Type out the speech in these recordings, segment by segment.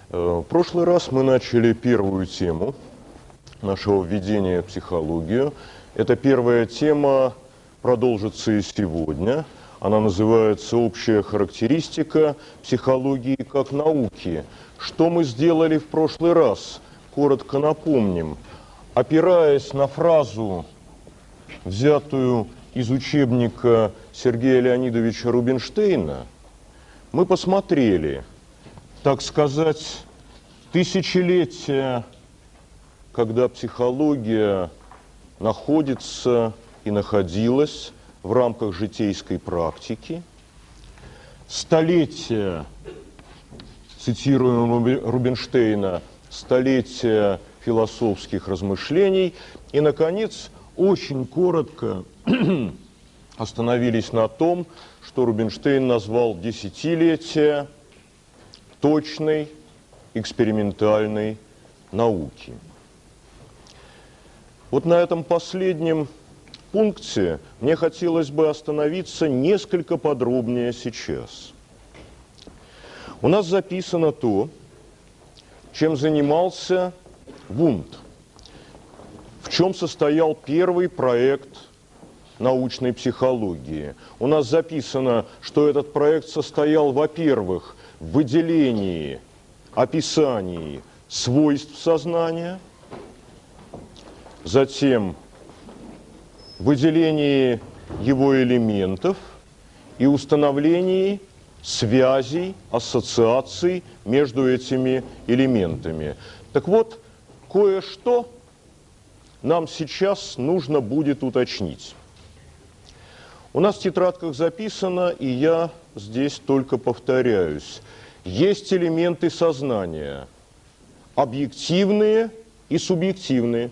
В прошлый раз мы начали первую тему нашего введения в психологию. Эта первая тема продолжится и сегодня. Она называется «Общая характеристика психологии как науки». Что мы сделали в прошлый раз? Коротко напомним. Опираясь на фразу, взятую из учебника Сергея Леонидовича Рубинштейна, мы посмотрели, так сказать, тысячелетия, когда психология находится и находилась в рамках житейской практики, столетия, цитируем Рубинштейна, столетия философских размышлений, и, наконец, очень коротко остановились на том, что Рубинштейн назвал десятилетия точной экспериментальной науки. Вот на этом последнем пункте мне хотелось бы остановиться несколько подробнее сейчас. У нас записано то, чем занимался Вундт, в чем состоял первый проект научной психологии. У нас записано, что этот проект состоял, во-первых, в выделении, описании свойств сознания, затем в выделении его элементов и установлении связей, ассоциаций между этими элементами. Так вот, кое-что нам сейчас нужно будет уточнить. У нас в тетрадках записано, и я здесь только повторяюсь, есть элементы сознания, объективные и субъективные.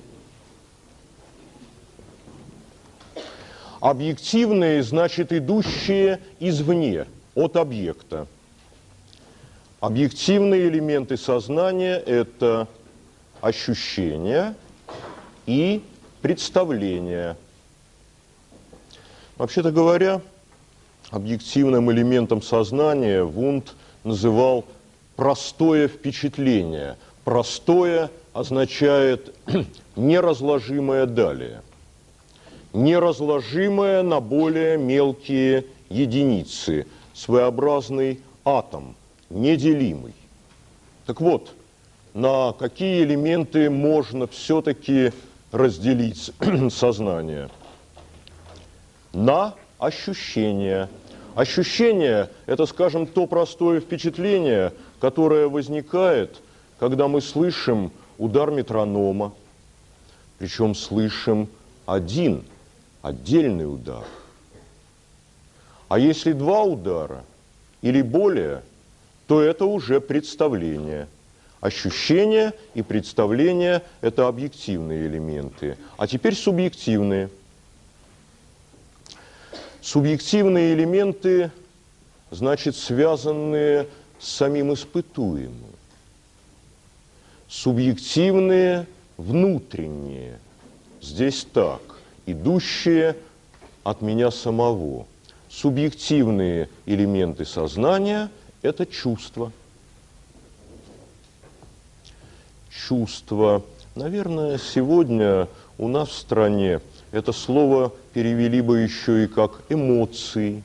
Объективные, значит, идущие извне, от объекта. Объективные элементы сознания – это ощущения и представления. Вообще-то говоря, объективным элементом сознания Вундт называл простое впечатление. Простое означает неразложимое далее. Неразложимое на более мелкие единицы. Своеобразный атом, неделимый. Так вот, на какие элементы можно все-таки разделить сознание? На ощущения. Ощущение – это, скажем, то простое впечатление, которое возникает, когда мы слышим удар метронома, причем слышим один, отдельный удар. А если два удара или более, то это уже представление. Ощущения и представления – это объективные элементы. А теперь субъективные. Субъективные элементы, значит, связанные с самим испытуемым. Субъективные, внутренние. Здесь так, идущие от меня самого. Субъективные элементы сознания – это чувства. Чувства. Наверное, сегодня у нас в стране это слово перевели бы еще и как эмоции.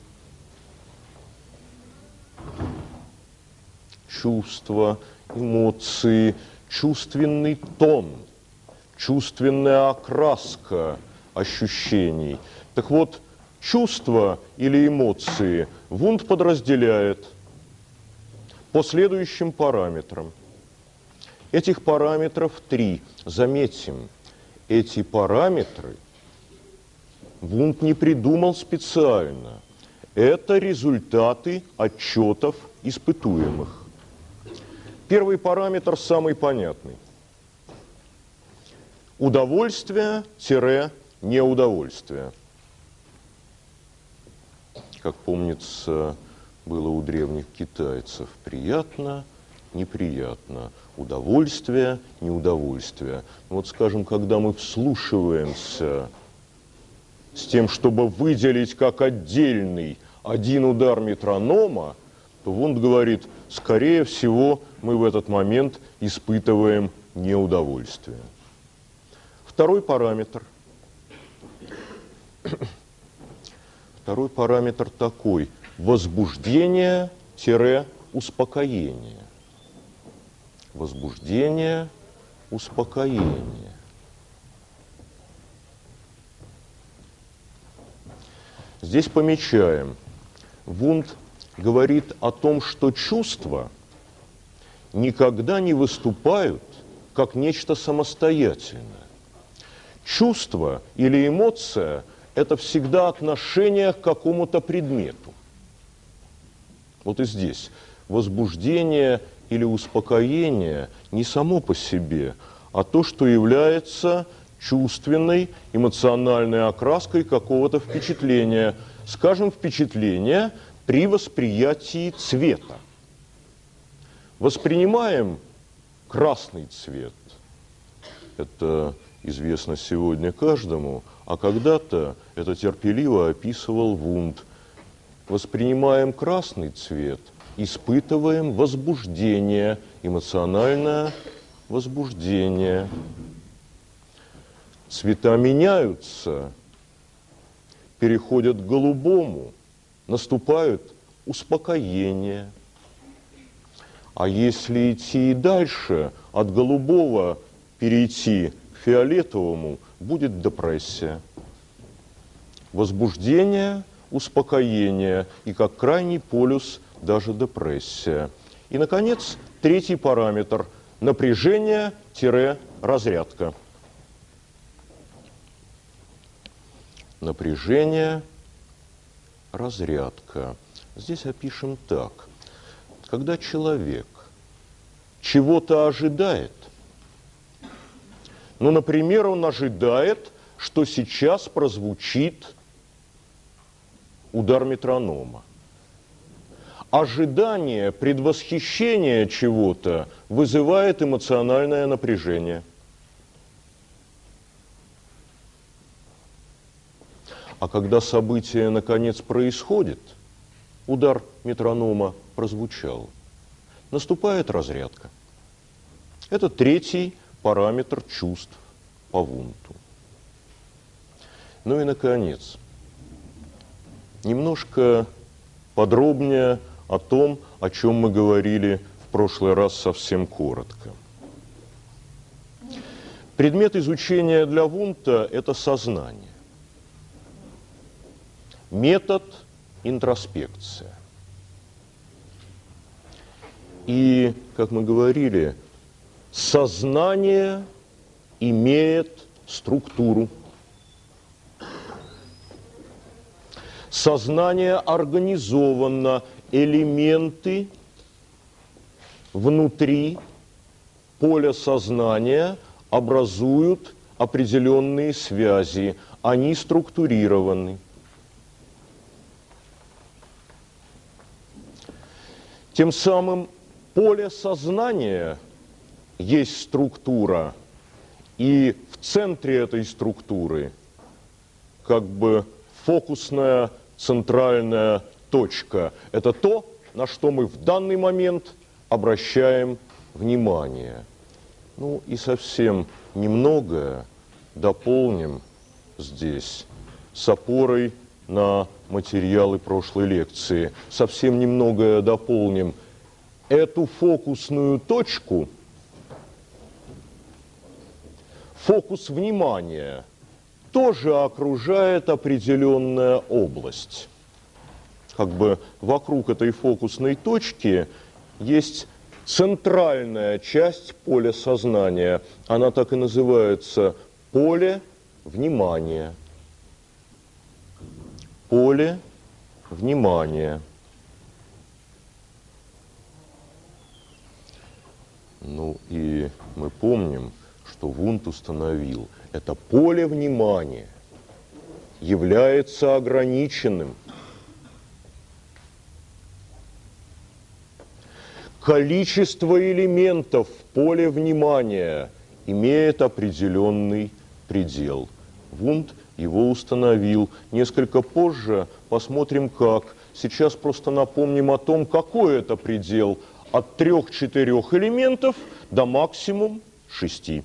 Чувства, эмоции, чувственный тон, чувственная окраска ощущений. Так вот, чувства или эмоции Вундт подразделяет по следующим параметрам. Этих параметров 3. Заметим, эти параметры Вундт не придумал специально. Это результаты отчетов испытуемых. Первый параметр самый понятный. Удовольствие-неудовольствие. Как помнится, было у древних китайцев: приятно, неприятно, удовольствие, неудовольствие. Вот, скажем, когда мы вслушиваемся с тем, чтобы выделить как отдельный один удар метронома, то Вундт говорит, скорее всего, мы в этот момент испытываем неудовольствие. Второй параметр. Второй параметр такой. Возбуждение-успокоение. Возбуждение-успокоение. Здесь помечаем. Вундт говорит о том, что чувства никогда не выступают как нечто самостоятельное. Чувство или эмоция – это всегда отношение к какому-то предмету. Вот и здесь возбуждение или успокоение не само по себе, а то, что является чувственной, эмоциональной окраской какого-то впечатления. Скажем, впечатление при восприятии цвета. Воспринимаем красный цвет. Это известно сегодня каждому, а когда-то это терпеливо описывал Вундт. Воспринимаем красный цвет, испытываем возбуждение, эмоциональное возбуждение. Цвета меняются, переходят к голубому, наступает успокоение. А если идти и дальше, от голубого перейти к фиолетовому, будет депрессия. Возбуждение, успокоение и как крайний полюс даже депрессия. И, наконец, третий параметр – напряжение-разрядка. Напряжение, разрядка. Здесь опишем так. Когда человек чего-то ожидает, ну, например, он ожидает, что сейчас прозвучит удар метронома. Ожидание, предвосхищение чего-то вызывает эмоциональное напряжение. А когда событие, наконец, происходит, удар метронома прозвучал, наступает разрядка. Это третий параметр чувств по Вундту. Ну и, наконец, немножко подробнее о том, о чем мы говорили в прошлый раз совсем коротко. Предмет изучения для Вундта – это сознание. Метод – интроспекция. И, как мы говорили, сознание имеет структуру. Сознание организовано, элементы внутри поля сознания образуют определенные связи, они структурированы. Тем самым поле сознания есть структура, и в центре этой структуры как бы фокусная центральная точка. Это то, на что мы в данный момент обращаем внимание. Ну и совсем немного дополним здесь с опорой на материалы прошлой лекции. Совсем немного дополним. Эту фокусную точку, фокус внимания, тоже окружает определенная область. Как бы вокруг этой фокусной точки есть центральная часть поля сознания. Она так и называется – поле внимания. Поле внимания. Ну и мы помним, что Вундт установил, это поле внимания является ограниченным. Количество элементов в поле внимания имеет определенный предел. Вундт его установил. Несколько позже посмотрим, как Сейчас просто напомним о том, какой это предел от 3-4 элементов до максимум 6. И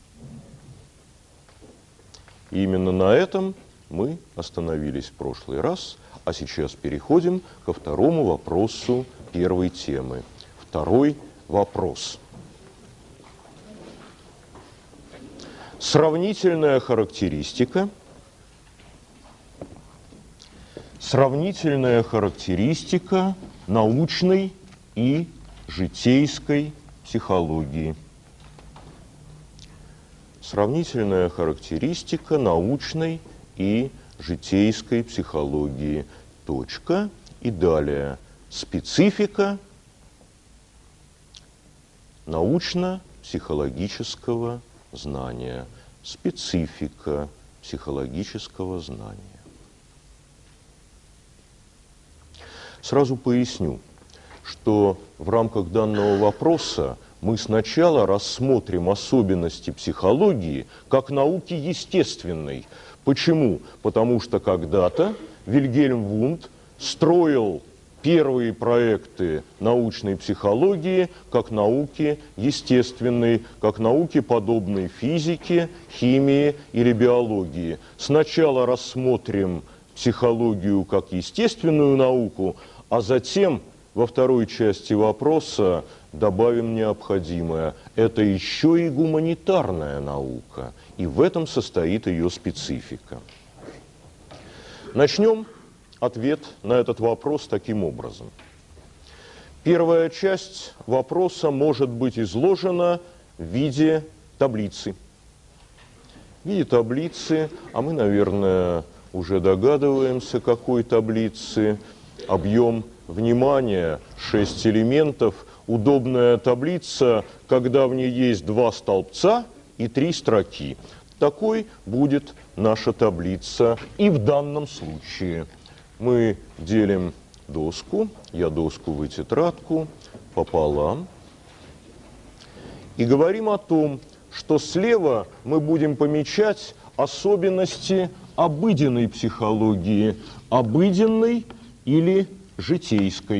именно на этом мы остановились в прошлый раз, а сейчас переходим ко второму вопросу первой темы. Второй вопрос. Сравнительная характеристика. Сравнительная характеристика научной и житейской психологии. Сравнительная характеристика научной и житейской психологии. Точка. И далее. Специфика научно-психологического знания. Специфика психологического знания. Сразу поясню, что в рамках данного вопроса мы сначала рассмотрим особенности психологии как науки естественной. Почему? Потому что когда-то Вильгельм Вундт строил первые проекты научной психологии как науки естественной, как науки, подобной физике, химии или биологии. Сначала рассмотрим психологию как естественную науку, а затем во второй части вопроса добавим необходимое. Это еще и гуманитарная наука, и в этом состоит ее специфика. Начнем ответ на этот вопрос таким образом. Первая часть вопроса может быть изложена в виде таблицы. В виде таблицы, а мы, наверное, уже догадываемся, какой таблицы. Объем внимания 6 элементов. Удобная таблица, когда в ней есть 2 столбца и 3 строки. Такой будет наша таблица и в данном случае. Мы делим доску, я доску в тетрадку, пополам. И говорим о том, что слева мы будем помечать особенности обыденной психологии, обыденной или житейской.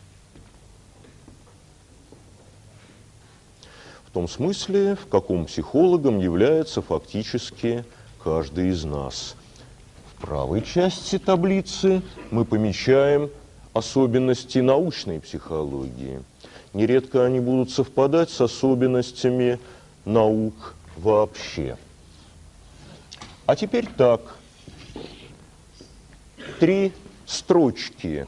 В том смысле, в каком психологом является фактически каждый из нас. В правой части таблицы мы помечаем особенности научной психологии. Нередко они будут совпадать с особенностями наук вообще. А теперь так. 3 строчки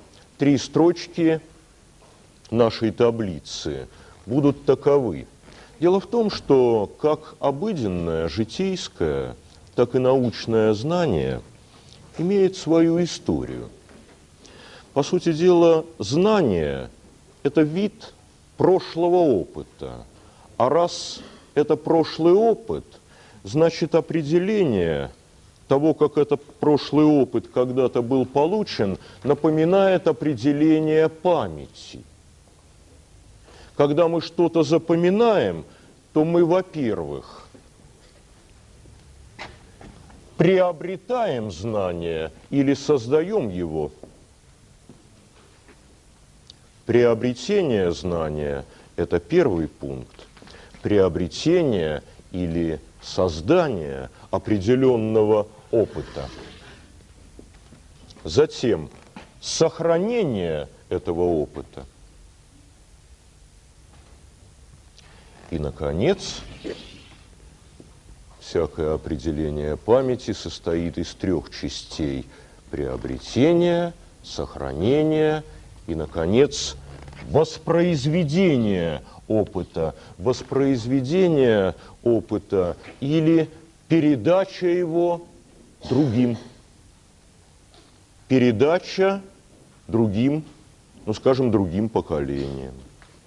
нашей таблицы будут таковы. Дело в том, что как обыденное, житейское, так и научное знание имеет свою историю. По сути дела, знание – это вид прошлого опыта. А раз это прошлый опыт, значит определение того, как этот прошлый опыт когда-то был получен, напоминает определение памяти. Когда мы что-то запоминаем, то мы, во-первых, приобретаем знание или создаем его. Приобретение знания – это первый пункт. Приобретение или создание определенного опыта. Затем сохранение этого опыта. И, наконец, всякое определение памяти состоит из 3 частей: приобретения, сохранения и, наконец, воспроизведения опыта. Воспроизведение опыта или передача его другим. Передача другим, скажем, другим поколениям.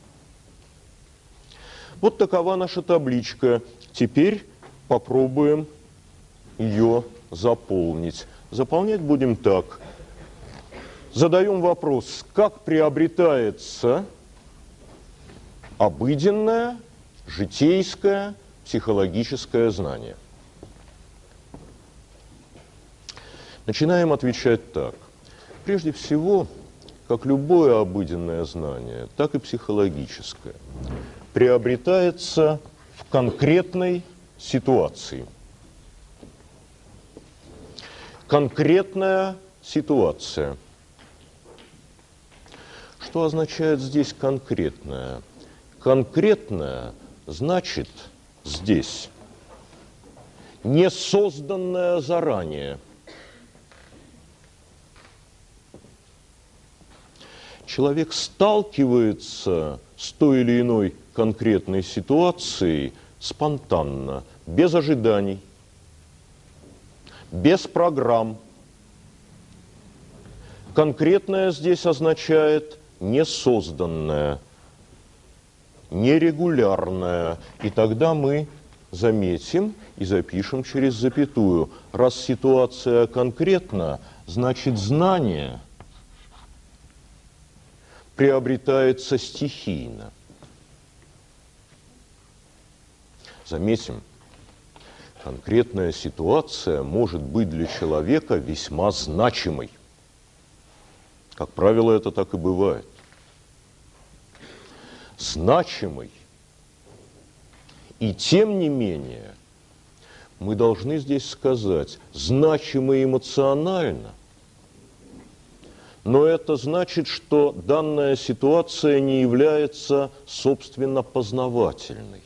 Вот такова наша табличка. Теперь попробуем ее заполнить. Заполнять будем так. Задаем вопрос, как приобретается обыденное, житейское, психологическое знание. Начинаем отвечать так. Прежде всего, как любое обыденное знание, так и психологическое, приобретается в конкретной ситуации. Конкретная ситуация. Что означает здесь конкретная? Конкретная значит здесь не созданная заранее. Человек сталкивается с той или иной конкретной ситуацией спонтанно, без ожиданий, без программ. Конкретное здесь означает несозданное, нерегулярное. И тогда мы заметим и запишем через запятую. Раз ситуация конкретна, значит знание приобретается стихийно. Заметим, конкретная ситуация может быть для человека весьма значимой. Как правило, это так и бывает. Значимой. И тем не менее, мы должны здесь сказать, значимой эмоционально. Но это значит, что данная ситуация не является, собственно, познавательной.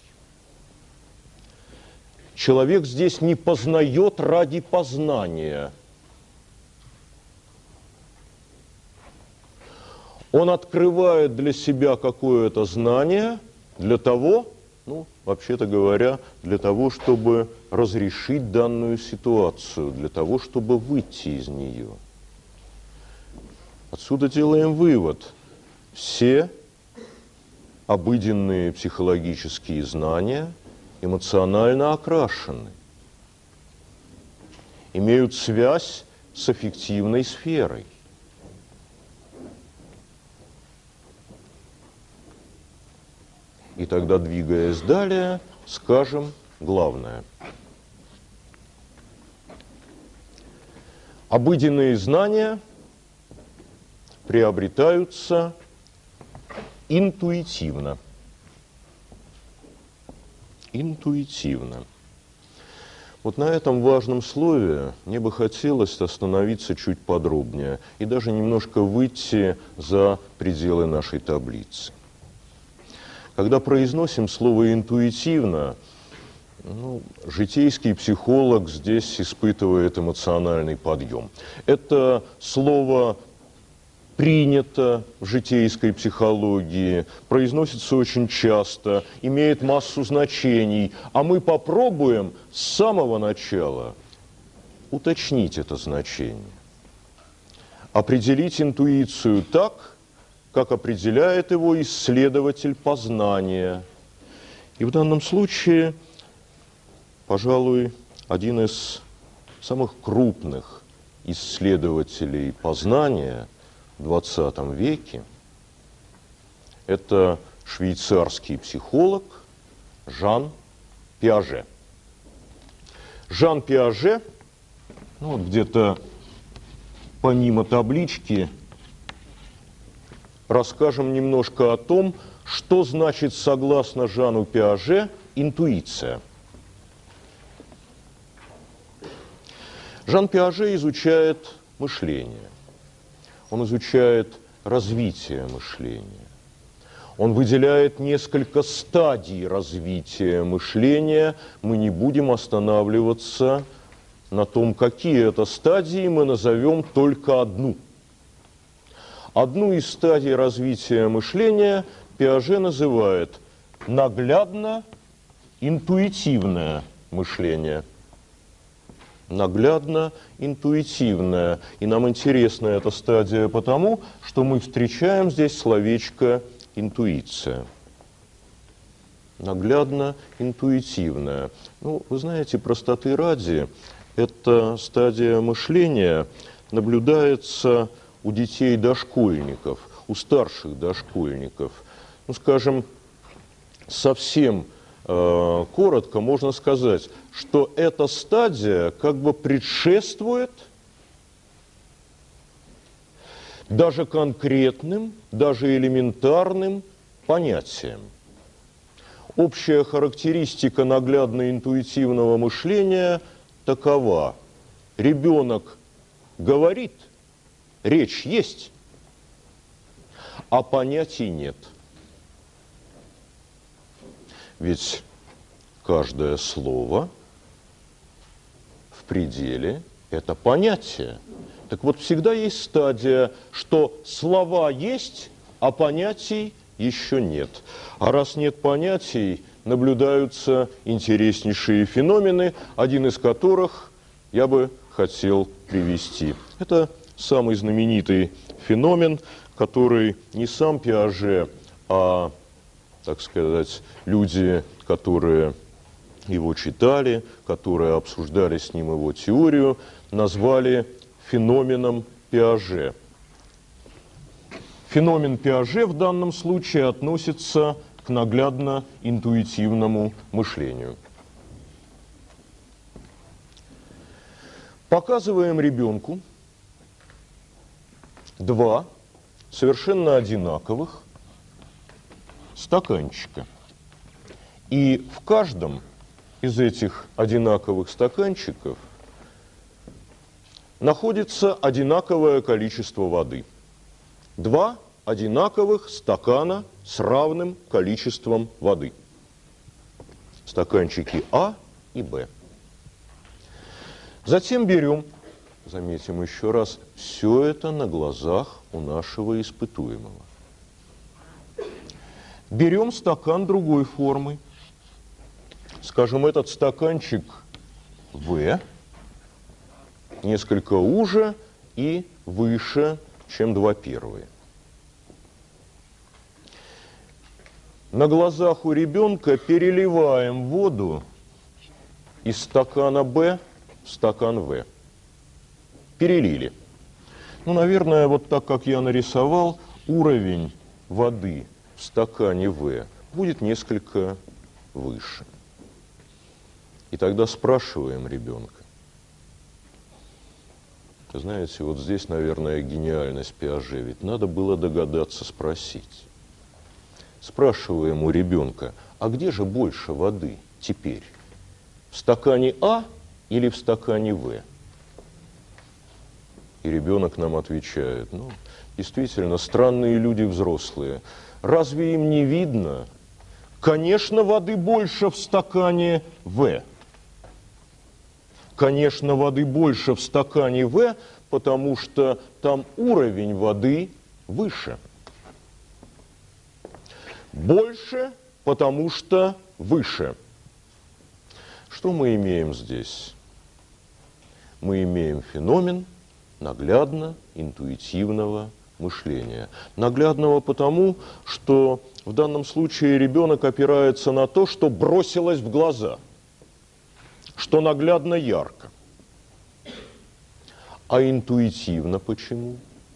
Человек здесь не познает ради познания. Он открывает для себя какое-то знание для того, вообще-то говоря, для того, чтобы разрешить данную ситуацию, для того, чтобы выйти из нее. Отсюда делаем вывод. Все обыденные психологические знания эмоционально окрашены, имеют связь с аффективной сферой. И тогда, двигаясь далее, скажем главное. Обыденные знания приобретаются интуитивно. Интуитивно. Вот на этом важном слове мне бы хотелось остановиться чуть подробнее и даже немножко выйти за пределы нашей таблицы. Когда произносим слово «интуитивно», житейский психолог здесь испытывает эмоциональный подъем. Это слово принято в житейской психологии, произносится очень часто, имеет массу значений, а мы попробуем с самого начала уточнить это значение, определить интуицию так, как определяет его исследователь познания. И в данном случае, пожалуй, один из самых крупных исследователей познания в XX веке – это швейцарский психолог Жан Пиаже. Жан Пиаже, где-то помимо таблички, расскажем немножко о том, что значит, согласно Жану Пиаже, интуиция. Жан Пиаже изучает мышление. Он изучает развитие мышления. Он выделяет несколько стадий развития мышления. Мы не будем останавливаться на том, какие это стадии, мы назовем только одну. Одну из стадий развития мышления Пиаже называет наглядно-интуитивное мышление. Наглядно-интуитивное. И нам интересна эта стадия потому, что мы встречаем здесь словечко «интуиция». Наглядно-интуитивное. Вы знаете, простоты ради, эта стадия мышления наблюдается у детей-дошкольников, у старших дошкольников. Скажем, совсем коротко можно сказать, что эта стадия как бы предшествует даже конкретным, даже элементарным понятиям. Общая характеристика наглядно-интуитивного мышления такова. Ребенок говорит, речь есть, а понятий нет. Ведь каждое слово в пределе – это понятие. Так вот, всегда есть стадия, что слова есть, а понятий еще нет. А раз нет понятий, наблюдаются интереснейшие феномены, один из которых я бы хотел привести. Это самый знаменитый феномен, который не сам Пиаже, а, так сказать, люди, которые его читали, которые обсуждали с ним его теорию, назвали феноменом Пиаже. Феномен Пиаже в данном случае относится к наглядно-интуитивному мышлению. Показываем ребенку два совершенно одинаковых стаканчика. И в каждом из этих одинаковых стаканчиков находится одинаковое количество воды. Два одинаковых стакана с равным количеством воды. Стаканчики А и Б. Затем берем, заметим еще раз, все это на глазах у нашего испытуемого. Берем стакан другой формы. Скажем, этот стаканчик В несколько уже и выше, чем два первые. На глазах у ребенка переливаем воду из стакана Б в стакан В. Перелили. Ну, наверное, вот так, как я нарисовал, уровень воды в стакане В будет несколько выше. И тогда спрашиваем ребенка. Знаете, вот здесь, наверное, гениальность Пиаже. Ведь надо было догадаться спросить. Спрашиваем у ребенка, а где же больше воды теперь? В стакане А или в стакане В? И ребенок нам отвечает, ну, действительно, странные люди взрослые. Разве им не видно? Конечно, воды больше в стакане В. Конечно, воды больше в стакане В, потому что там уровень воды выше. Больше, потому что выше. Что мы имеем здесь? Мы имеем феномен наглядно-интуитивного мышления. Наглядного потому, что в данном случае ребенок опирается на то, что бросилось в глаза, что наглядно ярко. А интуитивно почему?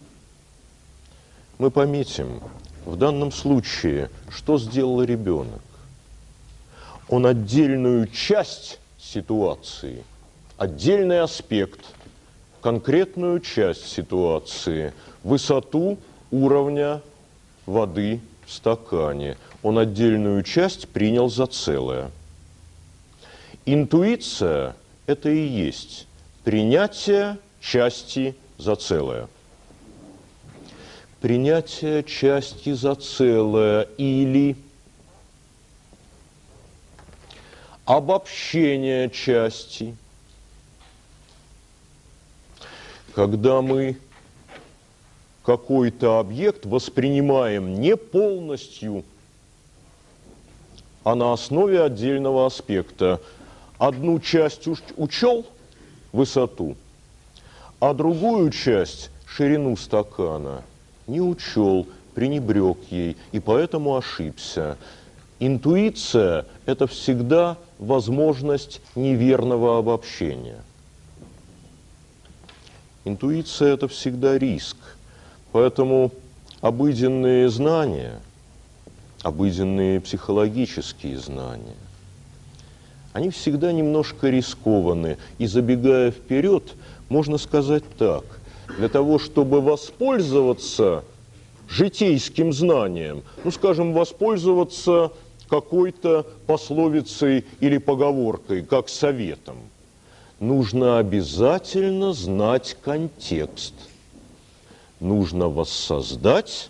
Мы пометим, в данном случае, что сделал ребенок? Он отдельную часть ситуации, отдельный аспект, конкретную часть ситуации, высоту уровня воды в стакане, он отдельную часть принял за целое. Интуиция – это и есть принятие части за целое. Принятие части за целое или обобщение части. Когда мы какой-то объект воспринимаем не полностью, а на основе отдельного аспекта. Одну часть учел, высоту, а другую часть, ширину стакана, не учел, пренебрег ей, и поэтому ошибся. Интуиция – это всегда возможность неверного обобщения. Интуиция – это всегда риск. Поэтому обыденные знания, обыденные психологические знания, они всегда немножко рискованы. И забегая вперед, можно сказать так. для того, чтобы воспользоваться житейским знанием, ну, скажем, воспользоваться какой-то пословицей или поговоркой, как советом, нужно обязательно знать контекст. Нужно воссоздать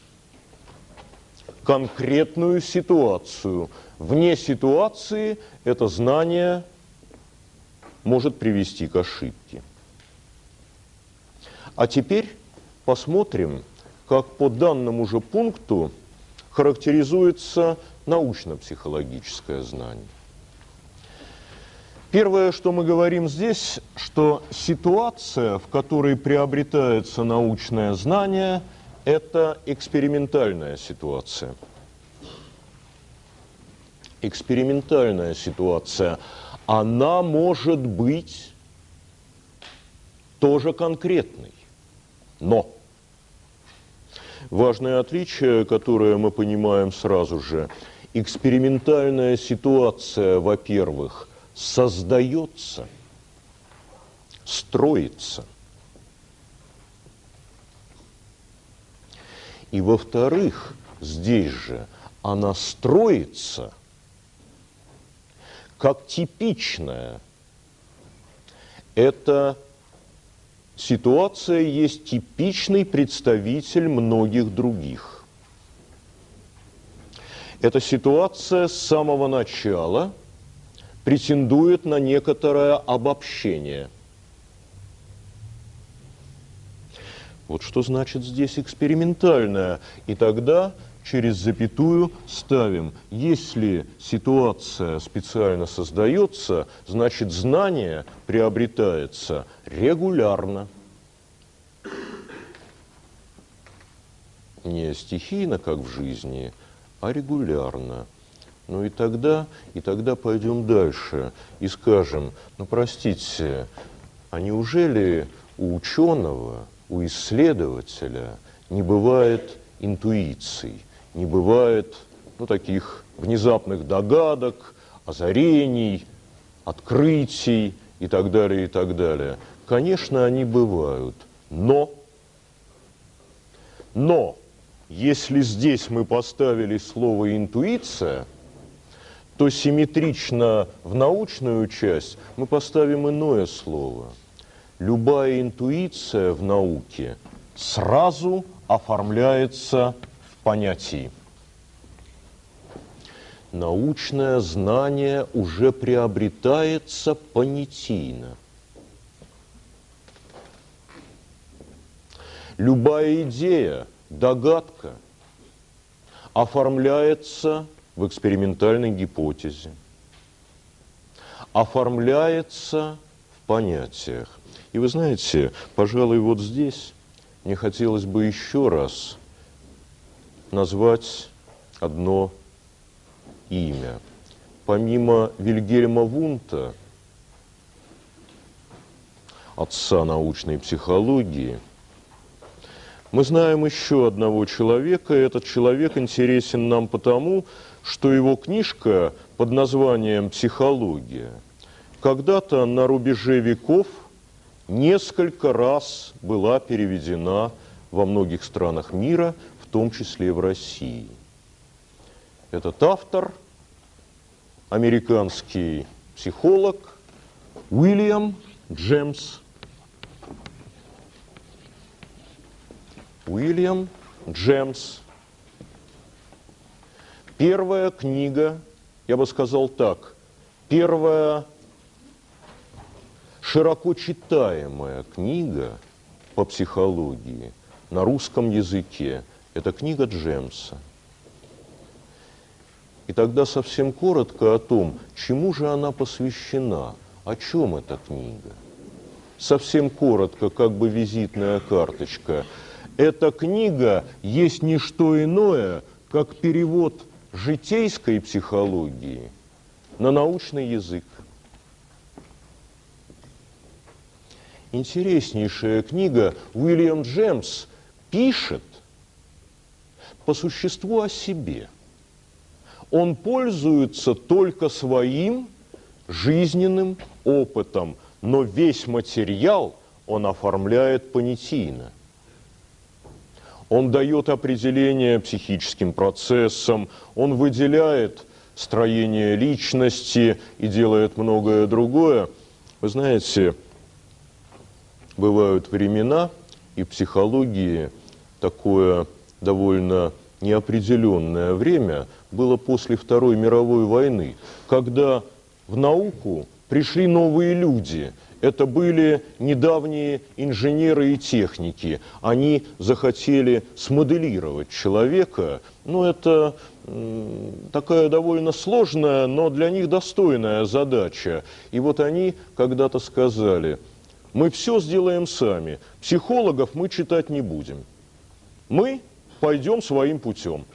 конкретную ситуацию. Вне ситуации это знание может привести к ошибке. А теперь посмотрим, как по данному же пункту характеризуется научно-психологическое знание. Первое, что мы говорим здесь, что ситуация, в которой приобретается научное знание, это экспериментальная ситуация. Экспериментальная ситуация, она может быть тоже конкретной, но важное отличие, которое мы понимаем сразу же, экспериментальная ситуация, во-первых, создается, строится. И, во-вторых, здесь же она строится как типичная. Эта ситуация есть типичный представитель многих других. Эта ситуация с самого начала претендует на некоторое обобщение. Вот что значит здесь экспериментальное. И тогда через запятую ставим: если ситуация специально создается, значит знание приобретается регулярно. Не стихийно, как в жизни, а регулярно. Ну и тогда пойдем дальше и скажем: ну простите, а неужели у ученого, у исследователя не бывает интуиций, не бывает таких внезапных догадок, озарений, открытий и так далее, и так далее? Конечно, они бывают, но если здесь мы поставили слово «интуиция», то симметрично в научную часть мы поставим иное слово. Любая интуиция в науке сразу оформляется в понятии. Научное знание уже приобретается понятийно. Любая идея, догадка оформляется в экспериментальной гипотезе, оформляется в понятиях. И вы знаете, пожалуй, вот здесь мне хотелось бы еще раз назвать одно имя. Помимо Вильгельма Вундта, отца научной психологии, мы знаем еще одного человека. Этот человек интересен нам потому, что его книжка под названием «Психология» когда-то на рубеже веков несколько раз была переведена во многих странах мира, в том числе и в России. Этот автор, американский психолог Уильям Джеймс. Уильям Джеймс. Первая книга, я бы сказал так, первая широко читаемая книга по психологии на русском языке – это книга Джеймса. И тогда совсем коротко о том, чему же она посвящена, о чем эта книга. Совсем коротко, как бы визитная карточка. Эта книга есть не что иное, как перевод житейской психологии на научный язык. Интереснейшая книга. Уильям Джеймс пишет по существу о себе. Он пользуется только своим жизненным опытом, но весь материал он оформляет понятийно. Он дает определение психическим процессам, он выделяет строение личности и делает многое другое. Вы знаете, бывают времена, и в психологии такое довольно неопределенное время было после Второй мировой войны, когда в науку пришли новые люди. Это были недавние инженеры и техники. Они захотели смоделировать человека. Ну, это такая довольно сложная, но для них достойная задача. И вот они когда-то сказали: мы все сделаем сами, психологов мы читать не будем. Мы пойдем своим путем.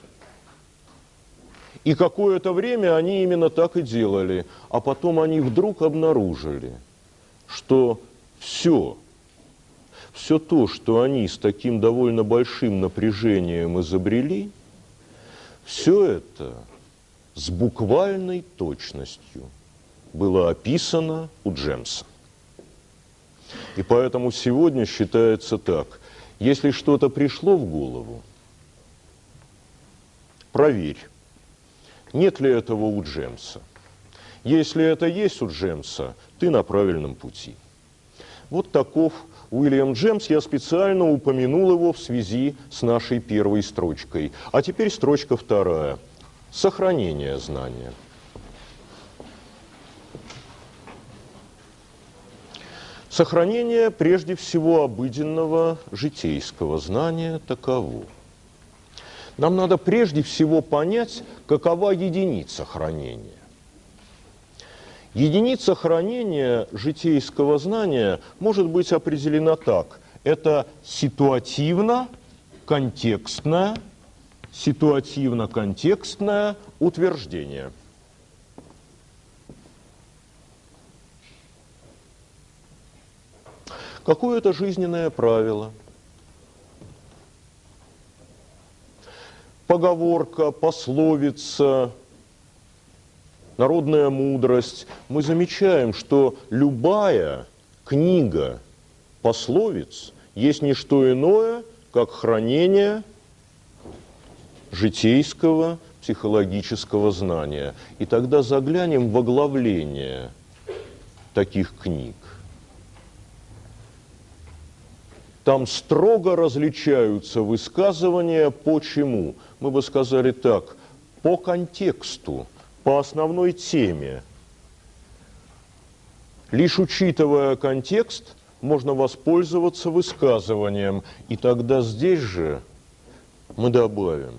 И какое-то время они именно так и делали. А потом они вдруг обнаружили, что все то, что они с таким довольно большим напряжением изобрели, все это с буквальной точностью было описано у Джемса. И поэтому сегодня считается так: если что-то пришло в голову, проверь, нет ли этого у Джемса. Если это есть у Джемса, ты на правильном пути. Вот таков Уильям Джемс. Я специально упомянул его в связи с нашей первой строчкой. А теперь строчка вторая. Сохранение знания. Сохранение, прежде всего, обыденного житейского знания таково. Нам надо прежде всего понять, какова единица хранения. Единица хранения житейского знания может быть определена так. Это ситуативно-контекстное утверждение. Какое-то жизненное правило, поговорка, пословица, народная мудрость. Мы замечаем, что любая книга пословиц есть не что иное, как хранение житейского психологического знания. И тогда заглянем в оглавление таких книг. Там строго различаются высказывания. Почему? Мы бы сказали так: по контексту, по основной теме. Лишь учитывая контекст, можно воспользоваться высказыванием. И тогда здесь же мы добавим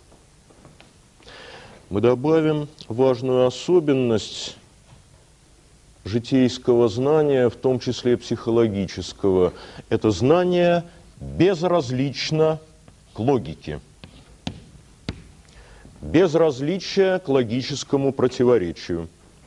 важную особенность житейского знания, в том числе психологического. Это знание безразлично к логике, безразличие к логическому противоречию.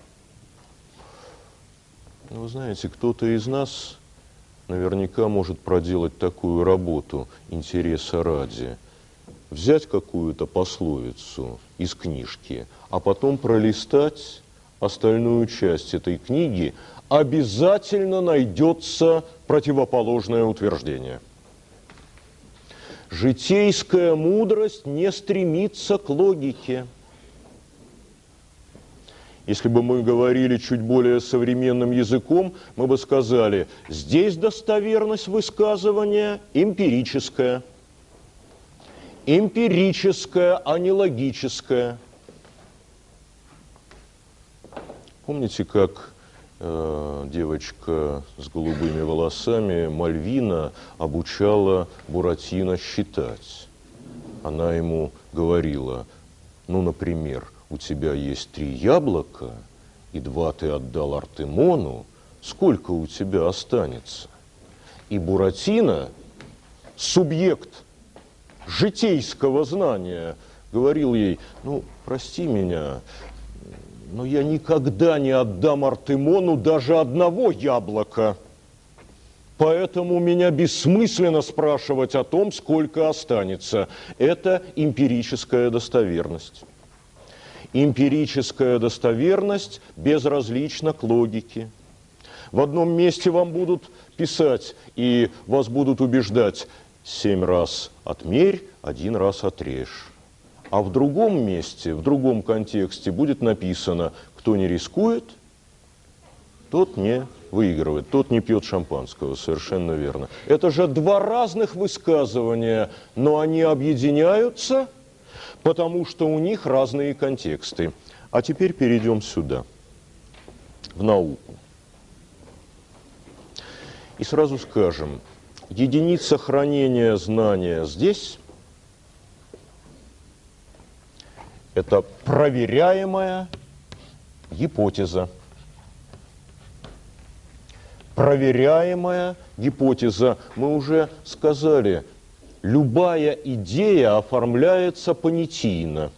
Вы знаете, кто-то из нас наверняка может проделать такую работу интереса ради. Взять какую-то пословицу из книжки, а потом пролистать остальную часть этой книги, обязательно найдется противоположное утверждение. Житейская мудрость не стремится к логике. Если бы мы говорили чуть более современным языком, мы бы сказали: здесь достоверность высказывания эмпирическая. Эмпирическая, а не логическая. Помните, как девочка с голубыми волосами, Мальвина, обучала Буратино считать? Она ему говорила: ну, например, у тебя есть 3 яблока, и 2 ты отдал Артемону, сколько у тебя останется? И Буратино, субъект житейского знания, говорил ей: ну, прости меня, но я никогда не отдам Артемону даже 1 яблока. Поэтому меня бессмысленно спрашивать о том, сколько останется. Это эмпирическая достоверность. Эмпирическая достоверность безразлична к логике. В одном месте вам будут писать, и вас будут убеждать: 7 раз отмерь, 1 раз отрежь. А в другом месте, в другом контексте будет написано: кто не рискует, тот не выигрывает, тот не пьет шампанского. Совершенно верно. Это же 2 разных высказывания, но они объединяются, потому что у них разные контексты. А теперь перейдем сюда, в науку. И сразу скажем, единица хранения знания здесь – это проверяемая гипотеза. Проверяемая гипотеза. Мы уже сказали, любая идея оформляется понятийно.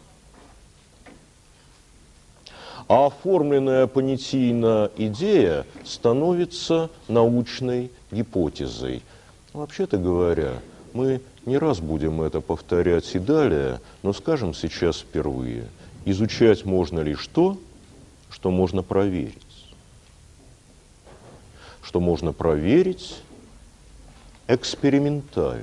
А оформленная понятийно идея становится научной гипотезой. Вообще-то говоря, мы не раз будем это повторять и далее, но скажем сейчас впервые. Изучать можно лишь то, что можно проверить. Что можно проверить экспериментально.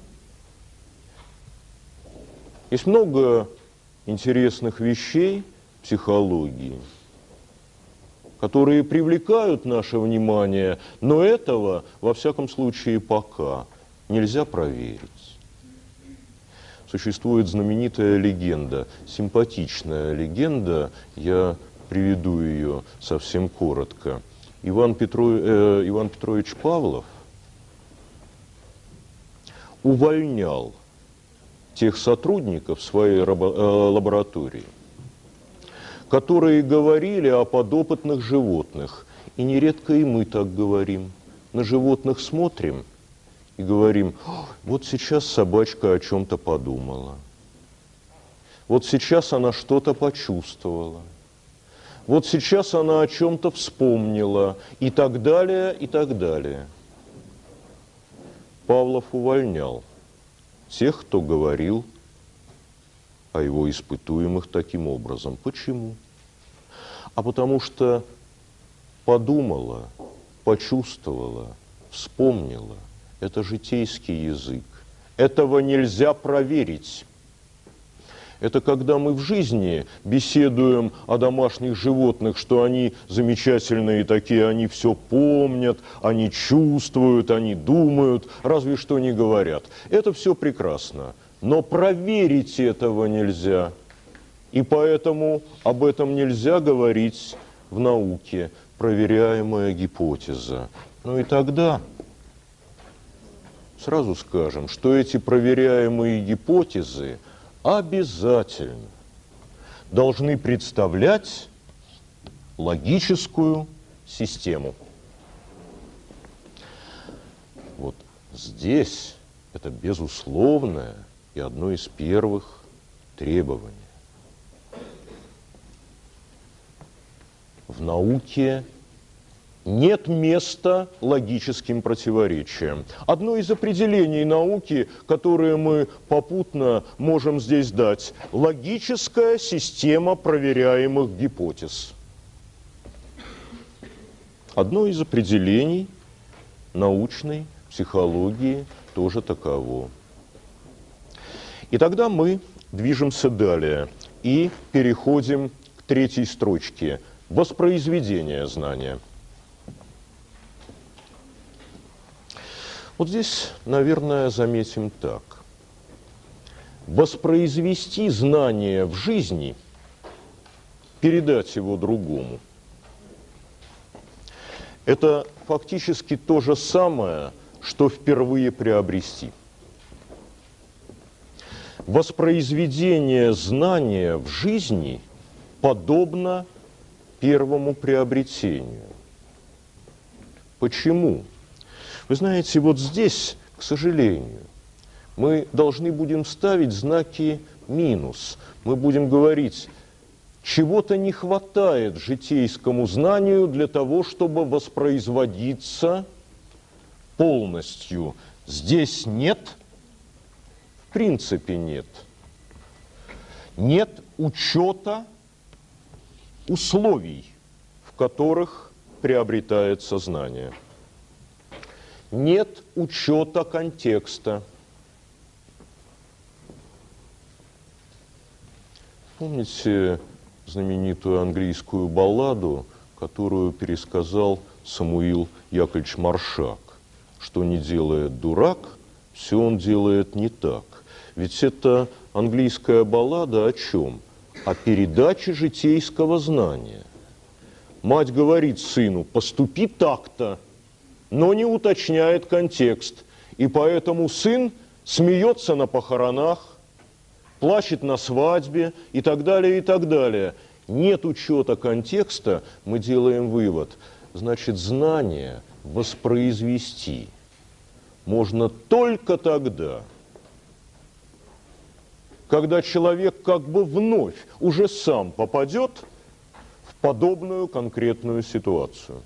Есть много интересных вещей в психологии, которые привлекают наше внимание, но этого, во всяком случае, пока нельзя проверить. Существует знаменитая легенда, симпатичная легенда, я приведу ее совсем коротко. Иван Петрович Павлов увольнял тех сотрудников своей лаборатории, которые говорили о подопытных животных. И нередко и мы так говорим. На животных смотрим и говорим: вот сейчас собачка о чем-то подумала. Вот сейчас она что-то почувствовала. Вот сейчас она о чем-то вспомнила. И так далее, и так далее. Павлов увольнял тех, кто говорил о его испытуемых таким образом. Почему? А потому что подумала, почувствовала, вспомнила. Это житейский язык. Этого нельзя проверить. Это когда мы в жизни беседуем о домашних животных, что они замечательные такие, они все помнят, они чувствуют, они думают, разве что не говорят. Это все прекрасно. Но проверить этого нельзя. И поэтому об этом нельзя говорить в науке. Проверяемая гипотеза. Ну и тогда сразу скажем, что эти проверяемые гипотезы обязательно должны представлять логическую систему. Вот здесь это безусловное и одно из первых требований. В науке нет места логическим противоречиям. Одно из определений науки, которое мы попутно можем здесь дать – логическая система проверяемых гипотез. Одно из определений научной психологии тоже таково. И тогда мы движемся далее и переходим к 3-й строчке – воспроизведение знания. Вот здесь, наверное, заметим так. Воспроизвести знание в жизни, передать его другому – это фактически то же самое, что впервые приобрести. Воспроизведение знания в жизни подобно первому приобретению. Почему? Вы знаете, вот здесь, к сожалению, мы должны будем ставить знаки минус. Мы будем говорить, чего-то не хватает житейскому знанию для того, чтобы воспроизводиться полностью. Здесь нет, в принципе нет. Нет учета условий, в которых приобретается знание. нет учета контекста. Помните знаменитую английскую балладу, которую пересказал Самуил Яковлевич Маршак? Что не делает дурак, все он делает не так. Ведь это английская баллада о чем? О передаче житейского знания. Мать говорит сыну: поступи так-то, но не уточняет контекст. И поэтому сын смеется на похоронах, плачет на свадьбе и так далее, и так далее. Нет учета контекста, мы делаем вывод. Значит, знание воспроизвести можно только тогда, когда человек как бы вновь уже сам попадет в подобную конкретную ситуацию.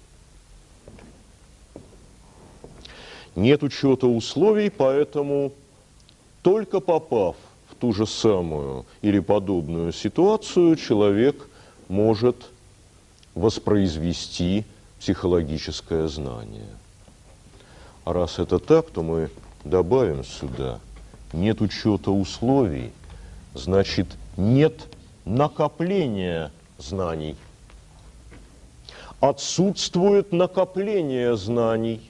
Нет учета условий, поэтому только попав в ту же самую или подобную ситуацию, человек может воспроизвести психологическое знание. А раз это так, то мы добавим сюда: нет учета условий, значит, нет накопления знаний. Отсутствует накопление знаний.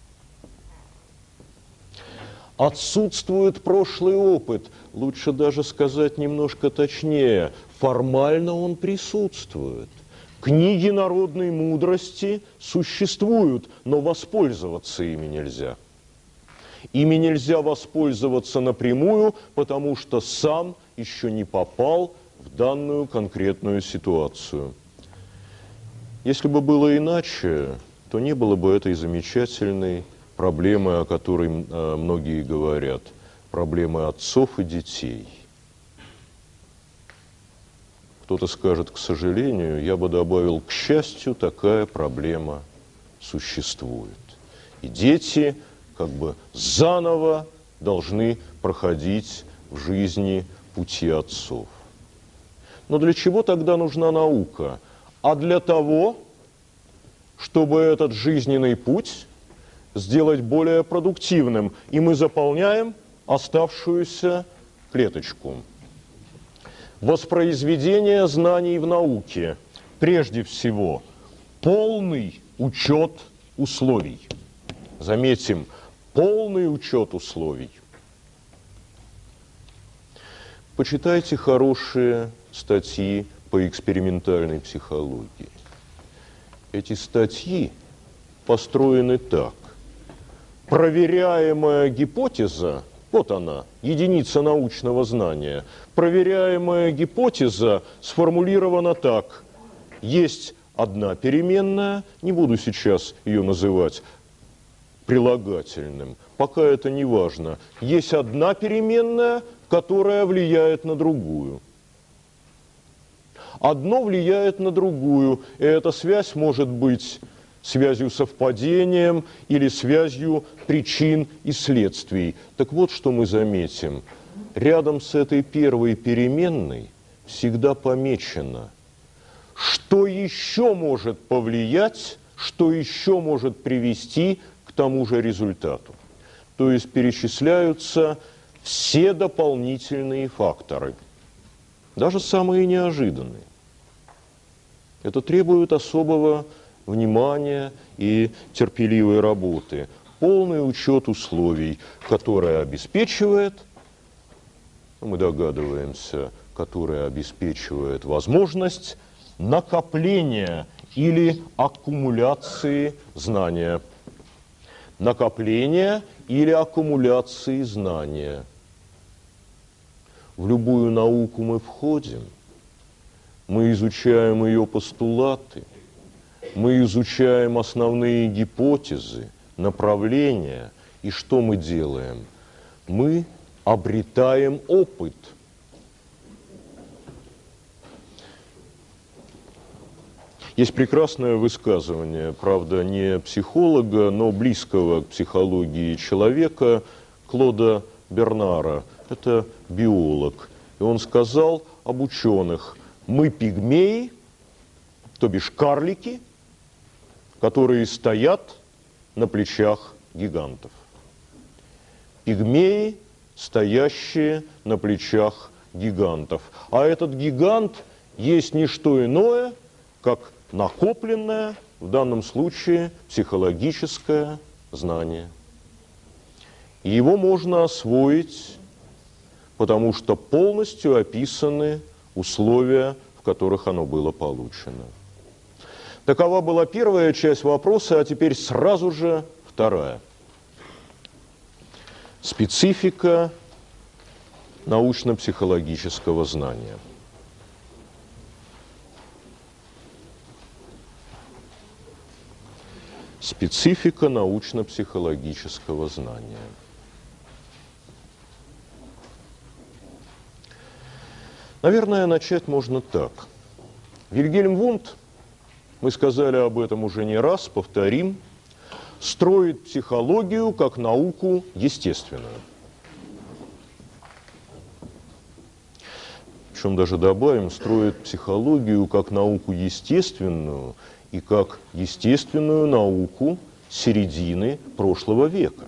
Отсутствует прошлый опыт. Лучше даже сказать немножко точнее. Формально он присутствует. Книги народной мудрости существуют, но воспользоваться ими нельзя. Ими нельзя воспользоваться напрямую, потому что сам еще не попал в данную конкретную ситуацию. Если бы было иначе, то не было бы этой замечательной проблемы, о которой многие говорят, проблемы отцов и детей. Кто-то скажет: к сожалению, я бы добавил: к счастью, такая проблема существует. И дети как бы заново должны проходить в жизни пути отцов. Но для чего тогда нужна наука? А для того, чтобы этот жизненный путь сделать более продуктивным. И мы заполняем оставшуюся клеточку. Воспроизведение знаний в науке. Прежде всего, полный учет условий. Заметим, полный учет условий. Почитайте хорошие статьи по экспериментальной психологии. Эти статьи построены так. Проверяемая гипотеза, вот она, единица научного знания. Проверяемая гипотеза сформулирована так. Есть одна переменная, не буду сейчас ее называть прилагательным, пока это не важно. Есть одна переменная, которая влияет на другую. Одно влияет на другую, и эта связь может быть связью совпадением или связью причин и следствий. Так вот, что мы заметим. Рядом с этой первой переменной всегда помечено, что еще может повлиять, что еще может привести к тому же результату. То есть перечисляются все дополнительные факторы, даже самые неожиданные. Это требует особого внимания и терпеливой работы. Полный учет условий, которое обеспечивает, мы догадываемся, которое обеспечивает возможность накопления или аккумуляции знания. Накопления или аккумуляции знания. В любую науку мы входим, мы изучаем ее постулаты, мы изучаем основные гипотезы, направления. И что мы делаем? Мы обретаем опыт. Есть прекрасное высказывание, правда, не психолога, но близкого к психологии человека, Клода Бернара. Это биолог. И он сказал об ученых: мы пигмеи, то бишь карлики, которые стоят на плечах гигантов. Пигмеи, стоящие на плечах гигантов. А этот гигант есть не что иное, как накопленное, в данном случае, психологическое знание. И его можно освоить, потому что полностью описаны условия, в которых оно было получено. Такова была первая часть вопроса, а теперь сразу же вторая. Специфика научно-психологического знания. Специфика научно-психологического знания. Наверное, начать можно так. Вильгельм Вундт, мы сказали об этом уже не раз, повторим, строит психологию как науку естественную. Причем даже добавим, строит психологию как науку естественную и как естественную науку середины прошлого века.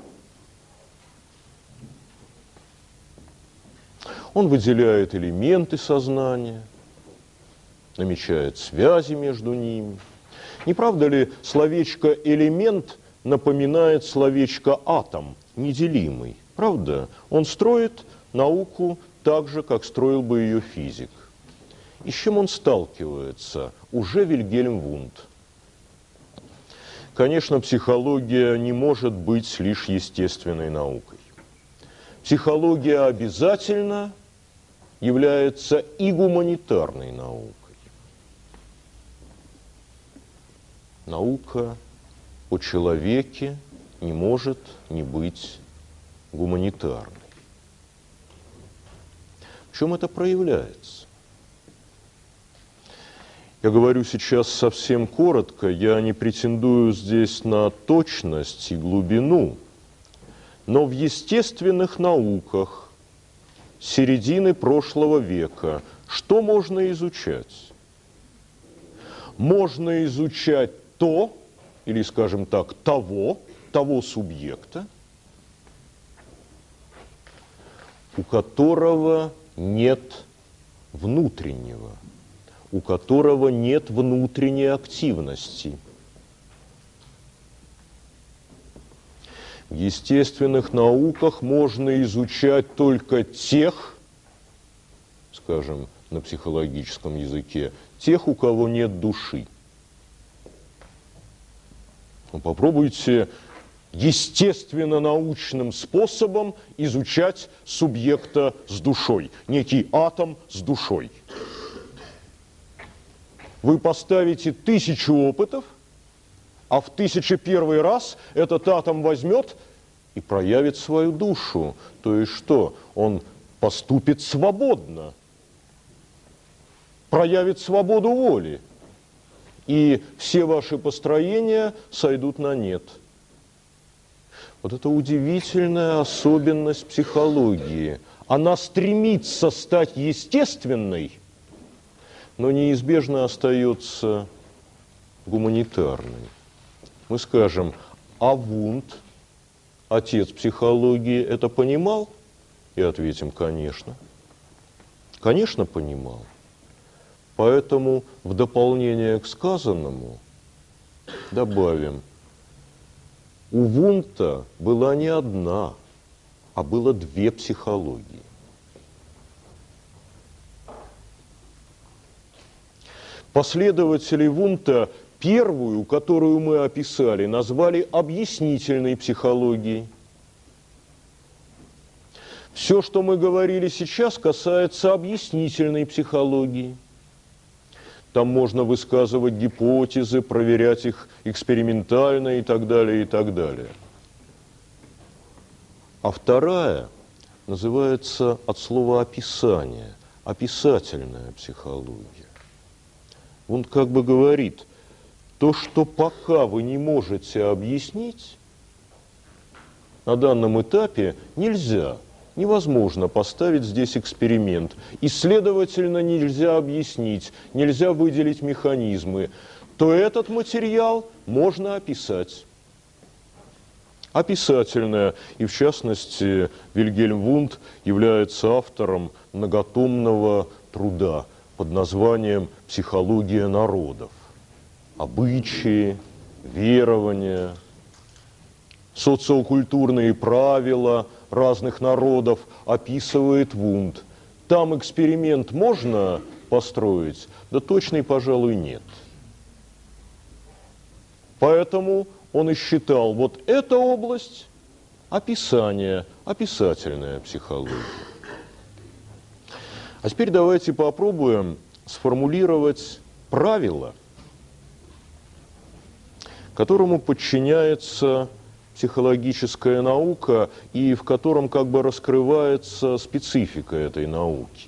Он выделяет элементы сознания, намечает связи между ними. Не правда ли, словечко «элемент» напоминает словечко «атом», неделимый? Правда? Он строит науку так же, как строил бы ее физик. И с чем он сталкивается? Уже Вильгельм Вундт. Конечно, психология не может быть лишь естественной наукой. Психология обязательно является и гуманитарной наукой. Наука о человеке не может не быть гуманитарной. В чем это проявляется? Я говорю сейчас совсем коротко, я не претендую здесь на точность и глубину, но в естественных науках середины прошлого века что можно изучать? Можно изучать то, или, скажем так, того субъекта, у которого нет внутреннего, у которого нет внутренней активности. В естественных науках можно изучать только тех, скажем, на психологическом языке, тех, у кого нет души. Попробуйте естественно-научным способом изучать субъекта с душой, некий атом с душой. Вы поставите 1000 опытов, а в 1001 раз этот атом возьмет и проявит свою душу. То есть что? Он поступит свободно, проявит свободу воли, и все ваши построения сойдут на нет. Вот это удивительная особенность психологии. Она стремится стать естественной, но неизбежно остается гуманитарной. Мы скажем, а Вундт, отец психологии, это понимал? И ответим, конечно. Конечно, понимал. Поэтому в дополнение к сказанному добавим, у Вундта была не одна, а было 2 психологии. Последователи Вундта первую, которую мы описали, назвали объяснительной психологией. Все, что мы говорили сейчас, касается объяснительной психологии. Там можно высказывать гипотезы, проверять их экспериментально и так далее, и так далее. А вторая называется от слова «описание», описательная психология. Он как бы говорит, то, что пока вы не можете объяснить, на данном этапе нельзя, невозможно поставить здесь эксперимент. И, следовательно, нельзя объяснить, нельзя выделить механизмы. То этот материал можно описать. описательная, и в частности Вильгельм Вундт является автором многотомного труда под названием «Психология народов». Обычаи, верования, социокультурные правила разных народов описывает Вундт. Там эксперимент можно построить? Да точно и, пожалуй, нет. Поэтому он и считал, вот эта область описания, описательная психология. А теперь давайте попробуем сформулировать правило, которому подчиняется психологическая наука и в котором как бы раскрывается специфика этой науки.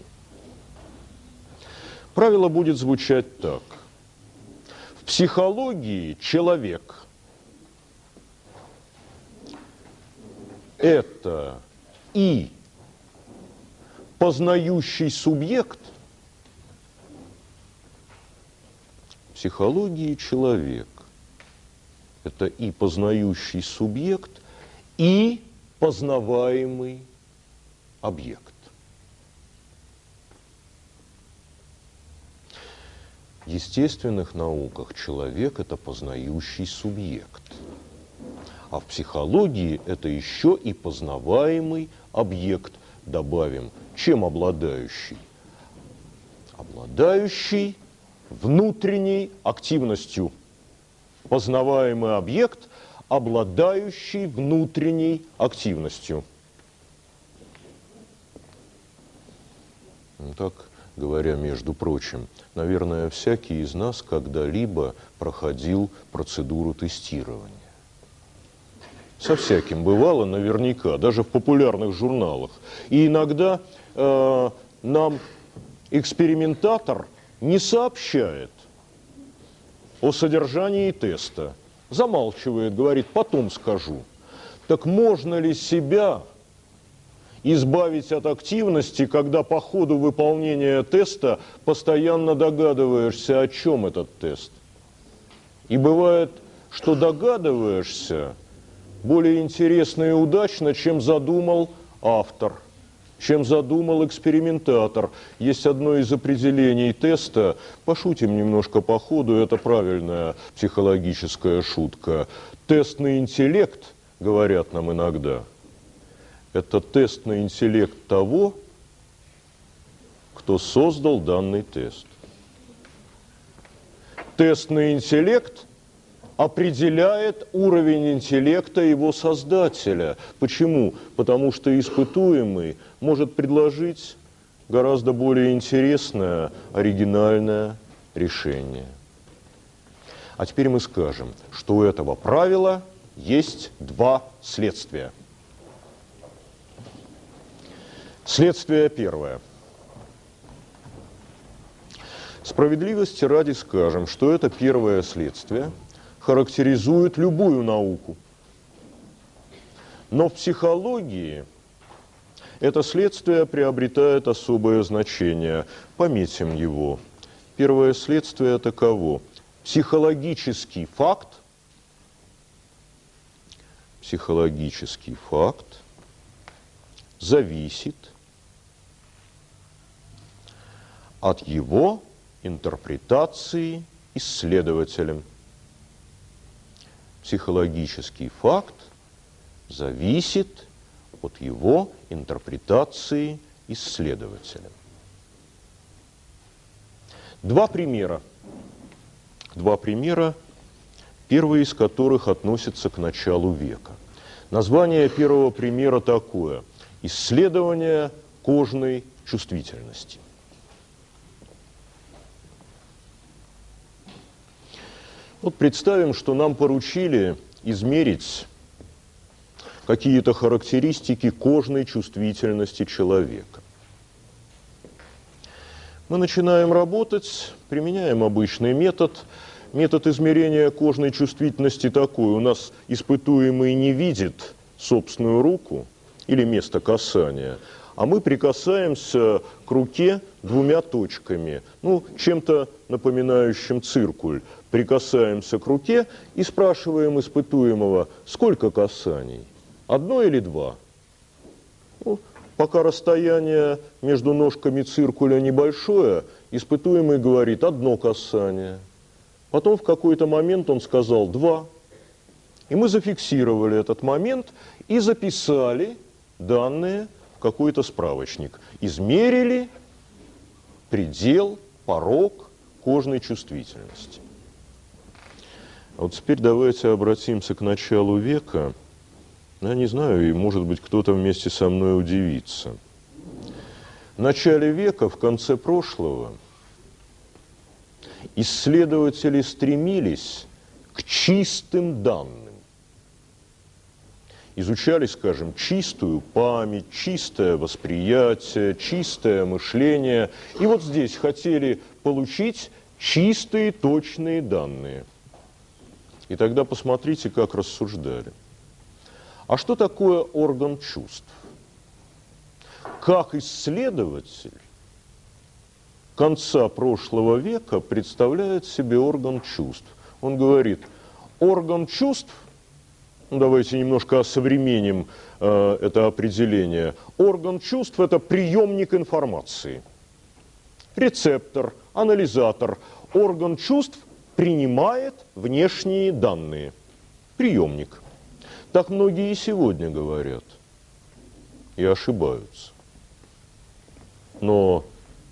Правило будет звучать так. В психологии человек – это и познающий субъект, в психологии человек – это и познающий субъект, и познаваемый объект. В естественных науках человек – это познающий субъект, а в психологии это еще и познаваемый объект. Добавим, чем обладающий? Обладающий внутренней активностью. Познаваемый объект, обладающий внутренней активностью. Так говоря, между прочим, наверное, всякий из нас когда-либо проходил процедуру тестирования. Со всяким бывало наверняка, даже в популярных журналах. И иногда нам экспериментатор не сообщает о содержании теста, замалчивает, говорит, потом скажу. Так можно ли себя избавить от активности, когда по ходу выполнения теста постоянно догадываешься, о чем этот тест? И бывает, что догадываешься более интересно и удачно, чем задумал автор, чем задумал экспериментатор. Есть одно из определений теста, пошутим немножко по ходу, это правильная психологическая шутка. Тестный интеллект, говорят нам иногда, это тест на интеллект того, кто создал данный тест. Тестный интеллект определяет уровень интеллекта его создателя. Почему? Потому что испытуемый может предложить гораздо более интересное, оригинальное решение. А теперь мы скажем, что у этого правила есть два следствия. Следствие первое. Справедливости ради скажем, что это первое следствие характеризует любую науку. Но в психологии это следствие приобретает особое значение. Пометим его. Первое следствие таково. Психологический факт зависит от его интерпретации исследователем. Психологический факт зависит от его интерпретации исследователем. Два примера, первый из которых относится к началу века. Название первого примера такое – «Исследование кожной чувствительности». Вот представим, что нам поручили измерить какие-то характеристики кожной чувствительности человека. Мы начинаем работать, применяем обычный метод. Метод измерения кожной чувствительности такой. У нас испытуемый не видит собственную руку или место касания, а мы прикасаемся к руке двумя точками, ну, чем-то напоминающим циркуль. Прикасаемся к руке и спрашиваем испытуемого, сколько касаний, одно или два? Ну, пока расстояние между ножками циркуля небольшое, испытуемый говорит одно касание. Потом в какой-то момент он сказал два. И мы зафиксировали этот момент и записали данные в какой-то справочник. Измерили предел, порог кожной чувствительности. А вот теперь давайте обратимся к началу века. Я не знаю, и может быть кто-то вместе со мной удивится. В начале века, в конце прошлого, исследователи стремились к чистым данным. Изучали, скажем, чистую память, чистое восприятие, чистое мышление. И вот здесь хотели получить чистые, точные данные. И тогда посмотрите, как рассуждали. А что такое орган чувств? Как исследователь конца прошлого века представляет себе орган чувств? Он говорит, орган чувств, ну, давайте немножко осовременим это определение. Орган чувств – это приемник информации. Рецептор, анализатор. Орган чувств принимает внешние данные. Приемник. Так многие и сегодня говорят. И ошибаются. Но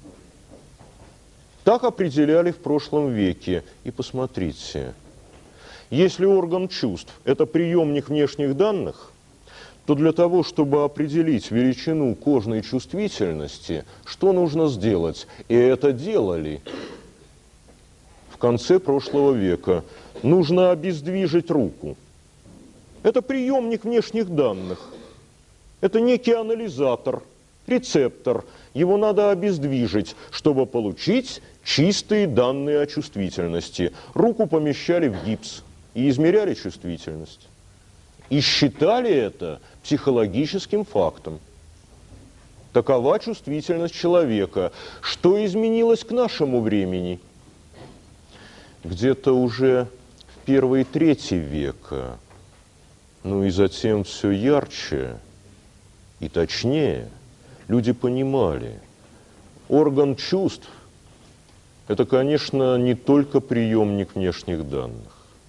так определяли в прошлом веке. И посмотрите. Если орган чувств – это приемник внешних данных, то для того, чтобы определить величину кожной чувствительности, что нужно сделать? И это делали в конце прошлого века. Нужно обездвижить руку. Это приемник внешних данных. Это некий анализатор, рецептор. Его надо обездвижить, чтобы получить чистые данные о чувствительности. Руку помещали в гипс и измеряли чувствительность. И считали это психологическим фактом. Такова чувствительность человека. Что изменилось к нашему времени? Где-то уже в 1-3 века, ну и затем все ярче и точнее, люди понимали, орган чувств – это, конечно, не только приемник внешних данных.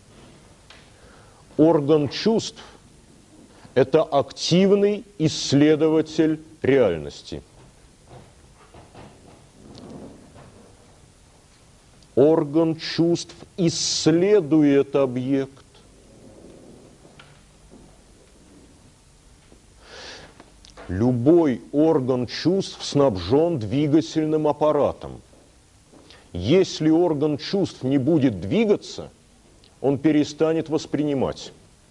Орган чувств – это активный исследователь реальности. Орган чувств исследует объект. Любой орган чувств снабжен двигательным аппаратом. Если орган чувств не будет двигаться, он перестанет воспринимать.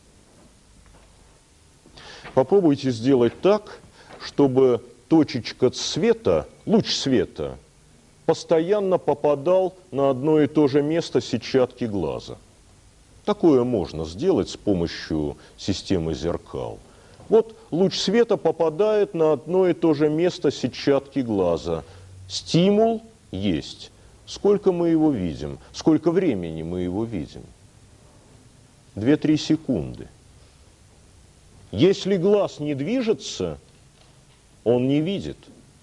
Попробуйте сделать так, чтобы точечка света, луч света, постоянно попадал на одно и то же место сетчатки глаза. Такое можно сделать с помощью системы зеркал. Вот луч света попадает на одно и то же место сетчатки глаза. Стимул есть. Сколько мы его видим? Сколько времени мы его видим? 2-3 секунды. Если глаз не движется, он не видит.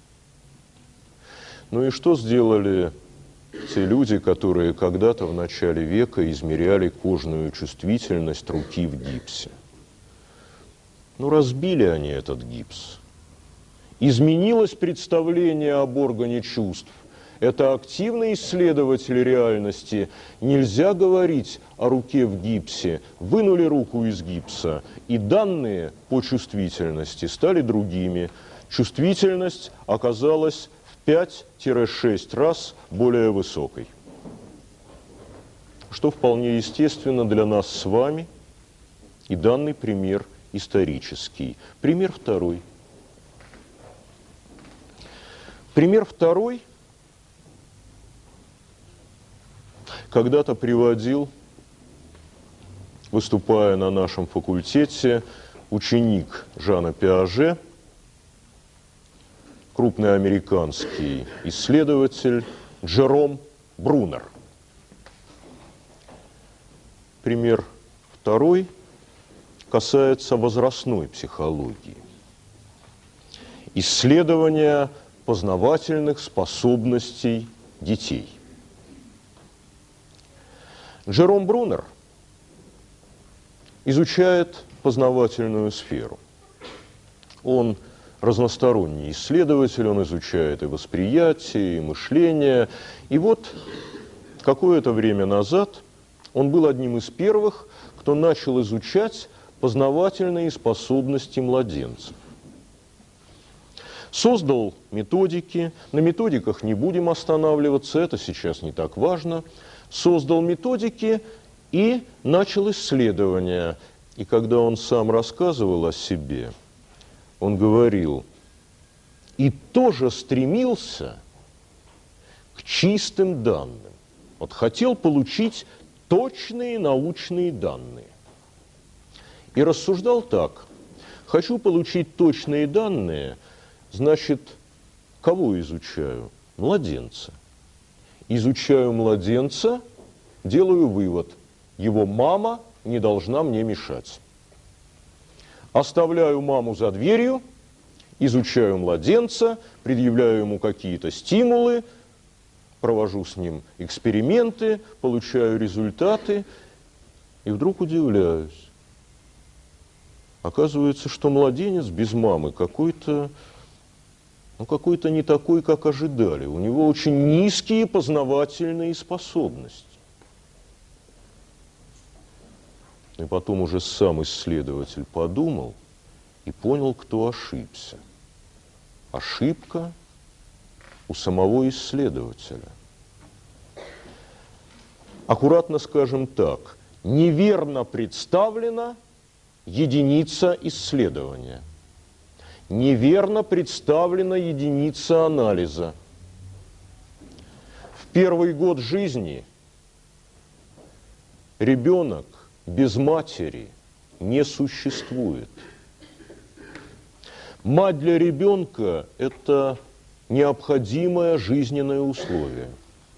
Ну и что сделали те люди, которые когда-то в начале века измеряли кожную чувствительность руки в гипсе? Ну, разбили они этот гипс. Изменилось представление об органе чувств. Это активный исследователь реальности. Нельзя говорить о руке в гипсе. Вынули руку из гипса, и данные по чувствительности стали другими. Чувствительность оказалась в 5-6 раз более высокой. Что вполне естественно для нас с вами. И данный пример исторический. Пример второй. Пример второй. Когда-то приводил, выступая на нашем факультете, ученик Жана Пиаже. крупный американский исследователь Джером Брунер. Пример второй касается возрастной психологии. Исследования познавательных способностей детей. Джером Брунер изучает познавательную сферу. Он разносторонний исследователь, он изучает и восприятие, и мышление. И вот какое-то время назад он был одним из первых, кто начал изучать познавательные способности младенцев. Создал методики, на методиках не будем останавливаться, это сейчас не так важно. Создал методики и начал исследования. И когда он сам рассказывал о себе, он говорил, и тоже стремился к чистым данным. Вот хотел получить точные научные данные. И рассуждал так, хочу получить точные данные, значит, кого изучаю? Младенца. Изучаю младенца, делаю вывод, его мама не должна мне мешать. Оставляю маму за дверью, изучаю младенца, предъявляю ему какие-то стимулы, провожу с ним эксперименты, получаю результаты, и вдруг удивляюсь. Оказывается, что младенец без мамы какой-то не такой, как ожидали. У него очень низкие познавательные способности. И потом уже сам исследователь подумал и понял, кто ошибся. Ошибка у самого исследователя. Аккуратно скажем так, неверно представлена единица исследования. Неверно представлена единица анализа. В первый год жизни ребенок без матери не существует. Мать для ребенка – это необходимое жизненное условие.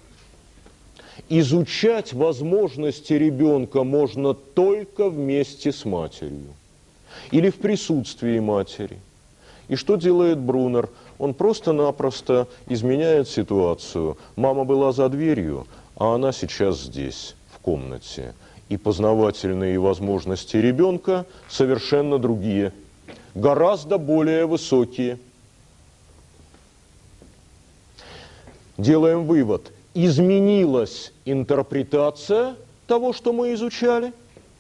Изучать возможности ребенка можно только вместе с матерью или в присутствии матери. И что делает Брунер? Он просто-напросто изменяет ситуацию. Мама была за дверью, а она сейчас здесь, в комнате. И познавательные возможности ребенка совершенно другие, гораздо более высокие. Делаем вывод. Изменилась интерпретация того, что мы изучали,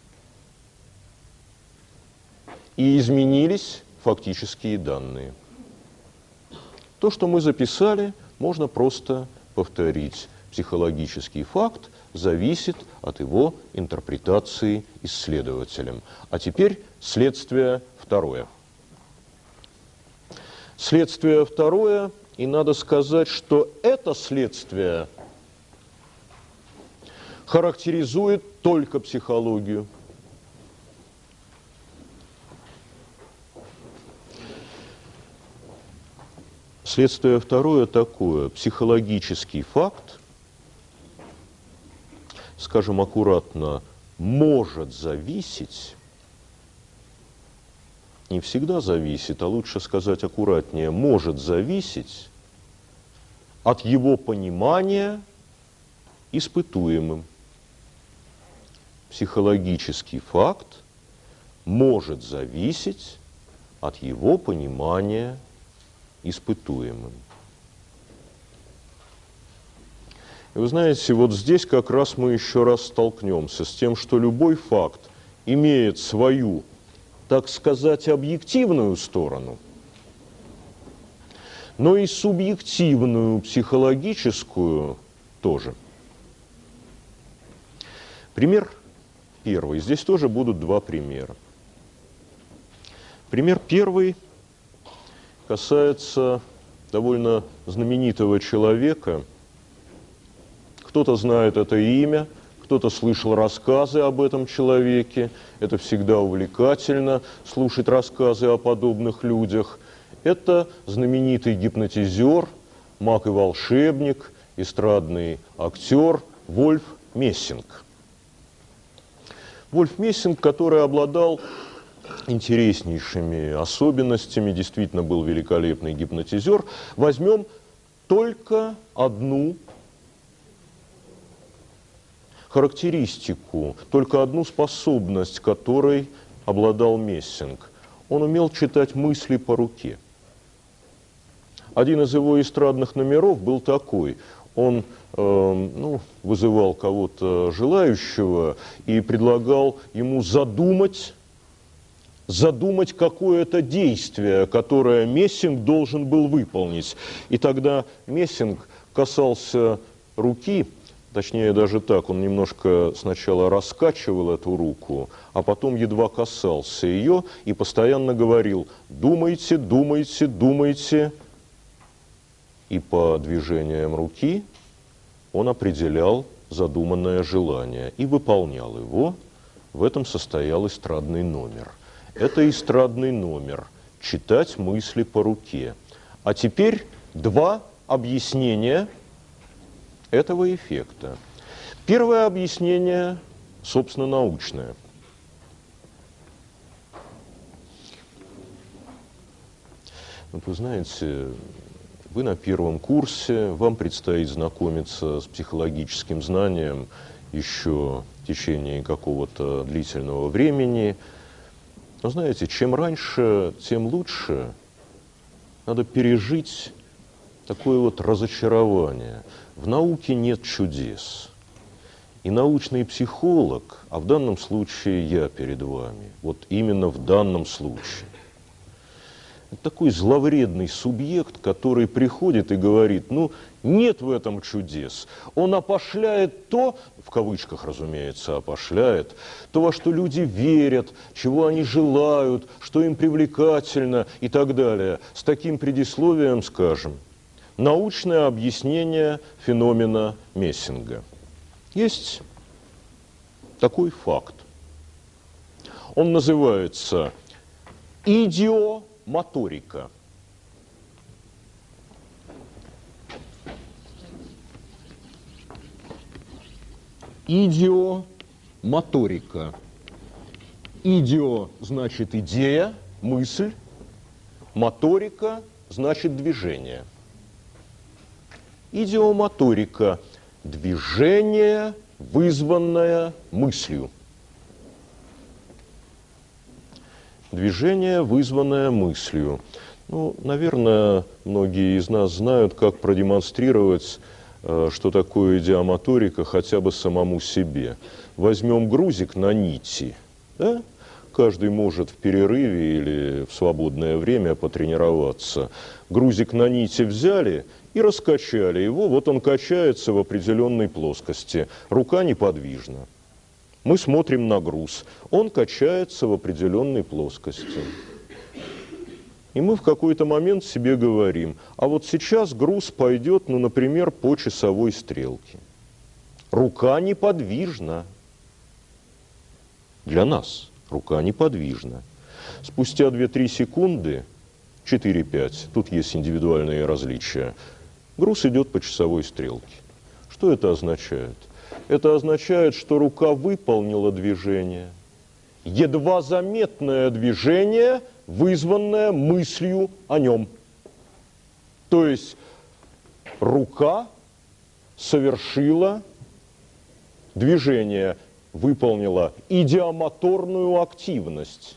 и изменились фактические данные. То, что мы записали, можно просто повторить. Психологический факт зависит от его интерпретации исследователем. А теперь следствие второе. Следствие второе, и надо сказать, что это следствие характеризует только психологию. Следствие второе такое. Психологический факт, скажем аккуратно, может зависеть, не всегда зависит, а лучше сказать аккуратнее, может зависеть от его понимания испытуемым. Психологический факт может зависеть от его понимания испытуемым. И вы знаете, вот здесь как раз мы еще раз столкнемся с тем, что любой факт имеет свою, так сказать, объективную сторону, но и субъективную, психологическую тоже. Пример первый. Здесь тоже будут два примера. Пример первый касается довольно знаменитого человека. Кто-то знает это имя, кто-то слышал рассказы об этом человеке. Это всегда увлекательно, слушать рассказы о подобных людях. Это знаменитый гипнотизер, маг и волшебник, эстрадный актер Вольф Мессинг. Вольф Мессинг, который обладал интереснейшими особенностями, действительно был великолепный гипнотизер. Возьмем только одну характеристику, только одну способность, которой обладал Мессинг. Он умел читать мысли по руке. Один из его эстрадных номеров был такой. Он вызывал кого-то желающего и предлагал ему задумать какое-то действие, которое Мессинг должен был выполнить. И тогда Мессинг касался руки, точнее даже так, он немножко сначала раскачивал эту руку, а потом едва касался ее и постоянно говорил: «Думайте, думайте, думайте». И по движениям руки он определял задуманное желание и выполнял его. В этом состоял эстрадный номер. Это эстрадный номер – читать мысли по руке. А теперь два объяснения этого эффекта. Первое объяснение, собственно, научное. Вы знаете, вы на первом курсе, вам предстоит знакомиться с психологическим знанием еще в течение какого-то длительного времени. Но знаете, чем раньше, тем лучше. Надо пережить такое вот разочарование. В науке нет чудес. И научный психолог, а в данном случае я перед вами, вот именно в данном случае, это такой зловредный субъект, который приходит и говорит: нет в этом чудес. Он опошляет то, в кавычках, разумеется, опошляет, то, во что люди верят, чего они желают, что им привлекательно и так далее. С таким предисловием скажем: научное объяснение феномена Мессинга. Есть такой факт. Он называется идиомоторика. Идиомоторика. Идио значит идея, мысль. Моторика значит движение. Идиомоторика – движение, вызванное мыслью. Движение, вызванное мыслью. Наверное, многие из нас знают, как продемонстрировать, что такое идиомоторика, хотя бы самому себе. Возьмем грузик на нити. Да? Каждый может в перерыве или в свободное время потренироваться. Грузик на нити взяли и раскачали его. Вот он качается в определенной плоскости. Рука неподвижна. Мы смотрим на груз. Он качается в определенной плоскости. И мы в какой-то момент себе говорим: а вот сейчас груз пойдет, например, по часовой стрелке. Рука неподвижна. Для нас рука неподвижна. Спустя 2-3 секунды, 4-5, тут есть индивидуальные различия, груз идет по часовой стрелке. Что это означает? Это означает, что рука выполнила движение. Едва заметное движение, вызванное мыслью о нем. То есть рука совершила движение, выполнила идиомоторную активность.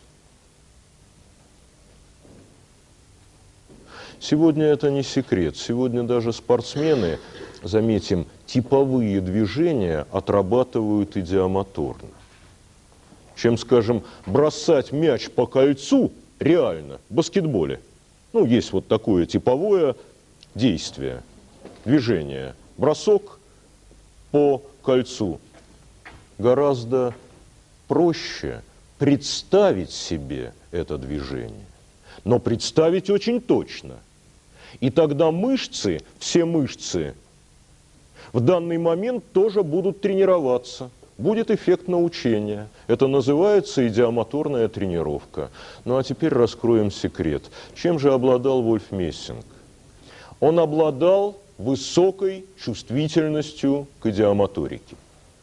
Сегодня это не секрет. Сегодня даже спортсмены, заметим, типовые движения отрабатывают идиомоторно. Чем, скажем, бросать мяч по кольцу реально в баскетболе. Есть вот такое типовое действие, движение, бросок по кольцу. Гораздо проще представить себе это движение, но представить очень точно. И тогда мышцы, все мышцы, в данный момент тоже будут тренироваться. будет эффект научения. Это называется идиомоторная тренировка. Ну а теперь раскроем секрет. Чем же обладал Вольф Мессинг? Он обладал высокой чувствительностью к идиомоторике.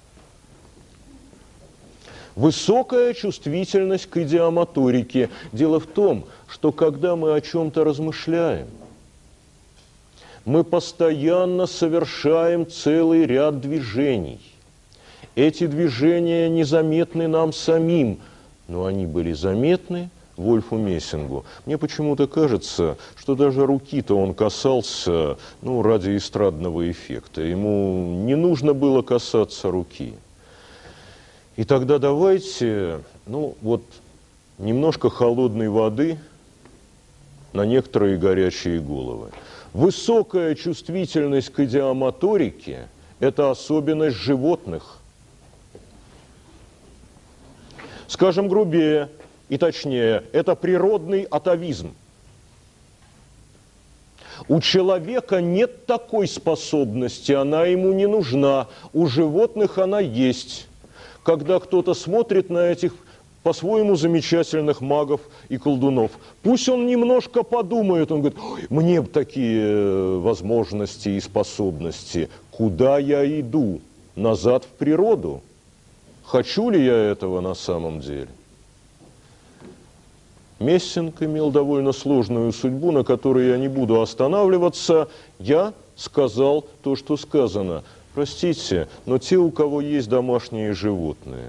Высокая чувствительность к идиомоторике. Дело в том, что когда мы о чем-то размышляем, мы постоянно совершаем целый ряд движений. Эти движения незаметны нам самим, но они были заметны Вольфу Мессингу. Мне почему-то кажется, что даже руки-то он касался, ради эстрадного эффекта. Ему не нужно было касаться руки. И тогда давайте, немножко холодной воды на некоторые горячие головы. Высокая чувствительность к идиомоторике – это особенность животных. Скажем грубее и точнее, это природный атовизм. У человека нет такой способности, она ему не нужна. У животных она есть. Когда кто-то смотрит на этих по-своему замечательных магов и колдунов, пусть он немножко подумает, он говорит: мне бы такие возможности и способности. Куда я иду? Назад в природу? Хочу ли я этого на самом деле? Мессинг имел довольно сложную судьбу, на которой я не буду останавливаться. Я сказал то, что сказано. Простите, но те, у кого есть домашние животные,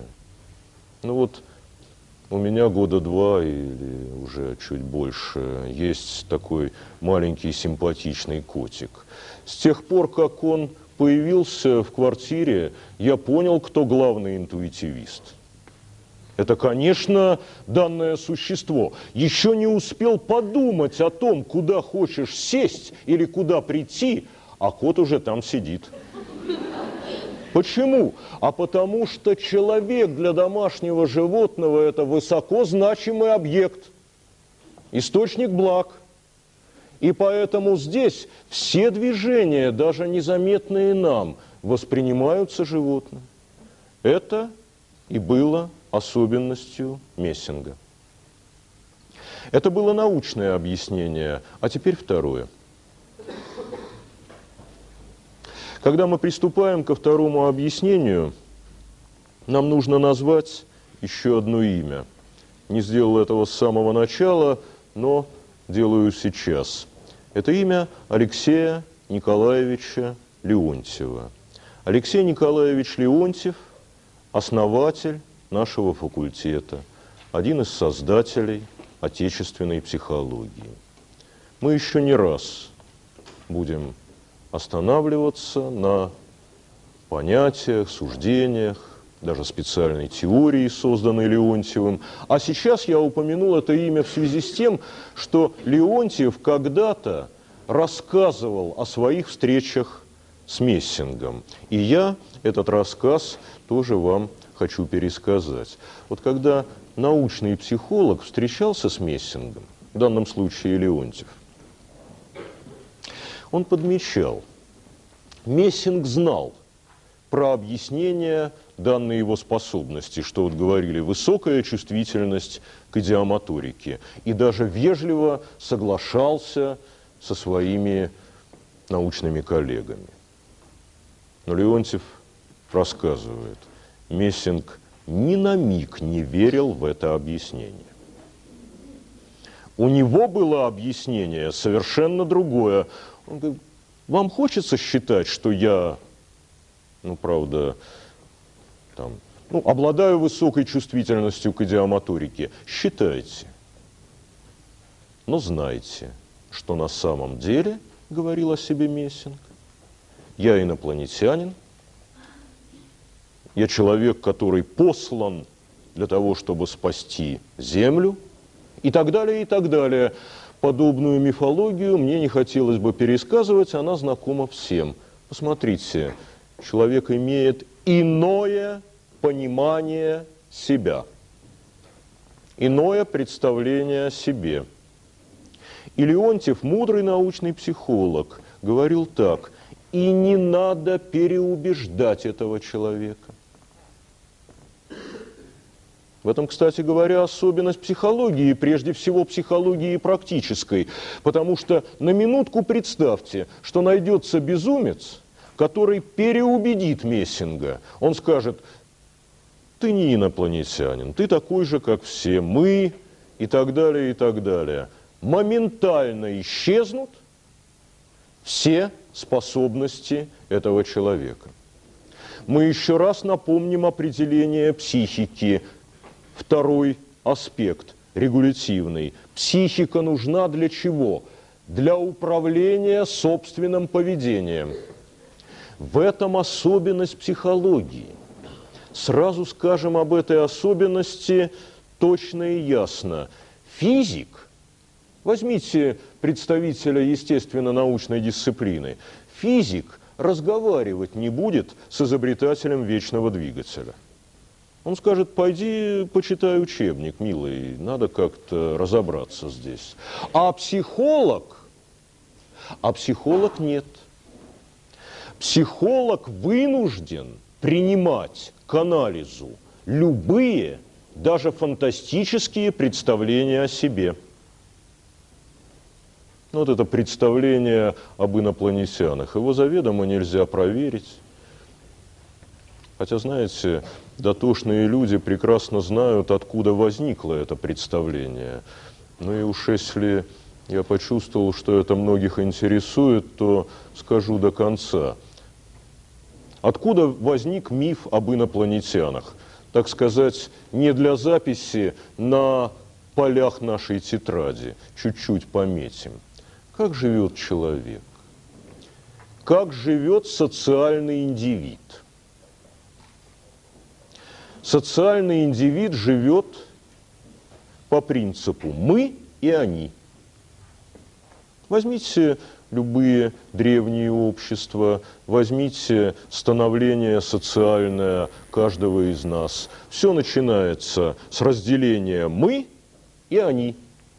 у меня года 2 или уже чуть больше есть такой маленький симпатичный котик. С тех пор, как он появился в квартире, я понял, кто главный интуитивист. Это, конечно, данное существо. Еще не успел подумать о том, куда хочешь сесть или куда прийти, а кот уже там сидит. Почему? А потому что человек для домашнего животного – это высоко значимый объект, источник благ. И поэтому здесь все движения, даже незаметные нам, воспринимаются животным. Это и было особенностью Мессинга. Это было научное объяснение, а теперь второе. Когда мы приступаем ко второму объяснению, нам нужно назвать еще одно имя. Не сделал этого с самого начала, но делаю сейчас. Это имя Алексея Николаевича Леонтьева. Алексей Николаевич Леонтьев – основатель нашего факультета, один из создателей отечественной психологии. Мы еще не раз будем останавливаться на понятиях, суждениях, даже специальной теории, созданной Леонтьевым. А сейчас я упомянул это имя в связи с тем, что Леонтьев когда-то рассказывал о своих встречах с Мессингом. И я этот рассказ тоже вам хочу пересказать. Вот когда научный психолог встречался с Мессингом, в данном случае Леонтьев, он подмечал, Мессинг знал про объяснение данной его способности, что вот говорили, высокая чувствительность к идиомоторике, и даже вежливо соглашался со своими научными коллегами. Но Леонтьев рассказывает, Мессинг ни на миг не верил в это объяснение. У него было объяснение совершенно другое. Он говорит: вам хочется считать, что я, обладаю высокой чувствительностью к идиомоторике? Считайте. Но знайте, что на самом деле, говорил о себе Мессинг, я инопланетянин, я человек, который послан для того, чтобы спасти Землю, и так далее, и так далее. Подобную мифологию мне не хотелось бы пересказывать, она знакома всем. Посмотрите, человек имеет иное понимание себя, иное представление о себе. И Леонтьев, мудрый научный психолог, говорил так: и не надо переубеждать этого человека. В этом, кстати говоря, особенность психологии, прежде всего психологии практической. Потому что на минутку представьте, что найдется безумец, который переубедит Мессинга. Он скажет: ты не инопланетянин, ты такой же, как все мы, и так далее, и так далее. Моментально исчезнут все способности этого человека. Мы еще раз напомним определение психики. Второй аспект, регулятивный. Психика нужна для чего? Для управления собственным поведением. В этом особенность психологии. Сразу скажем об этой особенности точно и ясно. Физик, возьмите представителя естественно-научной дисциплины, физик разговаривать не будет с изобретателем вечного двигателя. Он скажет: пойди почитай учебник, милый, надо как-то разобраться здесь. А психолог нет. Психолог вынужден принимать к анализу любые, даже фантастические представления о себе. Вот это представление об инопланетянах. Его заведомо нельзя проверить. Хотя, знаете, дотошные люди прекрасно знают, откуда возникло это представление. Ну и уж если я почувствовал, что это многих интересует, то скажу до конца. Откуда возник миф об инопланетянах? Так сказать, не для записи на полях нашей тетради. Чуть-чуть пометим. Как живет человек? Как живет социальный индивид? Социальный индивид живет по принципу «мы» и «они». Возьмите любые древние общества, возьмите становление социальное каждого из нас. Все начинается с разделения «мы» и «они».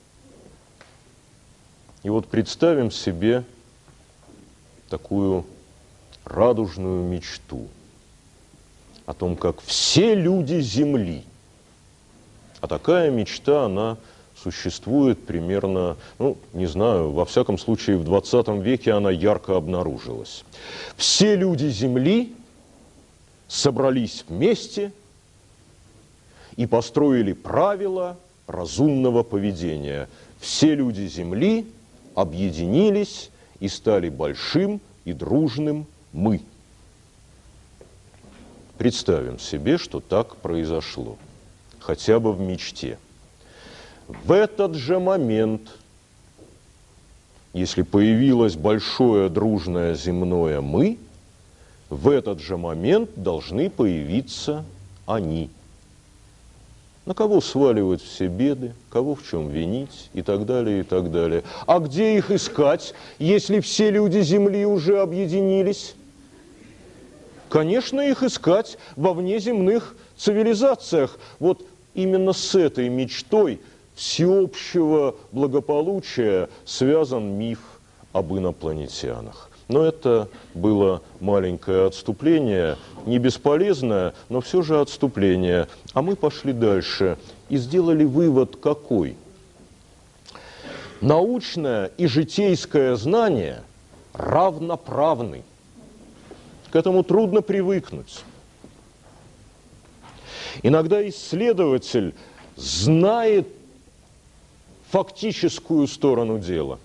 И вот представим себе такую радужную мечту о том, как все люди Земли. А такая мечта, она существует примерно, ну, не знаю, во всяком случае, в 20 веке она ярко обнаружилась. Все люди Земли собрались вместе и построили правила разумного поведения. Все люди Земли объединились и стали большим и дружным «мы». Представим себе, что так произошло, хотя бы в мечте. В этот же момент, если появилось большое дружное земное «мы», в этот же момент должны появиться «они». На кого сваливать все беды, кого в чем винить и так далее, и так далее. А где их искать, если все люди Земли уже объединились? Конечно, их искать во внеземных цивилизациях. Вот именно с этой мечтой всеобщего благополучия связан миф об инопланетянах. Но это было маленькое отступление, не бесполезное, но все же отступление. А мы пошли дальше и сделали вывод какой? Научное и житейское знание равноправны. К этому трудно привыкнуть. Иногда исследователь знает фактическую сторону дела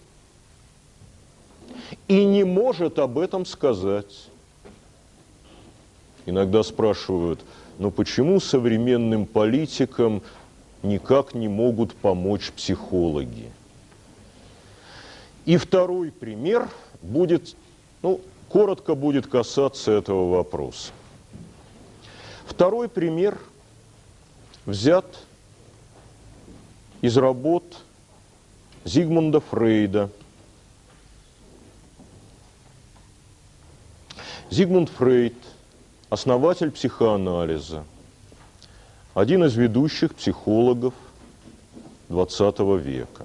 и не может об этом сказать. Иногда спрашивают: но почему современным политикам никак не могут помочь психологи? И второй пример будет, коротко будет касаться этого вопроса. Второй пример взят из работ Зигмунда Фрейда. Зигмунд Фрейд, основатель психоанализа, один из ведущих психологов XX века.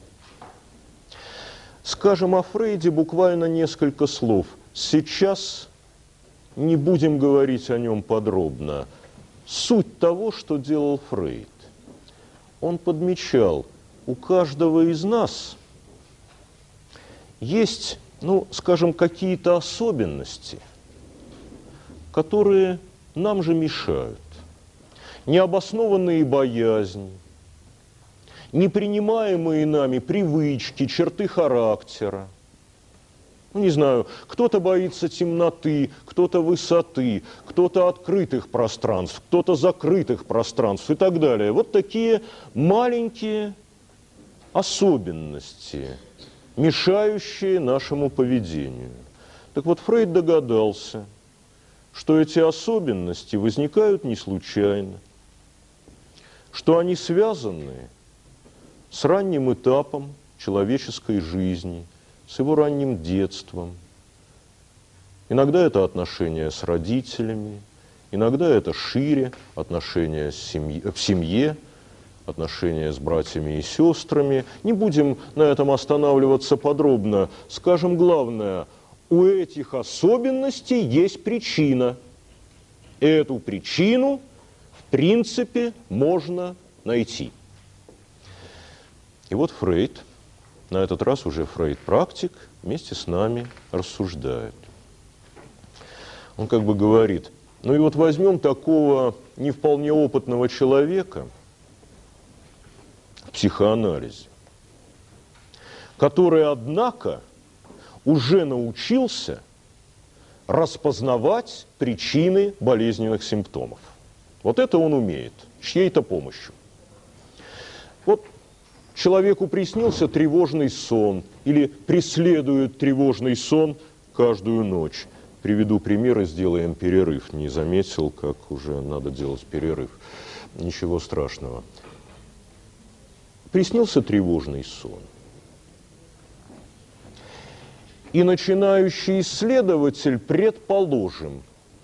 Скажем о Фрейде буквально несколько слов. Сейчас не будем говорить о нем подробно. суть того, что делал Фрейд. Он подмечал, у каждого из нас есть, ну, скажем, какие-то особенности, которые нам же мешают. Необоснованные боязни, непринимаемые нами привычки, черты характера. Ну, не знаю, кто-то боится темноты, кто-то высоты, кто-то открытых пространств, кто-то закрытых пространств и так далее. Вот такие маленькие особенности, мешающие нашему поведению. Так вот, Фрейд догадался, что эти особенности возникают не случайно, что они связаны с ранним этапом человеческой жизни, с его ранним детством. Иногда это отношения с родителями, иногда это шире, отношения в семье, отношения с братьями и сестрами. Не будем на этом останавливаться подробно. Скажем главное, у этих особенностей есть причина. Эту причину, в принципе, можно найти. И вот Фрейд, на этот раз уже Фрейд-практик, вместе с нами рассуждает. Он как бы говорит, ну и вот возьмем такого не вполне опытного человека в психоанализе, который, однако, уже научился распознавать причины болезненных симптомов. Вот это он умеет, чьей-то помощью. Вот человеку приснился тревожный сон или преследует тревожный сон каждую ночь. Приведу пример и сделаем перерыв. Не заметил, как уже надо делать перерыв. Ничего страшного. Приснился тревожный сон. И начинающий исследователь, предположим,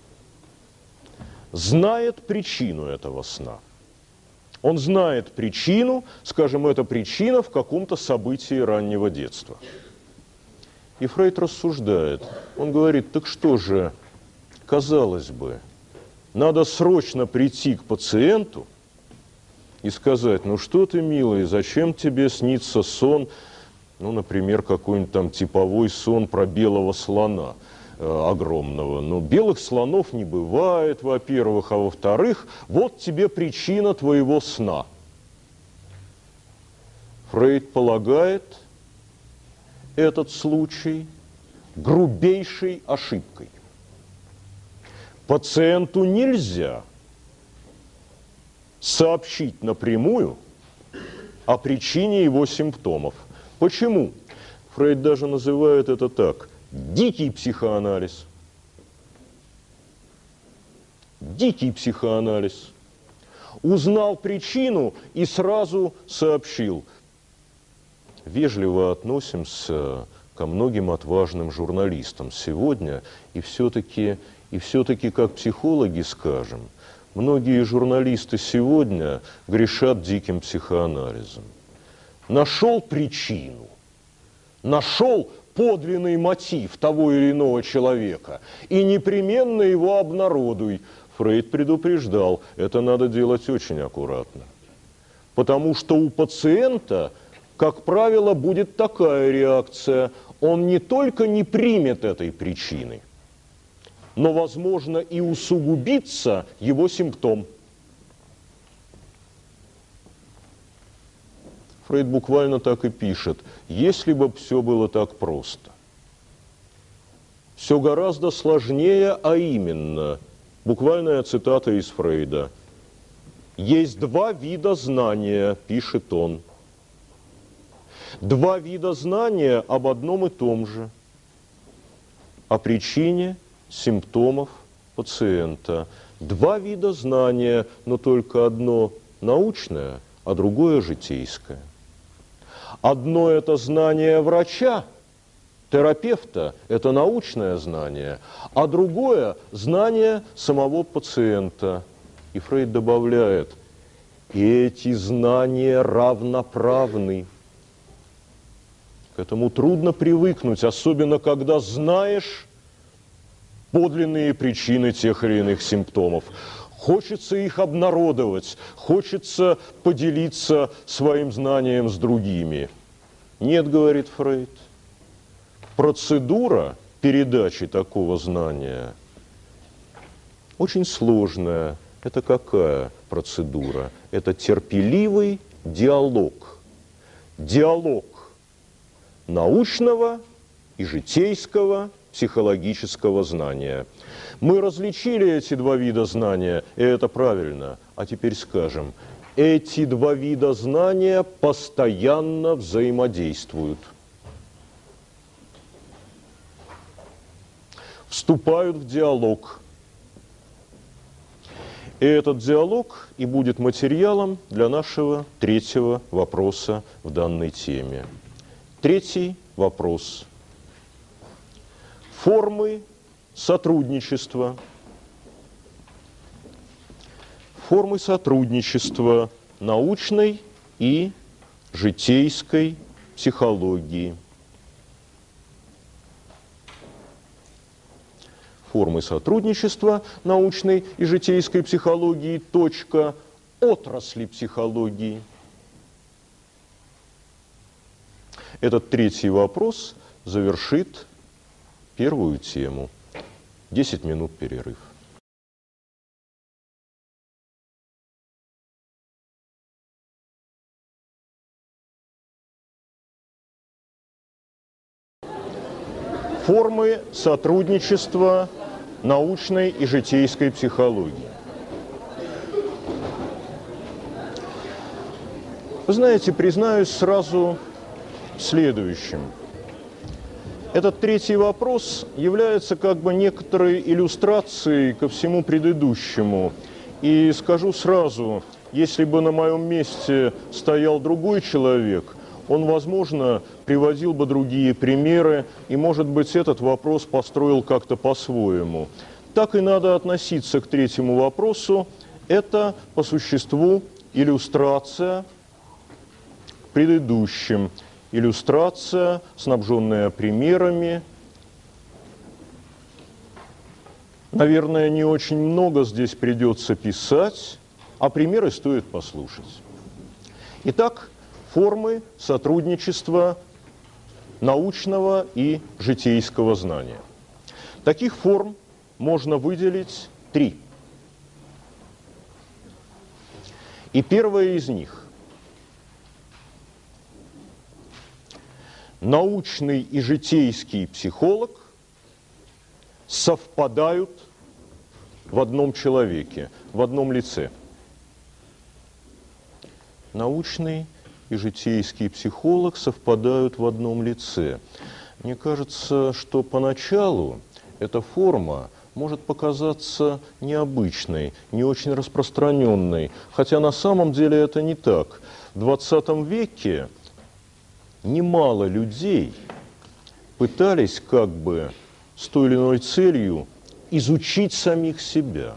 знает причину этого сна. Он знает причину, скажем, эта причина в каком-то событии раннего детства. И Фрейд рассуждает. Он говорит, так что же, казалось бы, надо срочно прийти к пациенту и сказать, ну что ты, милый, зачем тебе снится сон, ну, например, какой-нибудь там типовой сон про белого слона огромного. Но белых слонов не бывает, во-первых, а во-вторых, вот тебе причина твоего сна. Фрейд полагает этот случай грубейшей ошибкой. Пациенту нельзя сообщить напрямую о причине его симптомов. Почему? Фрейд даже называет это так. Дикий психоанализ. Дикий психоанализ. Узнал причину и сразу сообщил. Вежливо относимся ко многим отважным журналистам сегодня, и все-таки, как психологи скажем, многие журналисты сегодня грешат диким психоанализом. Нашел причину, нашел подлинный мотив того или иного человека, и непременно его обнародуй. Фрейд предупреждал, это надо делать очень аккуратно. Потому что у пациента, как правило, будет такая реакция. Он не только не примет этой причины, но, возможно, и усугубится его симптом. Фрейд буквально так и пишет, если бы все было так просто. Все гораздо сложнее, а именно, буквальная цитата из Фрейда, есть два вида знания, пишет он. Два вида знания об одном и том же, о причине симптомов пациента. Два вида знания, но только одно научное, а другое житейское. Одно – это знание врача, терапевта, это научное знание, а другое – знание самого пациента. И Фрейд добавляет, эти знания равноправны. К этому трудно привыкнуть, особенно когда знаешь подлинные причины тех или иных симптомов. Хочется их обнародовать, хочется поделиться своим знанием с другими. Нет, говорит Фрейд, процедура передачи такого знания очень сложная. Это какая процедура? Это терпеливый диалог. Диалог научного и житейского психологического знания. Мы различили эти два вида знания, и это правильно. А теперь скажем, эти два вида знания постоянно взаимодействуют. Вступают в диалог. И этот диалог и будет материалом для нашего третьего вопроса в данной теме. Третий вопрос. Формы сотрудничества. Формы сотрудничества научной и житейской психологии. Формы сотрудничества научной и житейской психологии. Точка. Отрасли психологии. Этот третий вопрос завершит первую тему. 10 минут перерыв. Формы сотрудничества научной и житейской психологии. Вы знаете, признаюсь сразу следующим. Этот третий вопрос является как бы некоторой иллюстрацией ко всему предыдущему. И скажу сразу, если бы на моем месте стоял другой человек, он, возможно, приводил бы другие примеры, и, может быть, этот вопрос построил как-то по-своему. Так и надо относиться к третьему вопросу. Это, по существу, иллюстрация к предыдущим. Иллюстрация, снабженная примерами. Наверное, не очень много здесь придется писать, а примеры стоит послушать. Итак, формы сотрудничества научного и житейского знания. Таких форм можно выделить 3. И первая из них. Научный и житейский психолог совпадают в одном человеке, в одном лице. Научный и житейский психолог совпадают в одном лице. Мне кажется, что поначалу эта форма может показаться необычной, не очень распространенной, хотя на самом деле это не так. В 20 веке немало людей пытались как бы с той или иной целью изучить самих себя,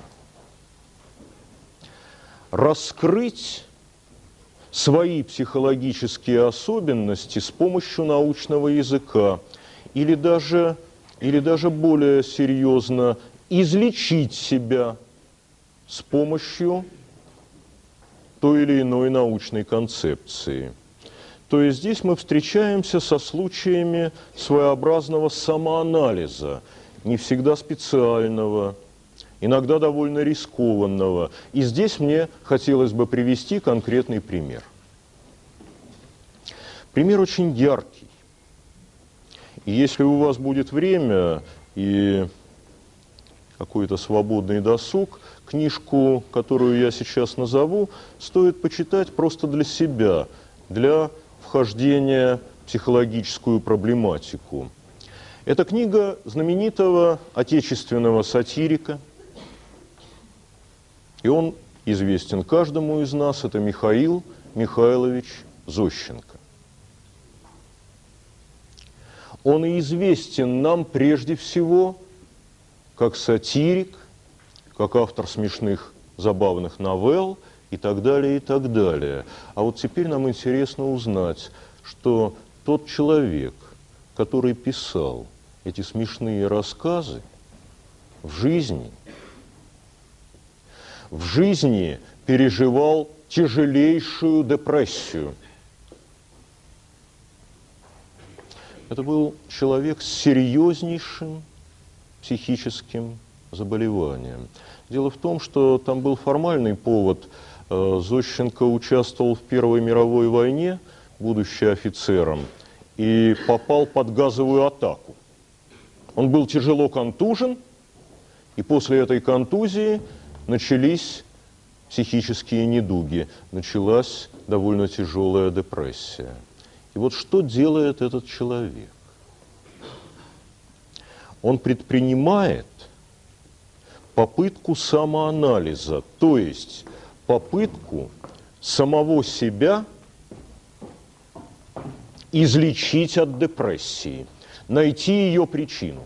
раскрыть свои психологические особенности с помощью научного языка или даже более серьезно излечить себя с помощью той или иной научной концепции. То есть здесь мы встречаемся со случаями своеобразного самоанализа, не всегда специального, иногда довольно рискованного. И здесь мне хотелось бы привести конкретный пример. Пример очень яркий. И если у вас будет время и какой-то свободный досуг, книжку, которую я сейчас назову, стоит почитать просто для себя, для вхождения в психологическую проблематику. Это книга знаменитого отечественного сатирика, и он известен каждому из нас, это Михаил Михайлович Зощенко. Он и известен нам прежде всего как сатирик, как автор смешных, забавных новелл и так далее, и так далее. А вот теперь нам интересно узнать, что тот человек, который писал эти смешные рассказы, в жизни в жизни переживал тяжелейшую депрессию. Это был человек с серьезнейшим психическим заболеванием. Дело в том, что там был формальный повод. Зощенко участвовал в Первой мировой войне, будучи офицером, и попал под газовую атаку. Он был тяжело контужен, и после этой контузии начались психические недуги, началась довольно тяжелая депрессия. И вот что делает этот человек? Он предпринимает попытку самоанализа, то есть попытку самого себя излечить от депрессии, найти ее причину.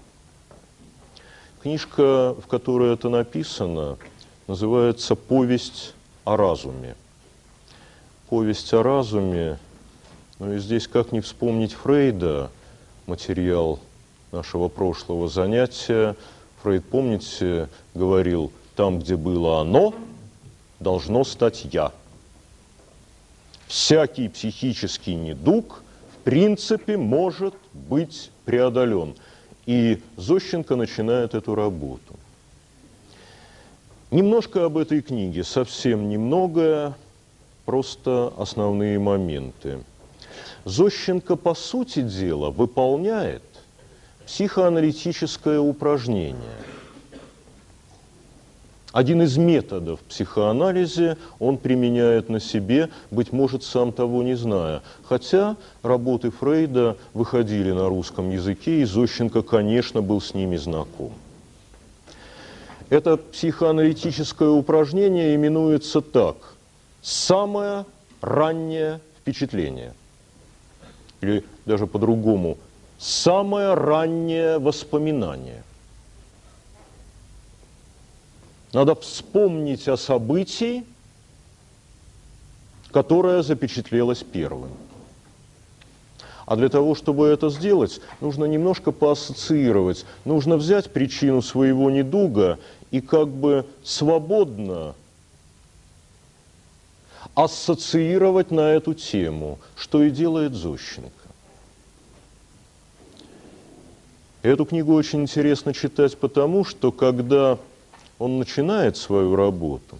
Книжка, в которой это написано, называется «Повесть о разуме». «Повесть о разуме», ну и здесь как не вспомнить Фрейда, материал нашего прошлого занятия. Фрейд, помните, говорил, там, где было оно, должно стать я. Всякий психический недуг, в принципе, может быть преодолен. И Зощенко начинает эту работу. Немножко об этой книге, совсем немного, просто основные моменты. Зощенко, по сути дела, выполняет психоаналитическое упражнение. Один из методов в психоанализе он применяет на себе, быть может, сам того не зная. Хотя работы Фрейда выходили на русском языке, и Зощенко, конечно, был с ними знаком. Это психоаналитическое упражнение именуется так: «Самое раннее впечатление». Или даже по-другому: «Самое раннее воспоминание». Надо вспомнить о событии, которое запечатлелось первым. А для того, чтобы это сделать, нужно немножко поассоциировать. Нужно взять причину своего недуга и как бы свободно ассоциировать на эту тему, что и делает Зощенко. Эту книгу очень интересно читать потому, что когда он начинает свою работу,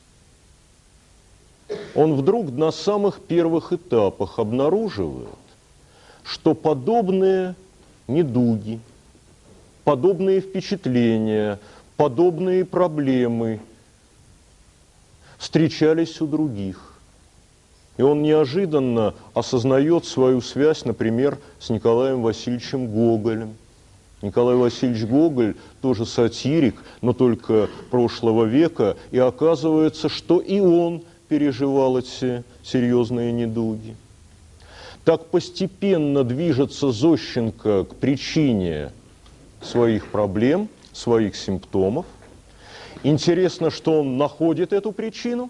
он вдруг на самых первых этапах обнаруживает, что подобные недуги, подобные впечатления, подобные проблемы встречались у других. И он неожиданно осознает свою связь, например, с Николаем Васильевичем Гоголем. Николай Васильевич Гоголь тоже сатирик, но только прошлого века, и оказывается, что и он переживал эти серьезные недуги. Так постепенно движется Зощенко к причине своих проблем, своих симптомов. Интересно, что он находит эту причину.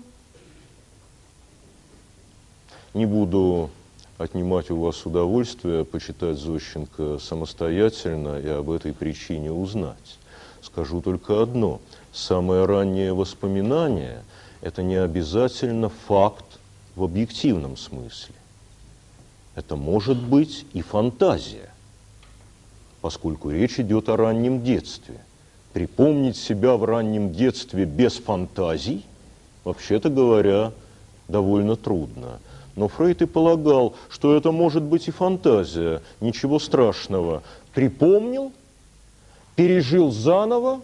Не буду отнимать у вас удовольствие почитать Зощенко самостоятельно и об этой причине узнать. Скажу только одно. Самое раннее воспоминание – это не обязательно факт в объективном смысле. Это может быть и фантазия, поскольку речь идет о раннем детстве. Припомнить себя в раннем детстве без фантазий, вообще-то говоря, довольно трудно. Но Фрейд и полагал, что это может быть и фантазия, ничего страшного. Припомнил, пережил заново,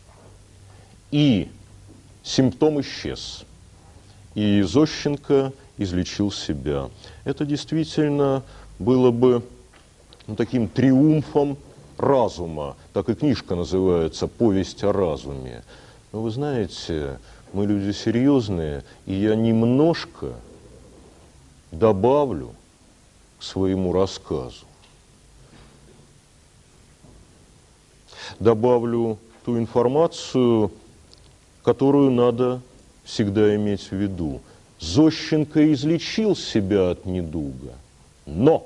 и симптом исчез. И Зощенко излечил себя. Это действительно было бы таким триумфом разума. Так и книжка называется «Повесть о разуме». Но вы знаете, мы люди серьезные, и я немножко добавлю к своему рассказу. Добавлю ту информацию, которую надо всегда иметь в виду. Зощенко излечил себя от недуга, но,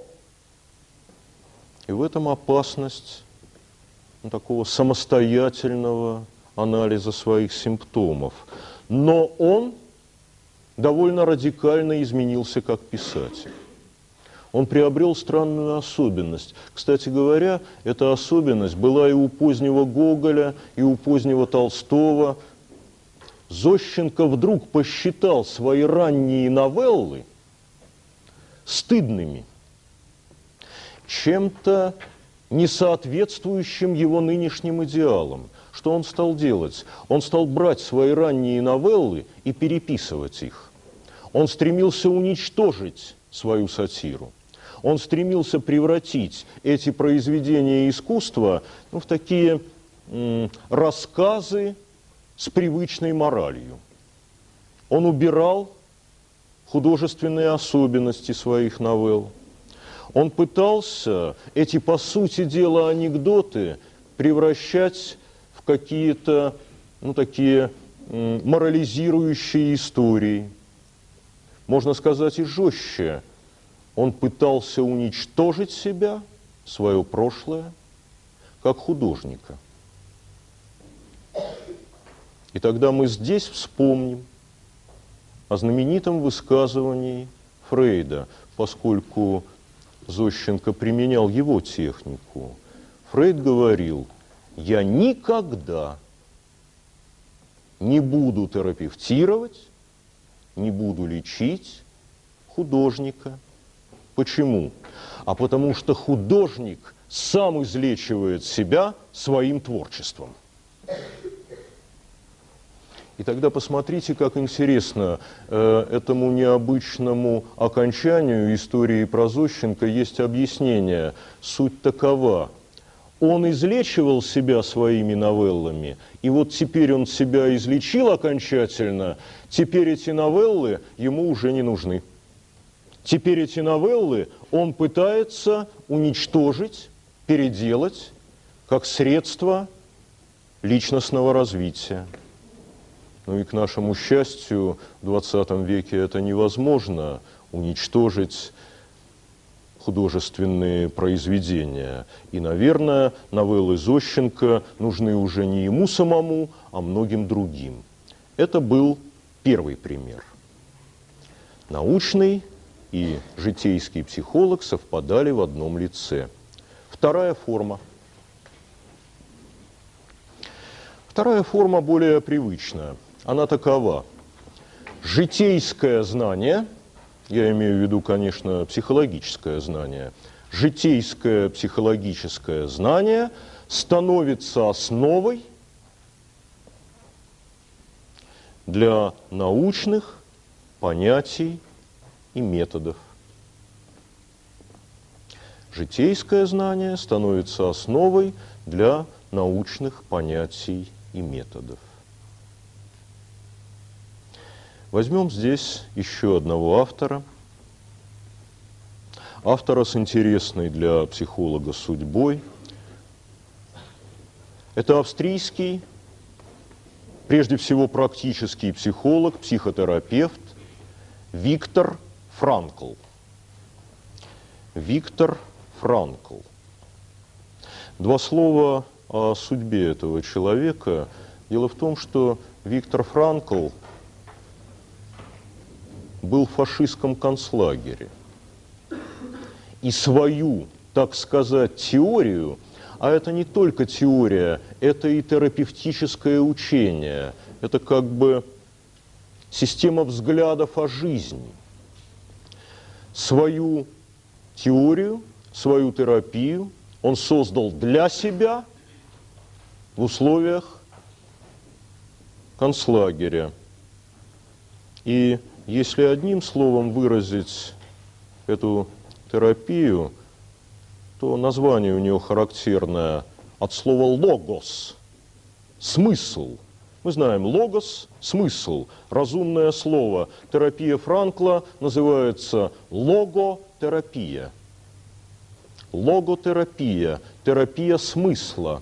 и в этом опасность такого самостоятельного анализа своих симптомов, Но он довольно радикально изменился как писатель. Он приобрел странную особенность. Кстати говоря, эта особенность была и у позднего Гоголя, и у позднего Толстого. Зощенко вдруг посчитал свои ранние новеллы стыдными, чем-то несоответствующим его нынешним идеалам. Что он стал делать? Он стал брать свои ранние новеллы и переписывать их. Он стремился уничтожить свою сатиру. Он стремился превратить эти произведения искусства в такие рассказы с привычной моралью. Он убирал художественные особенности своих новелл. Он пытался эти, по сути дела, анекдоты превращать в какие-то, такие морализирующие истории. Можно сказать и жестче. Он пытался уничтожить себя, свое прошлое, как художника. И тогда мы здесь вспомним о знаменитом высказывании Фрейда, поскольку Зощенко применял его технику. Фрейд говорил: «Я никогда не буду терапевтировать, не буду лечить художника». Почему? А потому что художник сам излечивает себя своим творчеством. И тогда посмотрите, как интересно, этому необычному окончанию истории про Зощенко есть объяснение. Суть такова. Он излечивал себя своими новеллами, и вот теперь он себя излечил окончательно, теперь эти новеллы ему уже не нужны. Теперь эти новеллы он пытается уничтожить, переделать как средство личностного развития. Ну и к нашему счастью, в 20 веке это невозможно уничтожить художественные произведения. И, наверное, новеллы Зощенко нужны уже не ему самому, а многим другим. Это был первый пример. Научный и житейский психолог совпадали в одном лице. Вторая форма. Вторая форма более привычная. Она такова. Житейское знание, я имею в виду, конечно, психологическое знание, житейское психологическое знание становится основой для научных понятий и методов. Житейское знание становится основой для научных понятий и методов. Возьмем здесь еще одного автора. Автора с интересной для психолога судьбой. Это австрийский, прежде всего практический психолог, психотерапевт Виктор Франкл. Виктор Франкл. Два слова о судьбе этого человека. Дело в том, что Виктор Франкл был в фашистском концлагере. И свою, так сказать, теорию, а это не только теория, это и терапевтическое учение, это как бы система взглядов о жизни. Свою теорию, свою терапию он создал для себя в условиях концлагеря. И если одним словом выразить эту терапию, то название у нее характерное от слова «логос» – «смысл». Мы знаем логос – смысл, разумное слово. Терапия Франкла называется логотерапия. Логотерапия, терапия смысла.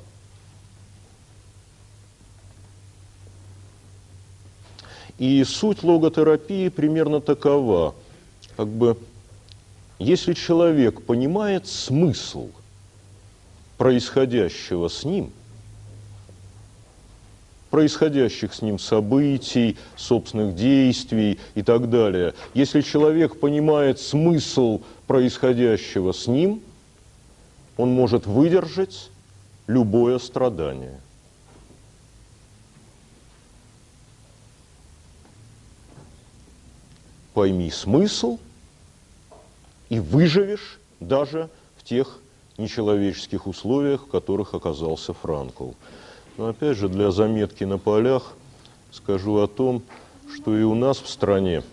И суть логотерапии примерно такова. Как бы, если человек понимает смысл происходящего с ним, происходящих с ним событий, собственных действий и так далее. Если человек понимает смысл происходящего с ним, он может выдержать любое страдание. Пойми смысл и выживешь даже в тех нечеловеческих условиях, в которых оказался Франкл. Но опять же, для заметки на полях скажу о том, что и у нас в стране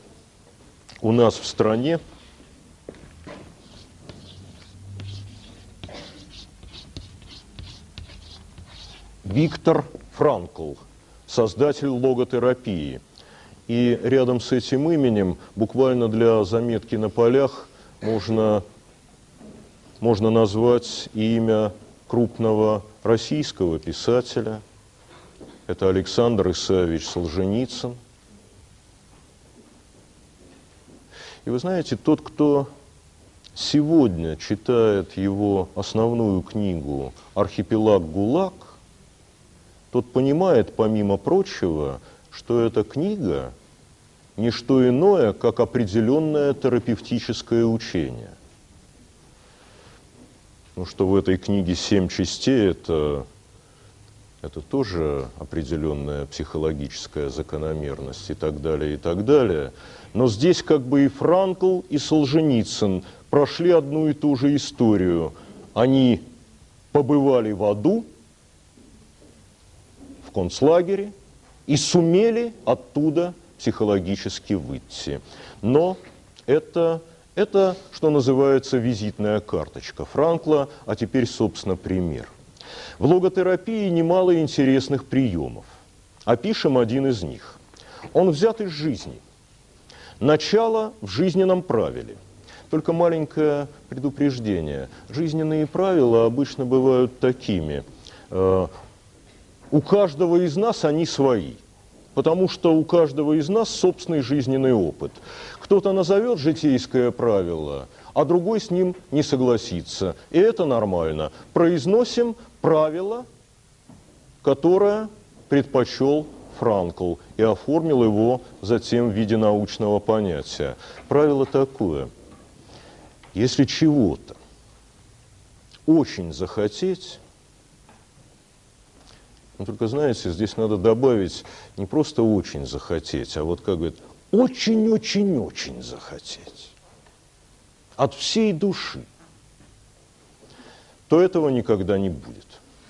Виктор Франкл, создатель логотерапии. И рядом с этим именем, буквально для заметки на полях, можно назвать имя крупного российского писателя. Это Александр Исаевич Солженицын. И вы знаете, тот, кто сегодня читает его основную книгу «Архипелаг ГУЛАГ», тот понимает, помимо прочего, что эта книга не что иное, как определенное терапевтическое учение. Ну, что в этой книге 7 частей, это тоже определенная психологическая закономерность и так далее, и так далее. Но здесь как бы и Франкл, и Солженицын прошли одну и ту же историю. Они побывали в аду, в концлагере, и сумели оттуда психологически выйти. Но это, что называется, визитная карточка Франкла, а теперь, собственно, пример. В логотерапии немало интересных приемов. Опишем один из них. Он взят из жизни. Начало в жизненном правиле. Только маленькое предупреждение. Жизненные правила обычно бывают такими. У каждого из нас они свои. Потому что у каждого из нас собственный жизненный опыт. Кто-то назовет житейское правило, а другой с ним не согласится. И это нормально. Произносим правило, которое предпочел Франкл и оформил его затем в виде научного понятия. Правило такое. Если чего-то очень захотеть, но только, знаете, здесь надо добавить не просто очень захотеть, а вот, как говорят, очень-очень-очень захотеть. От всей души. То этого никогда не будет.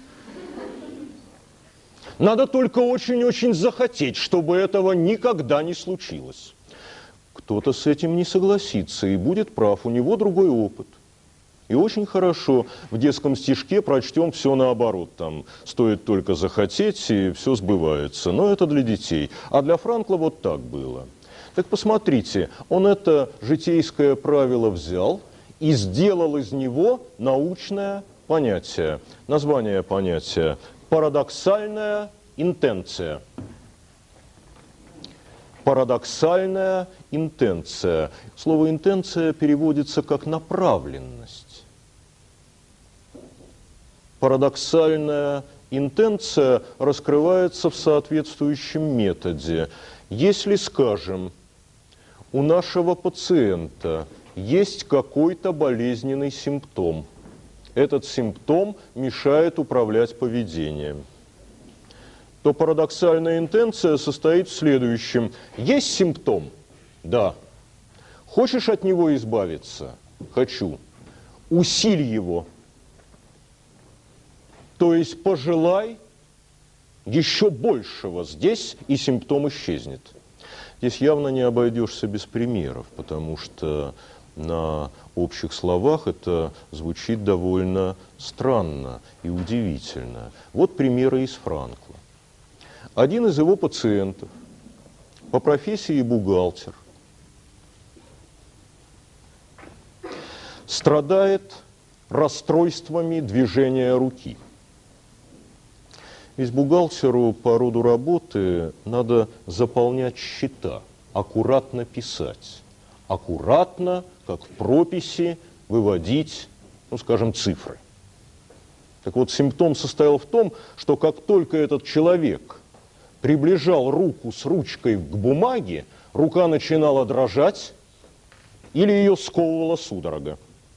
Надо только очень-очень захотеть, чтобы этого никогда не случилось. Кто-то с этим не согласится и будет прав, у него другой опыт. И очень хорошо в детском стишке прочтем все наоборот. Там стоит только захотеть, и все сбывается. Но это для детей. А для Франкла вот так было. Так посмотрите, он это житейское правило взял и сделал из него научное понятие. Название понятия – парадоксальная интенция. Парадоксальная интенция. Слово «интенция» переводится как «направленность». Парадоксальная интенция раскрывается в соответствующем методе. Если, скажем, у нашего пациента есть какой-то болезненный симптом, этот симптом мешает управлять поведением, то парадоксальная интенция состоит в следующем. Есть симптом? Да. Хочешь от него избавиться? Хочу. Усиль его. То есть пожелай еще большего здесь, и симптом исчезнет. Здесь явно не обойдешься без примеров, потому что на общих словах это звучит довольно странно и удивительно. Вот примеры из Франкла. Один из его пациентов, по профессии бухгалтер, страдает расстройствами движения руки. Ведь бухгалтеру по роду работы надо заполнять счета, аккуратно писать, аккуратно, как в прописи, выводить, ну, скажем, цифры. Так вот, симптом состоял в том, что как только этот человек приближал руку с ручкой к бумаге, рука начинала дрожать или ее сковывала судорога.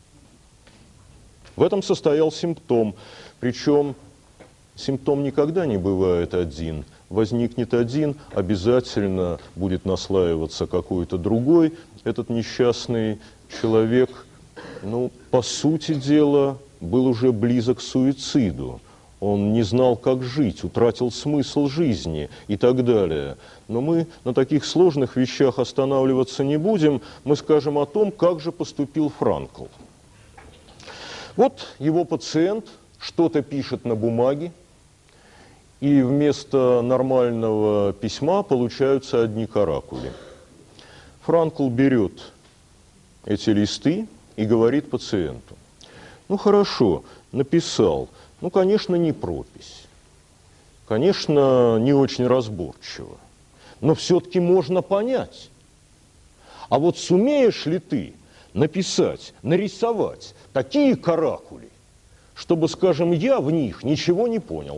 В этом состоял симптом. Причем симптом никогда не бывает один. Возникнет один, обязательно будет наслаиваться какой-то другой. Этот несчастный человек, по сути дела, был уже близок к суициду. Он не знал, как жить, утратил смысл жизни и так далее. Но мы на таких сложных вещах останавливаться не будем. Мы скажем о том, как же поступил Франкл. Вот его пациент что-то пишет на бумаге, и вместо нормального письма получаются одни каракули. Франкл берет эти листы и говорит пациенту: хорошо, написал, конечно, не пропись, конечно, не очень разборчиво, но все-таки можно понять. А вот сумеешь ли ты написать, нарисовать такие каракули, чтобы, скажем, я в них ничего не понял?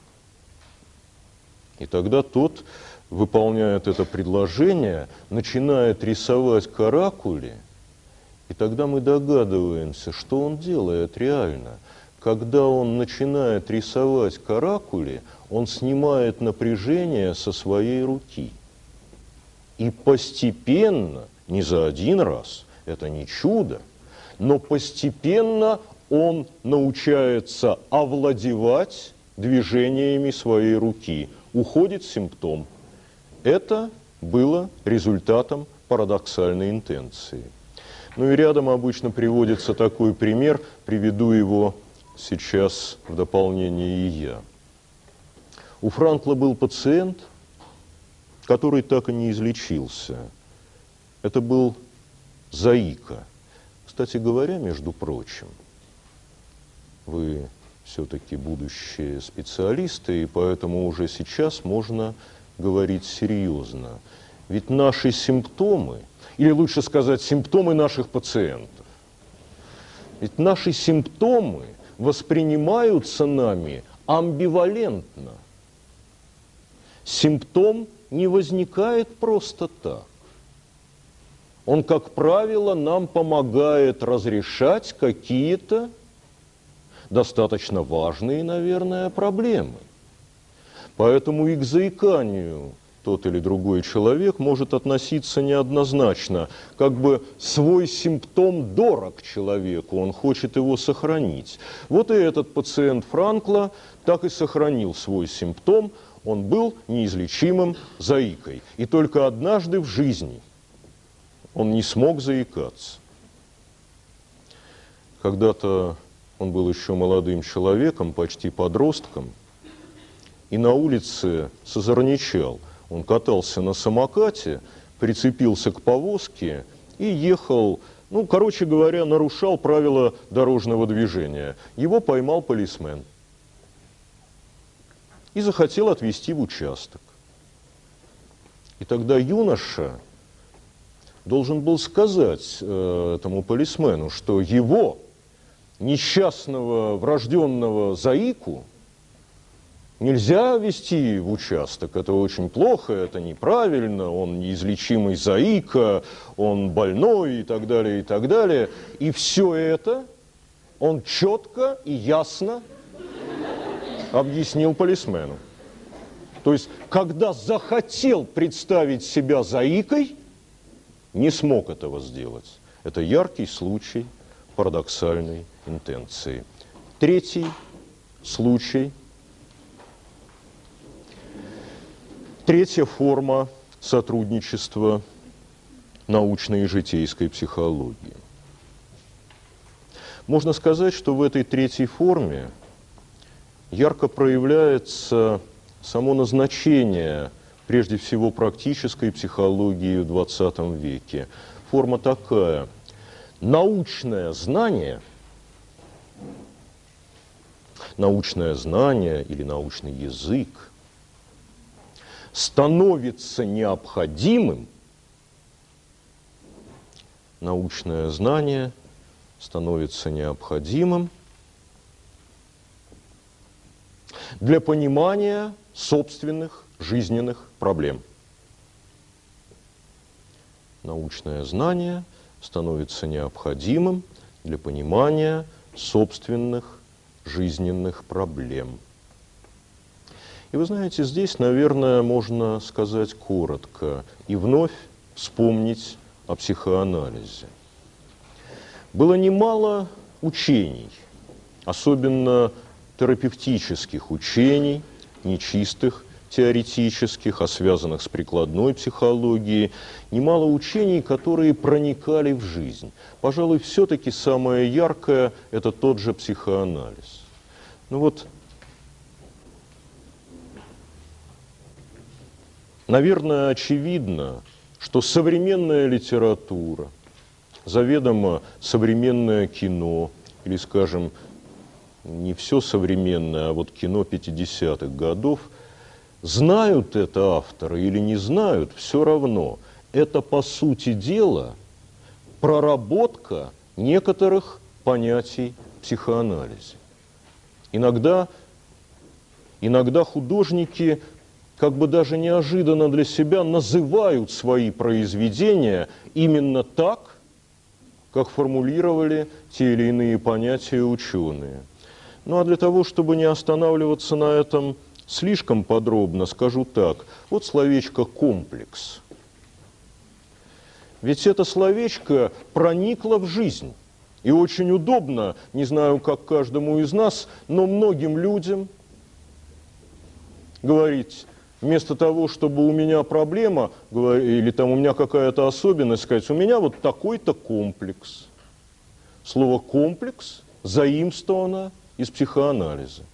И тогда тот выполняет это предложение, начинает рисовать каракули, и тогда мы догадываемся, что он делает реально. Когда он начинает рисовать каракули, он снимает напряжение со своей руки. И постепенно, не за один раз, это не чудо, но постепенно он научается овладевать движениями своей руки. Уходит симптом. Это было результатом парадоксальной интенции. И рядом обычно приводится такой пример, приведу его сейчас в дополнение и я. У Франкла был пациент, который так и не излечился. Это был заика. Кстати говоря, между прочим, вы все-таки будущие специалисты, и поэтому уже сейчас можно говорить серьезно. Ведь наши симптомы, или лучше сказать, симптомы наших пациентов, ведь наши симптомы воспринимаются нами амбивалентно. Симптом не возникает просто так. Он, как правило, нам помогает разрешать какие-то достаточно важные, наверное, проблемы. Поэтому и к заиканию тот или другой человек может относиться неоднозначно. Как бы свой симптом дорог человеку, он хочет его сохранить. Вот и этот пациент Франкла так и сохранил свой симптом, он был неизлечимым заикой. И только однажды в жизни он не смог заикаться. Когда-то он был еще молодым человеком, почти подростком, и на улице созорничал. Он катался на самокате, прицепился к повозке и ехал, короче говоря, нарушал правила дорожного движения. Его поймал полисмен и захотел отвезти в участок. И тогда юноша должен был сказать этому полисмену, что его, несчастного врожденного заику, нельзя везти в участок. Это очень плохо, это неправильно, он неизлечимый заика, он больной и так далее, и так далее. И все это он четко и ясно объяснил полисмену. То есть, когда захотел представить себя заикой, не смог этого сделать. Это яркий случай парадоксальной интенции. Третий случай, третья форма сотрудничества научной и житейской психологии. Можно сказать, что в этой третьей форме ярко проявляется само назначение, прежде всего, практической психологии в XX веке. Форма такая: научное знание или научный язык становится необходимым, научное знание становится необходимым для понимания собственных жизненных проблем. Научное знание становится необходимым для понимания собственных жизненных проблем. И вы знаете, здесь, наверное, можно сказать коротко и вновь вспомнить о психоанализе. Было немало учений, особенно терапевтических учений, нечистых, теоретических, а связанных с прикладной психологией, немало учений, которые проникали в жизнь. Пожалуй, все-таки самое яркое – это тот же психоанализ. Ну вот, наверное, очевидно, что современная литература, заведомо современное кино, или, скажем, не все современное, а вот кино 50-х годов, знают это авторы или не знают, все равно. Это, по сути дела, проработка некоторых понятий в психоанализе. Иногда художники, как бы даже неожиданно для себя, называют свои произведения именно так, как формулировали те или иные понятия ученые. Ну а для того, чтобы не останавливаться на этом слишком подробно, скажу так. Вот словечко «комплекс». Ведь это словечко проникло в жизнь. И очень удобно, не знаю, как каждому из нас, но многим людям говорить, вместо того, чтобы у меня проблема, или там у меня какая-то особенность, сказать, у меня вот такой-то комплекс. Слово «комплекс» заимствовано из психоанализа.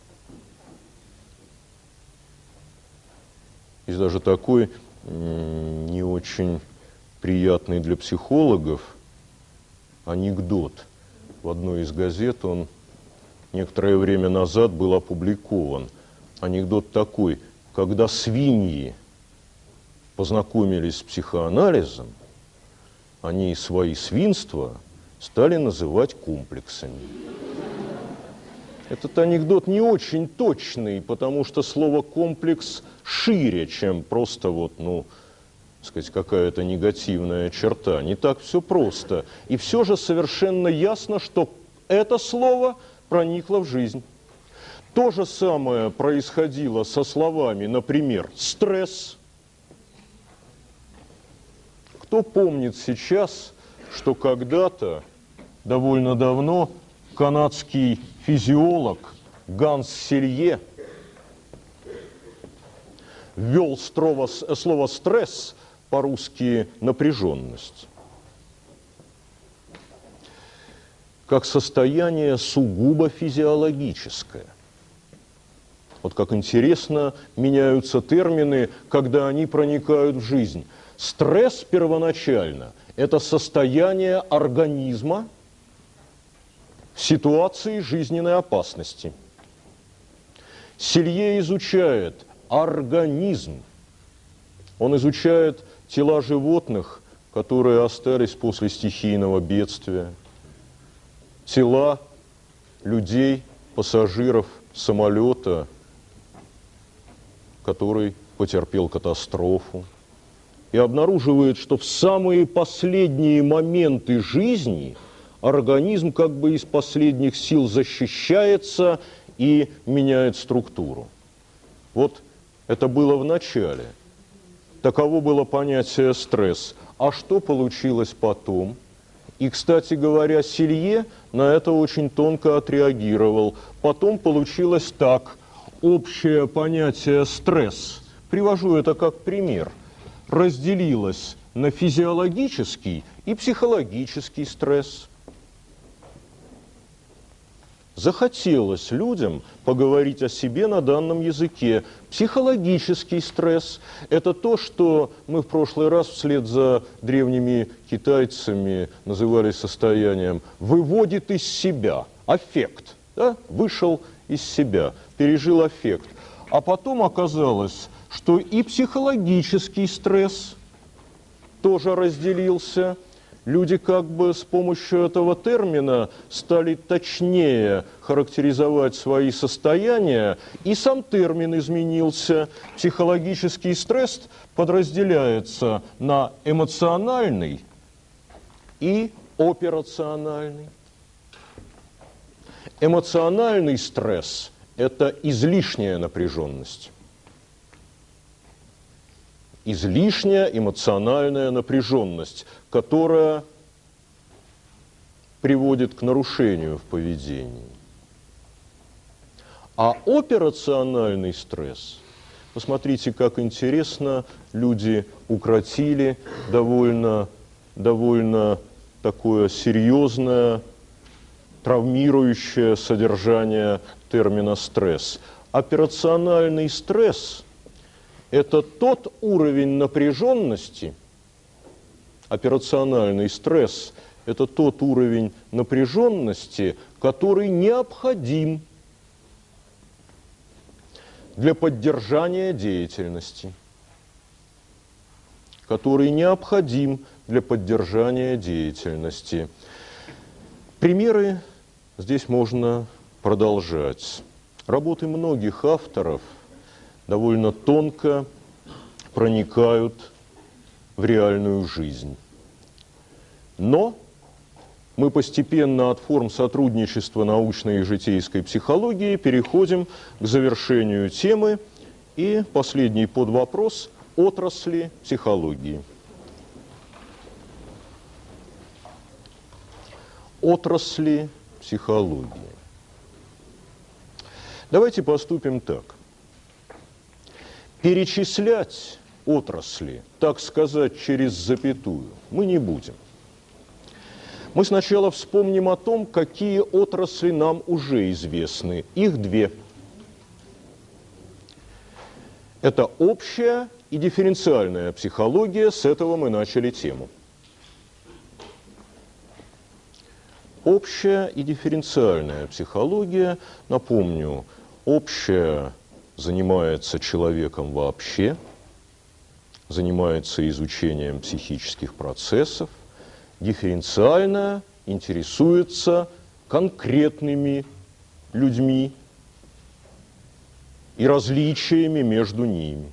Есть даже такой не очень приятный для психологов анекдот. В одной из газет он некоторое время назад был опубликован. Анекдот такой: когда свиньи познакомились с психоанализом, они свои свинства стали называть комплексами. Этот анекдот не очень точный, потому что слово «комплекс» шире, чем просто вот, сказать, какая-то негативная черта. Не так все просто. И все же совершенно ясно, что это слово проникло в жизнь. То же самое происходило со словами, например, «стресс». Кто помнит сейчас, что когда-то, довольно давно, канадский физиолог Ганс Селье ввел слово «стресс», по-русски «напряженность», как состояние сугубо физиологическое. Вот как интересно меняются термины, когда они проникают в жизнь. Стресс первоначально – это состояние организма в ситуации жизненной опасности. Селье изучает организм. Он изучает тела животных, которые остались после стихийного бедствия, тела людей, пассажиров самолета, который потерпел катастрофу, и обнаруживает, что в самые последние моменты жизни организм как бы из последних сил защищается и меняет структуру. Вот это было в начале. Таково было понятие «стресс». А что получилось потом? И, кстати говоря, Селье на это очень тонко отреагировал. Потом получилось так. Общее понятие «стресс», привожу это как пример, разделилось на физиологический и психологический стресс. Захотелось людям поговорить о себе на данном языке. Психологический стресс – это то, что мы в прошлый раз вслед за древними китайцами называли состоянием «выводит из себя», аффект, да? Вышел из себя, пережил аффект. А потом оказалось, что и психологический стресс тоже разделился. люди как бы с помощью этого термина стали точнее характеризовать свои состояния, и сам термин изменился. Психологический стресс подразделяется на эмоциональный и операциональный. Эмоциональный стресс – это излишняя напряженность. Излишняя эмоциональная напряженность, которая приводит к нарушению в поведении. А операциональный стресс, посмотрите, как интересно, люди укротили довольно такое серьезное, травмирующее содержание термина «стресс». Операциональный стресс – это тот уровень напряженности, операциональный стресс – это тот уровень напряженности, который необходим для поддержания деятельности, который необходим для поддержания деятельности. Примеры здесь можно продолжать. Работы многих авторов довольно тонко проникают в реальную жизнь. Но мы постепенно от форм сотрудничества научной и житейской психологии переходим к завершению темы. И последний подвопрос – отрасли психологии. Отрасли психологии. Давайте поступим так. Перечислять отрасли, так сказать, через запятую, мы не будем. Мы сначала вспомним о том, какие отрасли нам уже известны. Их две. Это общая и дифференциальная психология. С этого мы начали тему. Общая и дифференциальная психология, напомню, общая занимается человеком вообще, занимается изучением психических процессов, дифференциальная интересуется конкретными людьми и различиями между ними.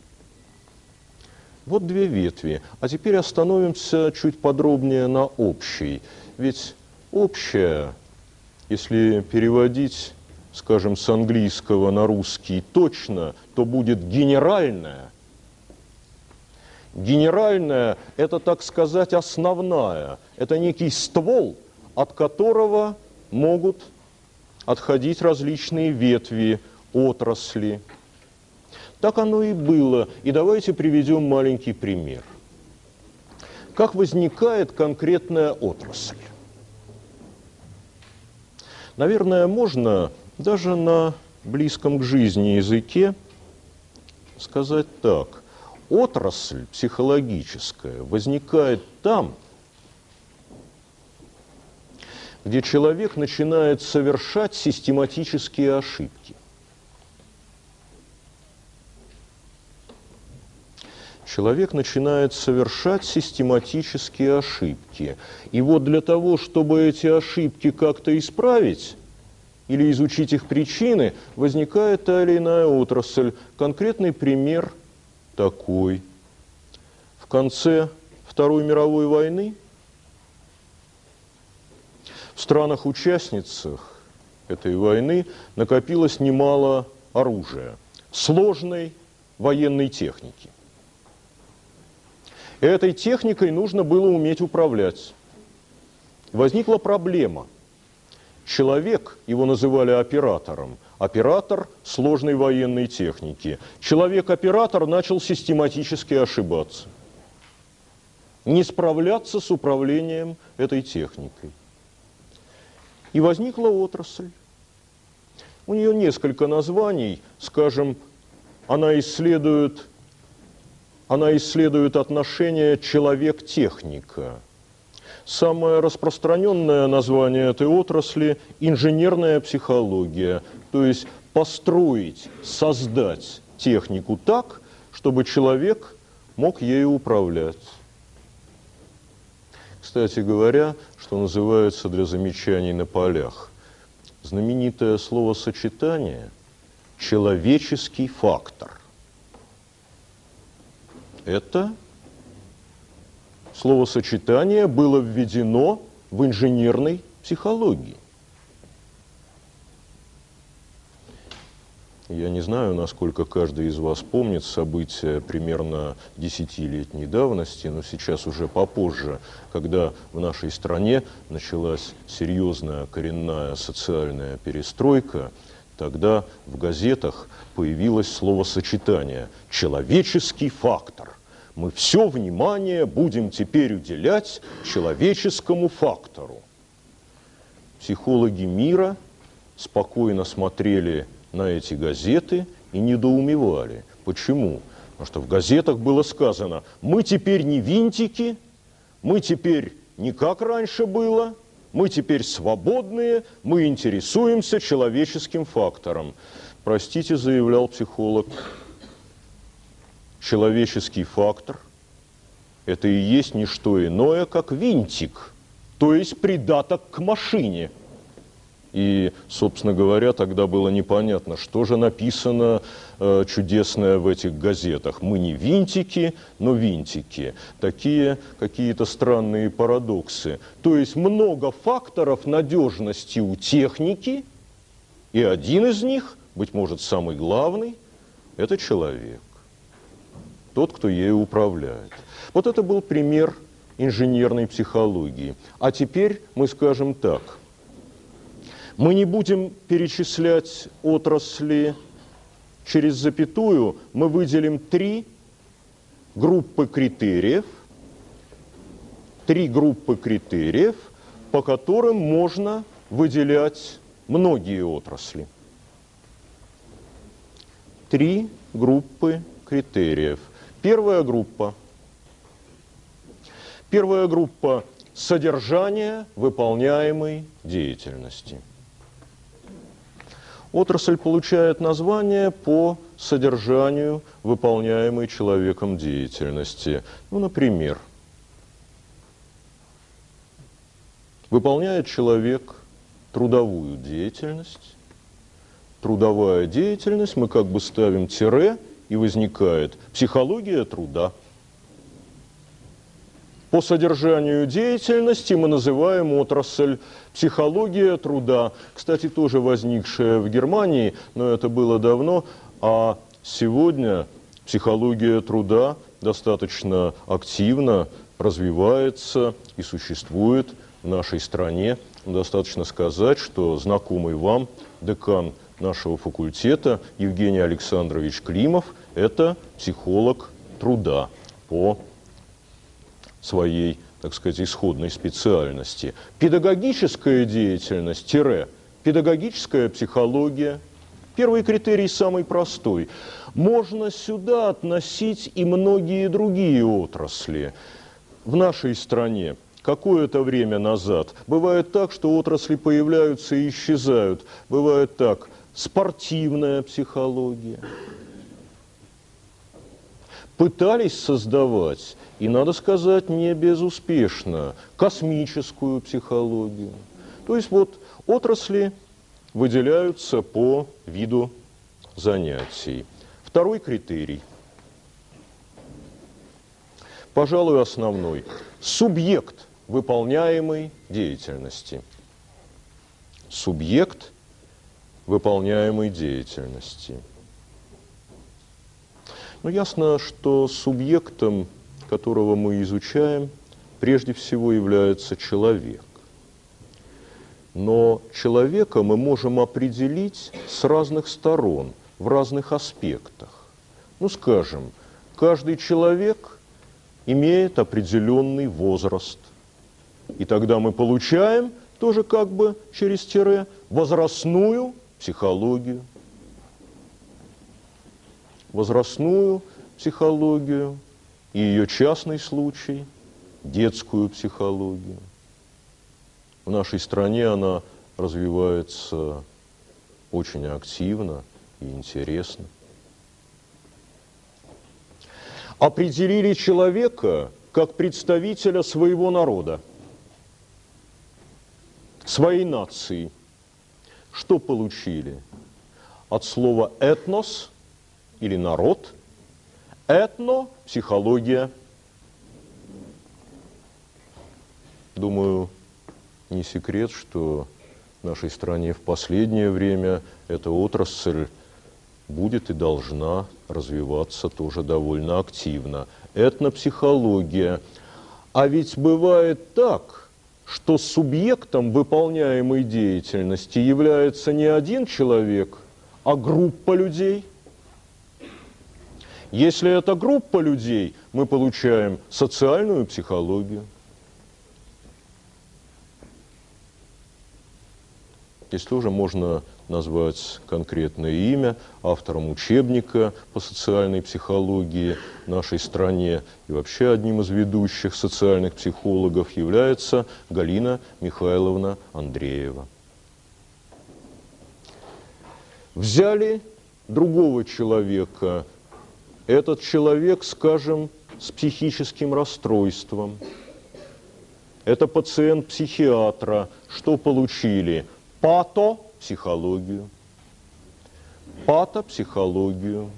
Вот две ветви. А теперь остановимся чуть подробнее на общей. Ведь общая, если переводить, скажем, с английского на русский точно, то будет генеральная. Генеральная – это, так сказать, основная. Это некий ствол, от которого могут отходить различные ветви, отрасли. Так оно и было. И давайте приведем маленький пример. Как возникает конкретная отрасль? Наверное, можно даже на близком к жизни языке сказать так. Отрасль психологическая возникает там, где человек начинает совершать систематические ошибки. Человек начинает совершать систематические ошибки. И вот для того, чтобы эти ошибки как-то исправить или изучить их причины, возникает та или иная отрасль. Конкретный пример такой. В конце Второй мировой войны в странах-участницах этой войны накопилось немало оружия, сложной военной техники. Этой техникой нужно было уметь управлять. Возникла проблема. Человек, его называли оператором, оператор сложной военной техники. Человек-оператор начал систематически ошибаться, не справляться с управлением этой техникой. И возникла отрасль. У нее несколько названий, скажем, она исследует отношения человек-техника. Самое распространенное название этой отрасли – инженерная психология, то есть построить, создать технику так, чтобы человек мог ею управлять. кстати говоря, что называется, для замечаний на полях. Знаменитое словосочетание «человеческий фактор». Это словосочетание было введено в инженерной психологии. Я не знаю, насколько каждый из вас помнит события примерно 10-летней давности, но сейчас уже попозже, когда в нашей стране началась серьезная коренная социальная перестройка, тогда в газетах появилось словосочетание «человеческий фактор». Мы все внимание будем теперь уделять человеческому фактору. Психологи мира спокойно смотрели на эти газеты и недоумевали. Почему? Потому что в газетах было сказано: мы теперь не винтики, мы теперь не как раньше было, мы теперь свободные, мы интересуемся человеческим фактором. Простите, заявлял психолог, человеческий фактор – это и есть не что иное, как винтик, то есть придаток к машине. И, собственно говоря, тогда было непонятно, что же написано чудесное в этих газетах. Мы не винтики, но винтики. Такие какие-то странные парадоксы. То есть много факторов надежности у техники, и один из них, быть может, самый главный, это человек. Тот, кто ею управляет. Вот это был пример инженерной психологии. А теперь мы скажем так. Мы не будем перечислять отрасли через запятую, мы выделим три группы критериев, по которым можно выделять многие отрасли. Три группы критериев. Первая группа – содержание выполняемой деятельности. Отрасль получает название по содержанию выполняемой человеком деятельности. Ну, например, выполняет человек трудовую деятельность. Трудовая деятельность, мы как бы ставим тире, и возникает психология труда. По содержанию деятельности мы называем отрасль психология труда. Кстати, тоже возникшая в Германии, но это было давно. А сегодня психология труда достаточно активно развивается и существует в нашей стране. Достаточно сказать, что знакомый вам декан нашего факультета Евгений Александрович Климов – это психолог труда по своей, так сказать, исходной специальности. Педагогическая деятельность, педагогическая психология. Первый критерий самый простой. Можно сюда относить и многие другие отрасли. В нашей стране какое-то время назад бывает так, что отрасли появляются и исчезают. Бывает так: спортивная психология. Пытались создавать, и, надо сказать, не безуспешно, космическую психологию. То есть вот отрасли выделяются по виду занятий. Второй критерий, пожалуй, основной. Субъект выполняемой деятельности. Субъект выполняемой деятельности. Но ясно, что субъектом, которого мы изучаем, прежде всего является человек. Но человека мы можем определить с разных сторон, в разных аспектах. Ну, скажем, каждый человек имеет определенный возраст. И тогда мы получаем тоже как бы через тире возрастную психологию. Возрастную психологию и ее частный случай, детскую психологию. В нашей стране она развивается очень активно и интересно. Определили человека как представителя своего народа. своей нации. Что получили? От слова «этнос» или «народ», «этно» – психология. Думаю, не секрет, что в нашей стране в последнее время эта отрасль будет и должна развиваться тоже довольно активно. Этнопсихология. А ведь бывает так, что субъектом выполняемой деятельности является не один человек, а группа людей. Если это группа людей, мы получаем социальную психологию. Здесь тоже можно назвать конкретное имя. Автором учебника по социальной психологии в нашей стране и вообще одним из ведущих социальных психологов является Галина Михайловна Андреева. Взяли другого человека. Этот человек, скажем, с психическим расстройством. Это пациент психиатра. Что получили? Патопсихологию. Патопсихологию.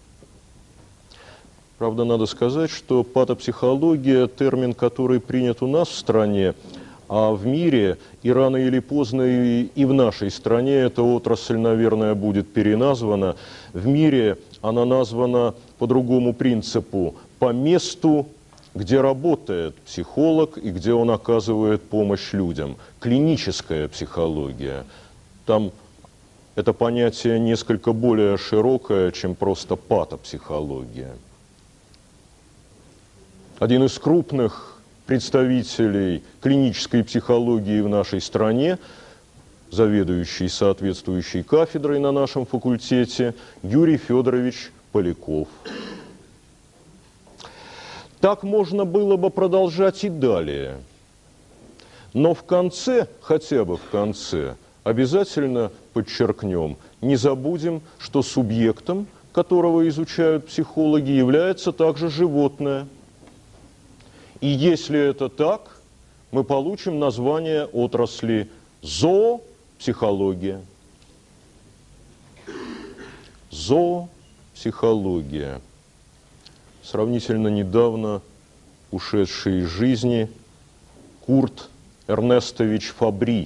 Правда, надо сказать, что патопсихология – термин, который принят у нас в стране, а в мире и рано или поздно и в нашей стране эта отрасль, наверное, будет переназвана. В мире она названа по другому принципу, по месту, где работает психолог и где он оказывает помощь людям. Клиническая психология. Там это понятие несколько более широкое, чем просто патопсихология. Один из крупных представителей клинической психологии в нашей стране, заведующий соответствующей кафедрой на нашем факультете, Юрий Федорович Поляков. Так можно было бы продолжать и далее. Но в конце, хотя бы в конце, обязательно подчеркнем, не забудем, что субъектом, которого изучают психологи, является также животное. И если это так, мы получим название отрасли зоопсихология. Зоопсихология. Сравнительно недавно ушедший из жизни Курт Эрнестович Фабри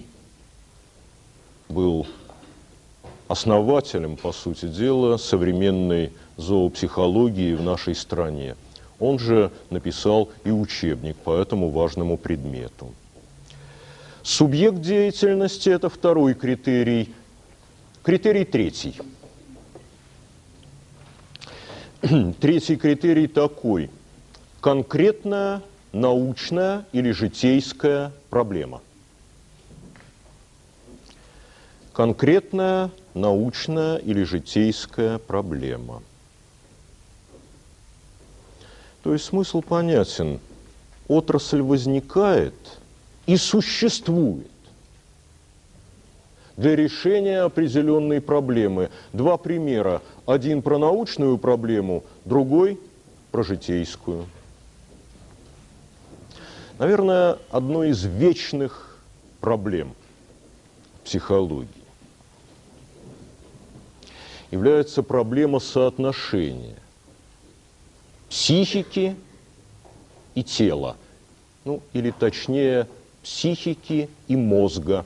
был основателем, по сути дела, современной зоопсихологии в нашей стране. Он же написал и учебник по этому важному предмету. Субъект деятельности – это второй критерий. Критерий третий. Третий критерий такой. Конкретная научная или житейская проблема. Конкретная научная или житейская проблема. То есть смысл понятен. Отрасль возникает и существует для решения определенной проблемы. Два примера. Один про научную проблему, другой про житейскую. Наверное, одной из вечных проблем психологии является проблема соотношения психики и тела, ну или точнее психики и мозга.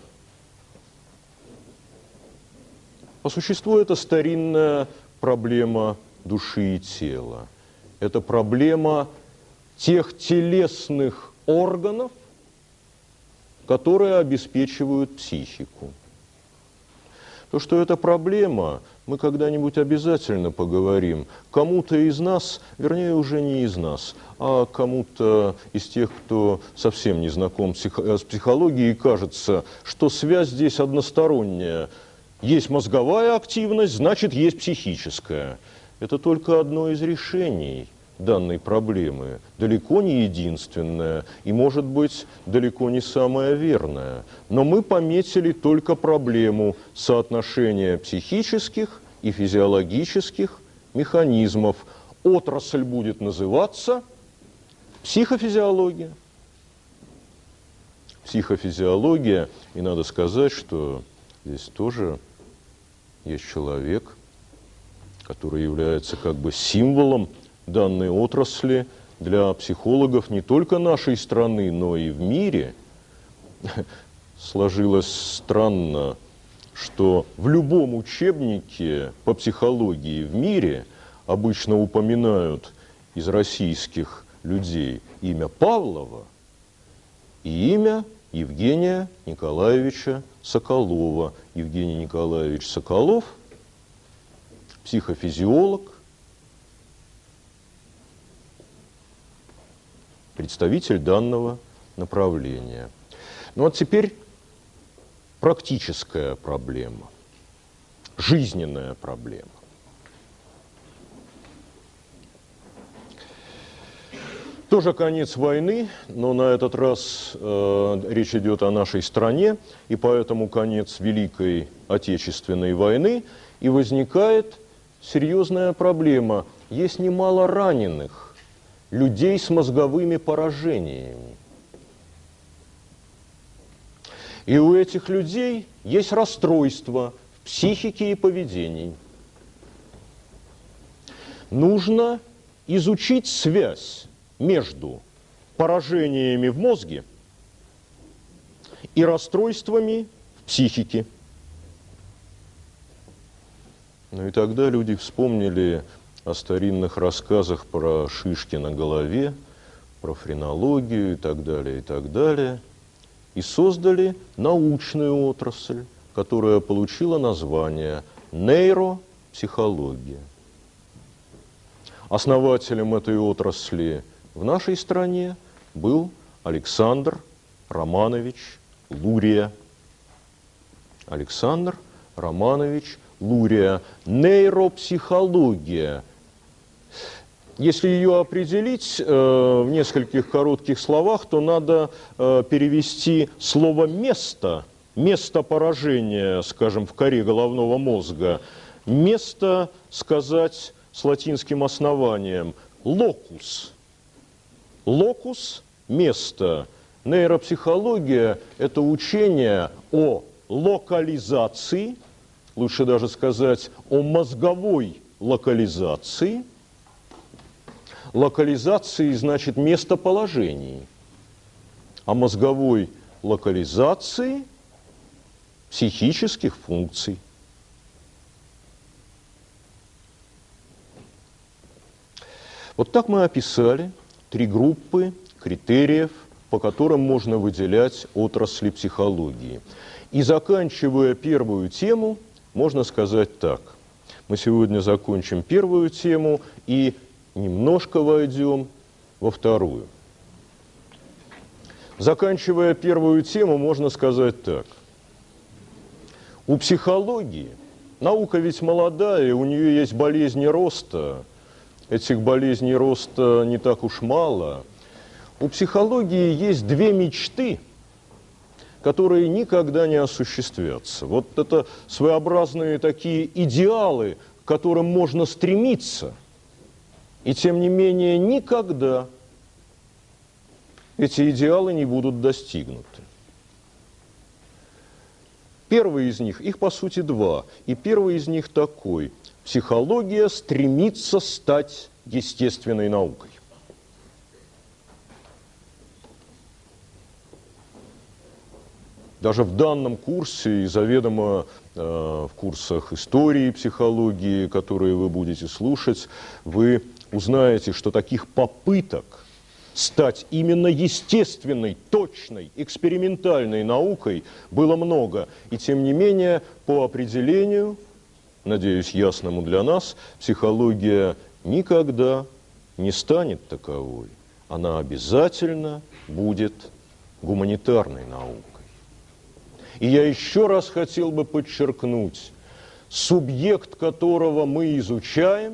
По существу это старинная проблема души и тела. Это проблема тех телесных органов, которые обеспечивают психику. То, что это проблема, мы когда-нибудь обязательно поговорим. Кому-то из нас, вернее, уже не из нас, а кому-то из тех, кто совсем не знаком с психологией, кажется, что связь здесь односторонняя. Есть мозговая активность, значит, есть психическая. Это только одно из решений данной проблемы, далеко не единственное и, может быть, далеко не самое верное. Но мы пометили только проблему соотношения психических и физиологических механизмов. Отрасль будет называться психофизиология. психофизиология. И надо сказать, что здесь тоже есть человек, который является как бы символом данной отрасли для психологов не только нашей страны, но и в мире. Сложилось странно, что в любом учебнике по психологии в мире обычно упоминают из российских людей имя Павлова и имя Евгения Николаевича Соколова. Евгений Николаевич Соколов – психофизиолог, представитель данного направления. Ну вот теперь практическая проблема, жизненная проблема. Тоже конец войны, но на этот раз речь идет о нашей стране, и поэтому конец Великой Отечественной войны, и возникает серьезная проблема. Есть немало раненых, людей с мозговыми поражениями. И у этих людей есть расстройства в психике и поведении. Нужно изучить связь между поражениями в мозге и расстройствами в психике. Ну и тогда люди вспомнили о старинных рассказах про шишки на голове, про френологию и так далее, и создали научную отрасль, которая получила название нейропсихология. Основателем этой отрасли в нашей стране был Александр Романович Лурия. Александр Романович Лурия. Нейропсихология. Если ее определить в нескольких коротких словах, то надо перевести слово «место», место поражения, скажем, в коре головного мозга, место сказать с латинским основанием «локус». Локус – место. Нейропсихология – это учение о локализации, лучше даже сказать о мозговой локализации. Локализации значит местоположение, а мозговой локализации психических функций. Вот так мы описали 3 группы критериев, по которым можно выделять отрасли психологии. И заканчивая первую тему, можно сказать так. Мы сегодня закончим первую тему и немножко войдем во вторую. Заканчивая первую тему, можно сказать так. У психологии, наука ведь молодая, у нее есть болезни роста. Этих болезней роста не так уж мало. У психологии есть 2 мечты, которые никогда не осуществятся. Вот это своеобразные такие идеалы, к которым можно стремиться. И тем не менее никогда эти идеалы не будут достигнуты. Первый из них, их по сути 2, и первый из них такой. Психология стремится стать естественной наукой. Даже в данном курсе и заведомо в курсах истории психологии, которые вы будете слушать, вы узнаете, что таких попыток стать именно естественной, точной, экспериментальной наукой было много. И тем не менее, по определению, надеюсь, ясному для нас, психология никогда не станет таковой. Она обязательно будет гуманитарной наукой. И я еще раз хотел бы подчеркнуть, субъект, которого мы изучаем,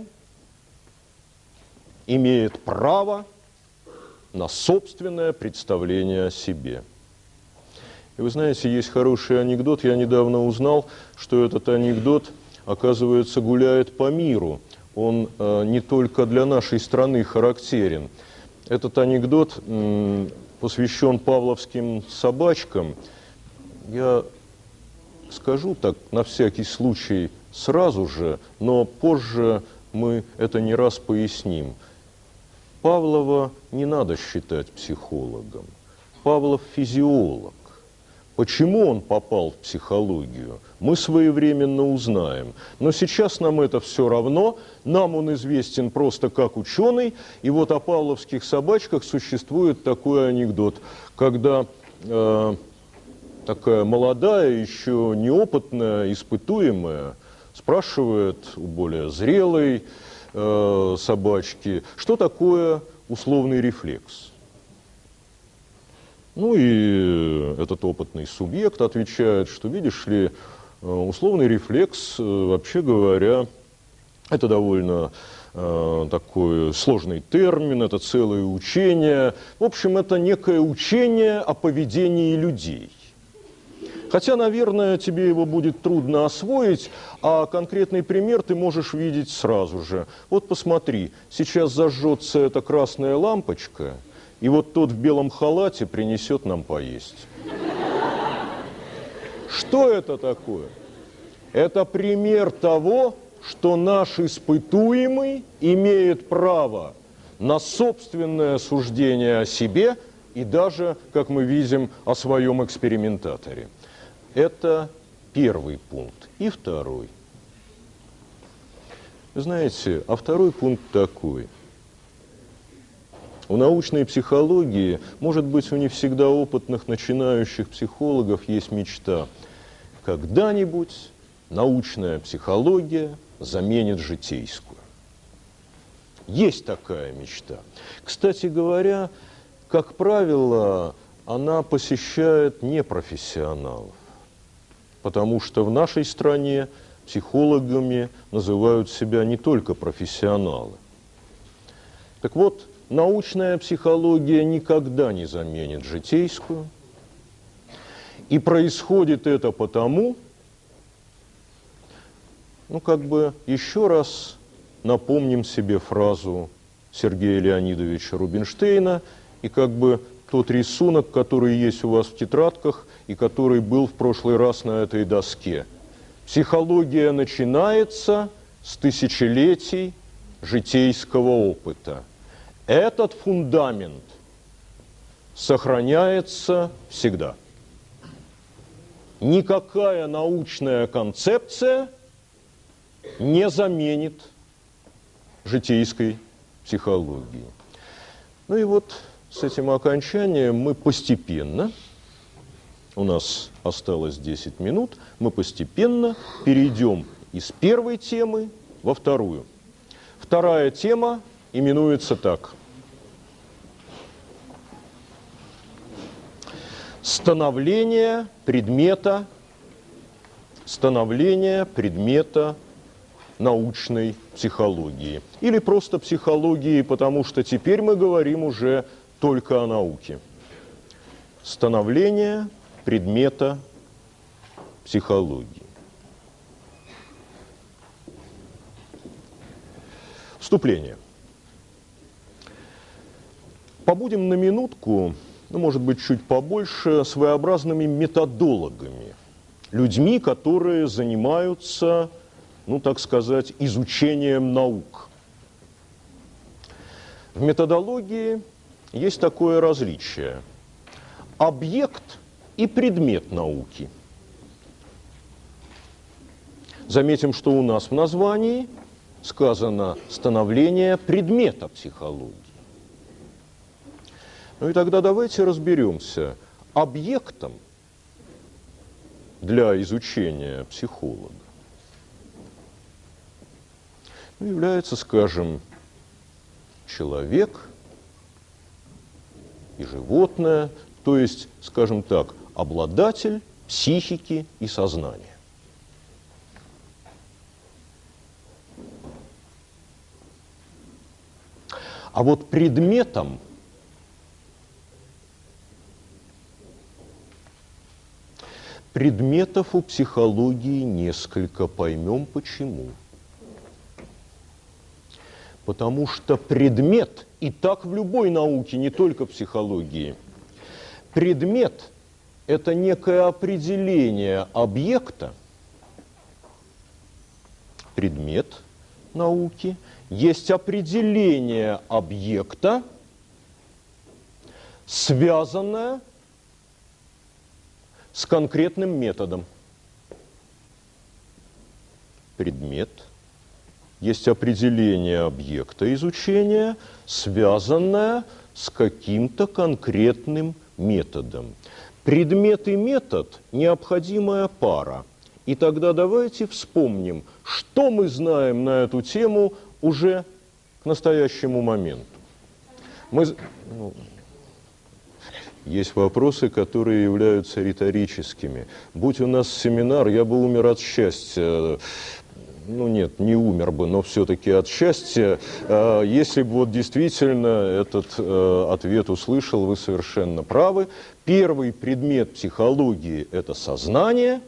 имеет право на собственное представление о себе. И вы знаете, есть хороший анекдот. Я недавно узнал, что этот анекдот, оказывается, гуляет по миру. Он не только для нашей страны характерен. Этот анекдот посвящен павловским собачкам. Я скажу так на всякий случай сразу же, но позже мы это не раз поясним. Павлова не надо считать психологом. Павлов физиолог. Почему он попал в психологию, мы своевременно узнаем. Но сейчас нам это все равно, нам он известен просто как ученый. И вот о павловских собачках существует такой анекдот, когда такая молодая, еще неопытная, испытуемая спрашивает у более зрелой собачки, что такое условный рефлекс. Ну и этот опытный субъект отвечает, что, видишь ли, условный рефлекс, вообще говоря, это довольно такой сложный термин, это целое учение. В общем, это некое учение о поведении людей. Хотя, наверное, тебе его будет трудно освоить, а конкретный пример ты можешь видеть сразу же. Вот посмотри, сейчас зажжется эта красная лампочка, и вот тот в белом халате принесет нам поесть. Что это такое? Это пример того, что наш испытуемый имеет право на собственное суждение о себе и даже, как мы видим, о своем экспериментаторе. Это первый пункт. И второй. Знаете, а второй пункт такой. У научной психологии, может быть, у не всегда опытных начинающих психологов есть мечта. Когда-нибудь научная психология заменит житейскую. Есть такая мечта. Кстати говоря, как правило, она посещает непрофессионалов. Потому что в нашей стране психологами называют себя не только профессионалы. Так вот, научная психология никогда не заменит житейскую. И происходит это потому, еще раз напомним себе фразу Сергея Леонидовича Рубинштейна и тот рисунок, который есть у вас в тетрадках и который был в прошлый раз на этой доске. Психология начинается с тысячелетий житейского опыта. Этот фундамент сохраняется всегда. Никакая научная концепция не заменит житейской психологии. Ну и вот с этим окончанием мы постепенно, у нас осталось 10 минут, мы постепенно перейдем из первой темы во вторую. Вторая тема именуется так. Становление предмета научной психологии. Или просто психологии, потому что теперь мы говорим уже только о науке. Становление предмета психологии. Вступление. Побудем на минутку, может быть, чуть побольше, своеобразными методологами, людьми, которые занимаются, так сказать, изучением наук. В методологии есть такое различие – объект и предмет науки. Заметим, что у нас в названии сказано «становление предмета психологии». Ну и тогда давайте разберемся. Объектом для изучения психолога является, скажем, человек и животное, то есть, скажем так, обладатель психики и сознания. А вот предметом предметов у психологии несколько, поймем почему. Потому что предмет, и так в любой науке, не только психологии, предмет – это некое определение объекта, предмет науки, есть определение объекта, связанное с конкретным методом. Предмет есть определение объекта изучения, связанное с каким-то конкретным методом. Предмет и метод – необходимая пара. И тогда давайте вспомним, что мы знаем на эту тему уже к настоящему моменту. Есть вопросы, которые являются риторическими. Будь у нас семинар, я бы умер от счастья. Ну нет, не умер бы, но все-таки от счастья. Если бы вот действительно этот ответ услышал, вы совершенно правы. Первый предмет психологии – это сознание,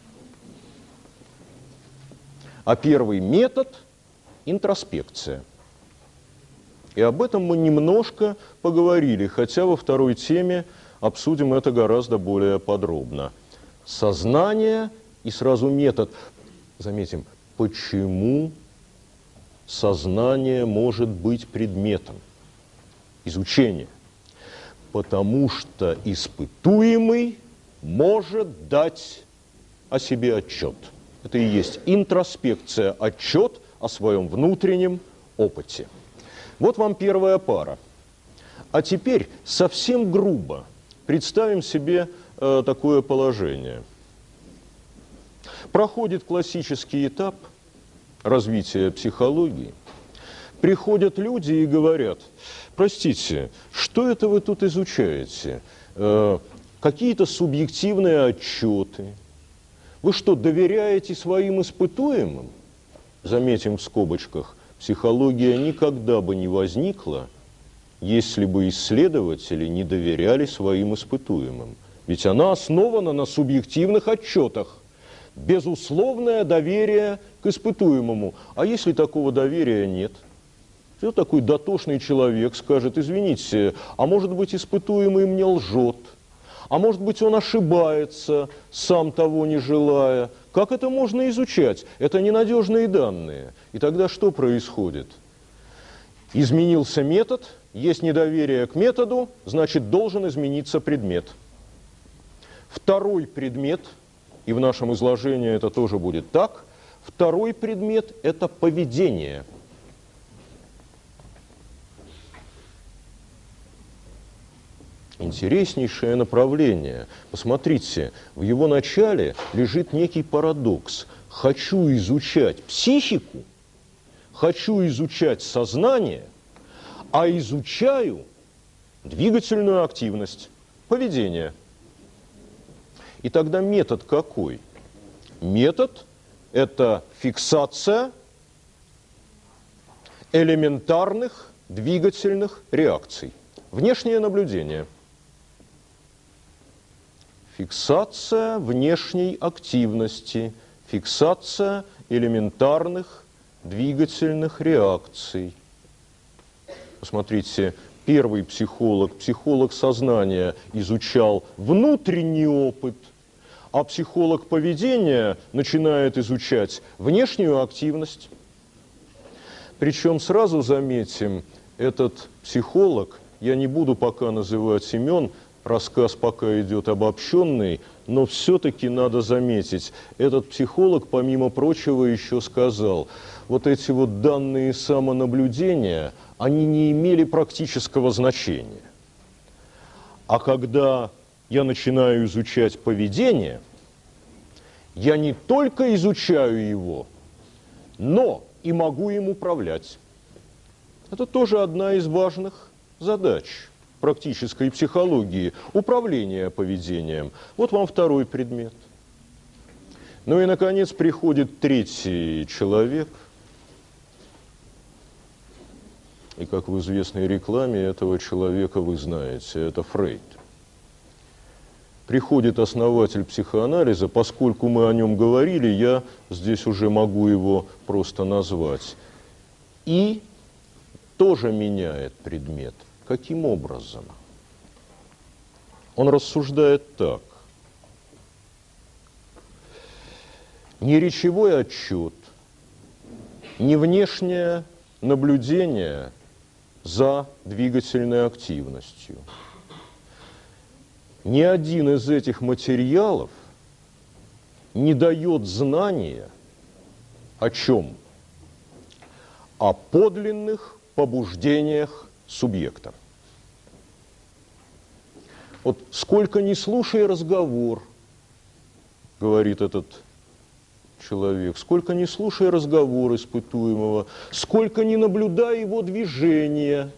а первый метод – интроспекция. И об этом мы немножко поговорили, хотя во второй теме обсудим это гораздо более подробно. Сознание и сразу метод. Заметим, почему сознание может быть предметом изучения? Потому что испытуемый может дать о себе отчет. Это и есть интроспекция, отчет о своем внутреннем опыте. Вот вам первая пара. А теперь совсем грубо представим себе такое положение. Проходит классический этап развития психологии. Приходят люди и говорят: простите, что это вы тут изучаете? Какие-то субъективные отчеты. Вы что, доверяете своим испытуемым? Заметим в скобочках, психология никогда бы не возникла, если бы исследователи не доверяли своим испытуемым. Ведь она основана на субъективных отчетах. Безусловное доверие к испытуемому. А если такого доверия нет? Что такой дотошный человек скажет: извините, а может быть, испытуемый мне лжет? А может быть, он ошибается, сам того не желая? Как это можно изучать? Это ненадежные данные. И тогда что происходит? Изменился метод, есть недоверие к методу, значит, должен измениться предмет. Второй предмет, и в нашем изложении это тоже будет так, второй предмет – это поведение. Интереснейшее направление. Посмотрите, в его начале лежит некий парадокс. Хочу изучать психику, хочу изучать сознание, а изучаю двигательную активность, поведение. И тогда метод какой? Метод – это фиксация элементарных двигательных реакций. Внешнее наблюдение. Фиксация внешней активности, фиксация элементарных двигательных реакций. Посмотрите, первый психолог, психолог сознания, изучал внутренний опыт, а психолог поведения начинает изучать внешнюю активность. Причем сразу заметим, этот психолог, я не буду пока называть имен, рассказ пока идет обобщенный, но все-таки надо заметить, этот психолог, помимо прочего, еще сказал, вот эти вот данные самонаблюдения, они не имели практического значения. А когда я начинаю изучать поведение, я не только изучаю его, но и могу им управлять. Это тоже одна из важных задач практической психологии – управление поведением. Вот вам второй предмет. Ну и, наконец, приходит третий человек. И, как в известной рекламе, этого человека вы знаете, это Фрейд. Приходит основатель психоанализа, поскольку мы о нем говорили, я здесь уже могу его просто назвать. И тоже меняет предмет. Каким образом? Он рассуждает так. Ни речевой отчет, ни внешнее наблюдение за двигательной активностью. Ни один из этих материалов не дает знания о чем? О подлинных побуждениях субъекта. Вот сколько ни слушай разговор, говорит этот человек, сколько ни слушай разговор испытуемого, сколько ни наблюдай его движения,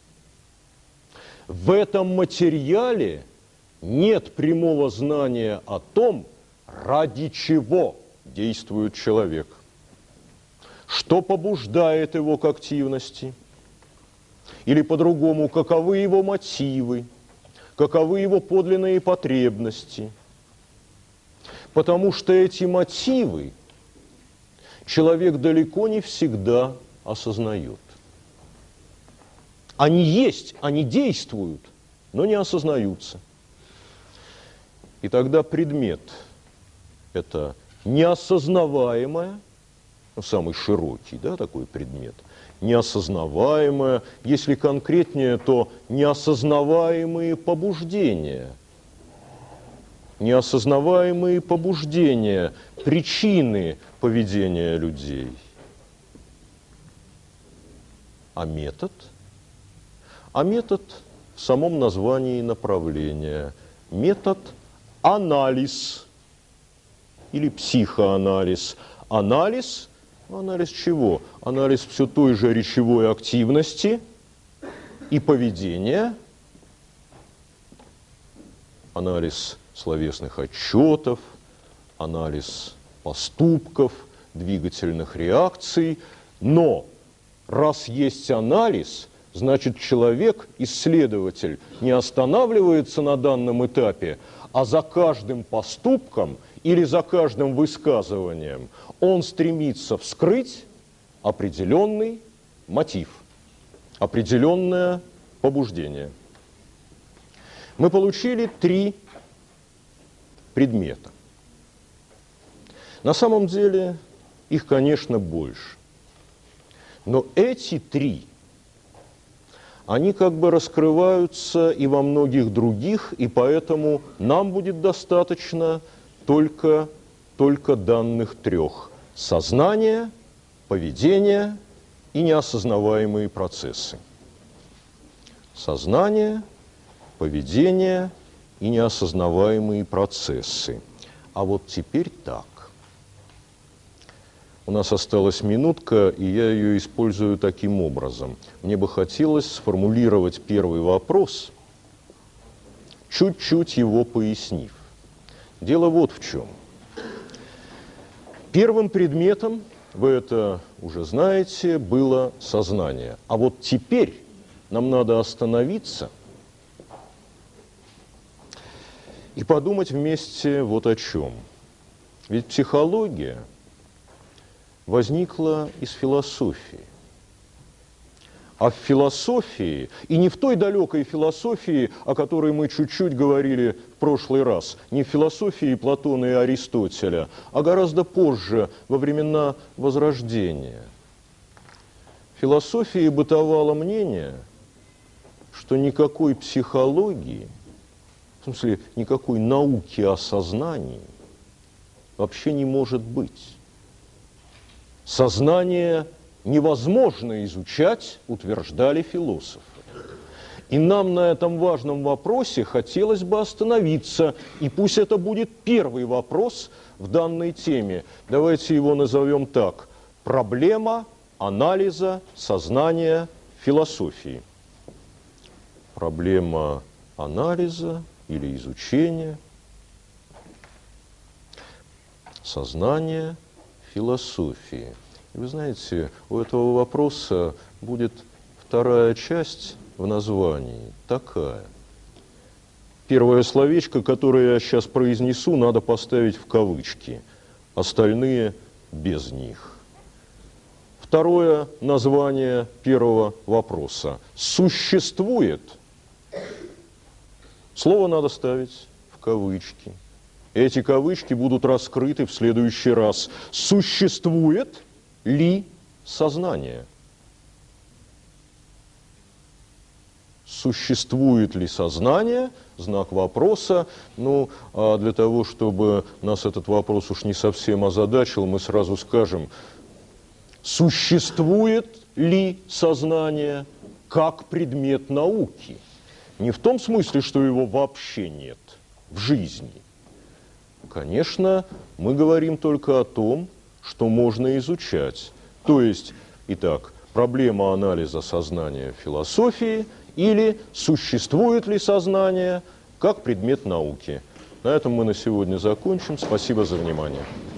в этом материале нет прямого знания о том, ради чего действует человек, что побуждает его к активности, или по-другому, каковы его мотивы, каковы его подлинные потребности. Потому что эти мотивы человек далеко не всегда осознает. Они есть, они действуют, но не осознаются. И тогда предмет – это неосознаваемое, ну, самый широкий, да, такой предмет, неосознаваемое, если конкретнее, то неосознаваемые побуждения. Неосознаваемые побуждения, причины поведения людей. А метод? А метод в самом названии направления. Метод – анализ или психоанализ. Анализ – анализ чего? Анализ все той же речевой активности и поведения. Анализ словесных отчетов, анализ поступков, двигательных реакций. Но раз есть анализ, значит, человек, исследователь, не останавливается на данном этапе, а за каждым поступком или за каждым высказыванием он стремится вскрыть определенный мотив, определенное побуждение. Мы получили 3 предмета. На самом деле их, конечно, больше. Но эти 3, они как бы раскрываются и во многих других, и поэтому нам будет достаточно только данных 3. Сознание, поведение и неосознаваемые процессы. Сознание, поведение и неосознаваемые процессы. А вот теперь так. У нас осталась минутка, и я ее использую таким образом. Мне бы хотелось сформулировать первый вопрос, чуть-чуть его пояснив. Дело вот в чем. Первым предметом, вы это уже знаете, было сознание. А вот теперь нам надо остановиться и подумать вместе вот о чем. Ведь психология возникла из философии. А в философии, и не в той далекой философии, о которой мы чуть-чуть говорили в прошлый раз, не в философии Платона и Аристотеля, а гораздо позже, во времена Возрождения, в философии бытовало мнение, что никакой психологии, в смысле, никакой науки о сознании вообще не может быть. Сознание невозможно изучать, утверждали философы. И нам на этом важном вопросе хотелось бы остановиться, и пусть это будет первый вопрос в данной теме. Давайте его назовем так. Проблема анализа сознания философии. Проблема анализа или изучения сознания философии. И вы знаете, у этого вопроса будет вторая часть в названии, такая. Первое словечко, которое я сейчас произнесу, надо поставить в кавычки, остальные без них. Второе название первого вопроса. Существует. Слово надо ставить в кавычки. Эти кавычки будут раскрыты в следующий раз. Существует ли сознание? Существует ли сознание? Знак вопроса. Ну, а для того, чтобы нас этот вопрос уж не совсем озадачил, мы сразу скажем, существует ли сознание как предмет науки? Не в том смысле, что его вообще нет в жизни. Конечно, мы говорим только о том, что можно изучать. То есть, итак, проблема анализа сознания в философии или существует ли сознание как предмет науки. На этом мы на сегодня закончим. Спасибо за внимание.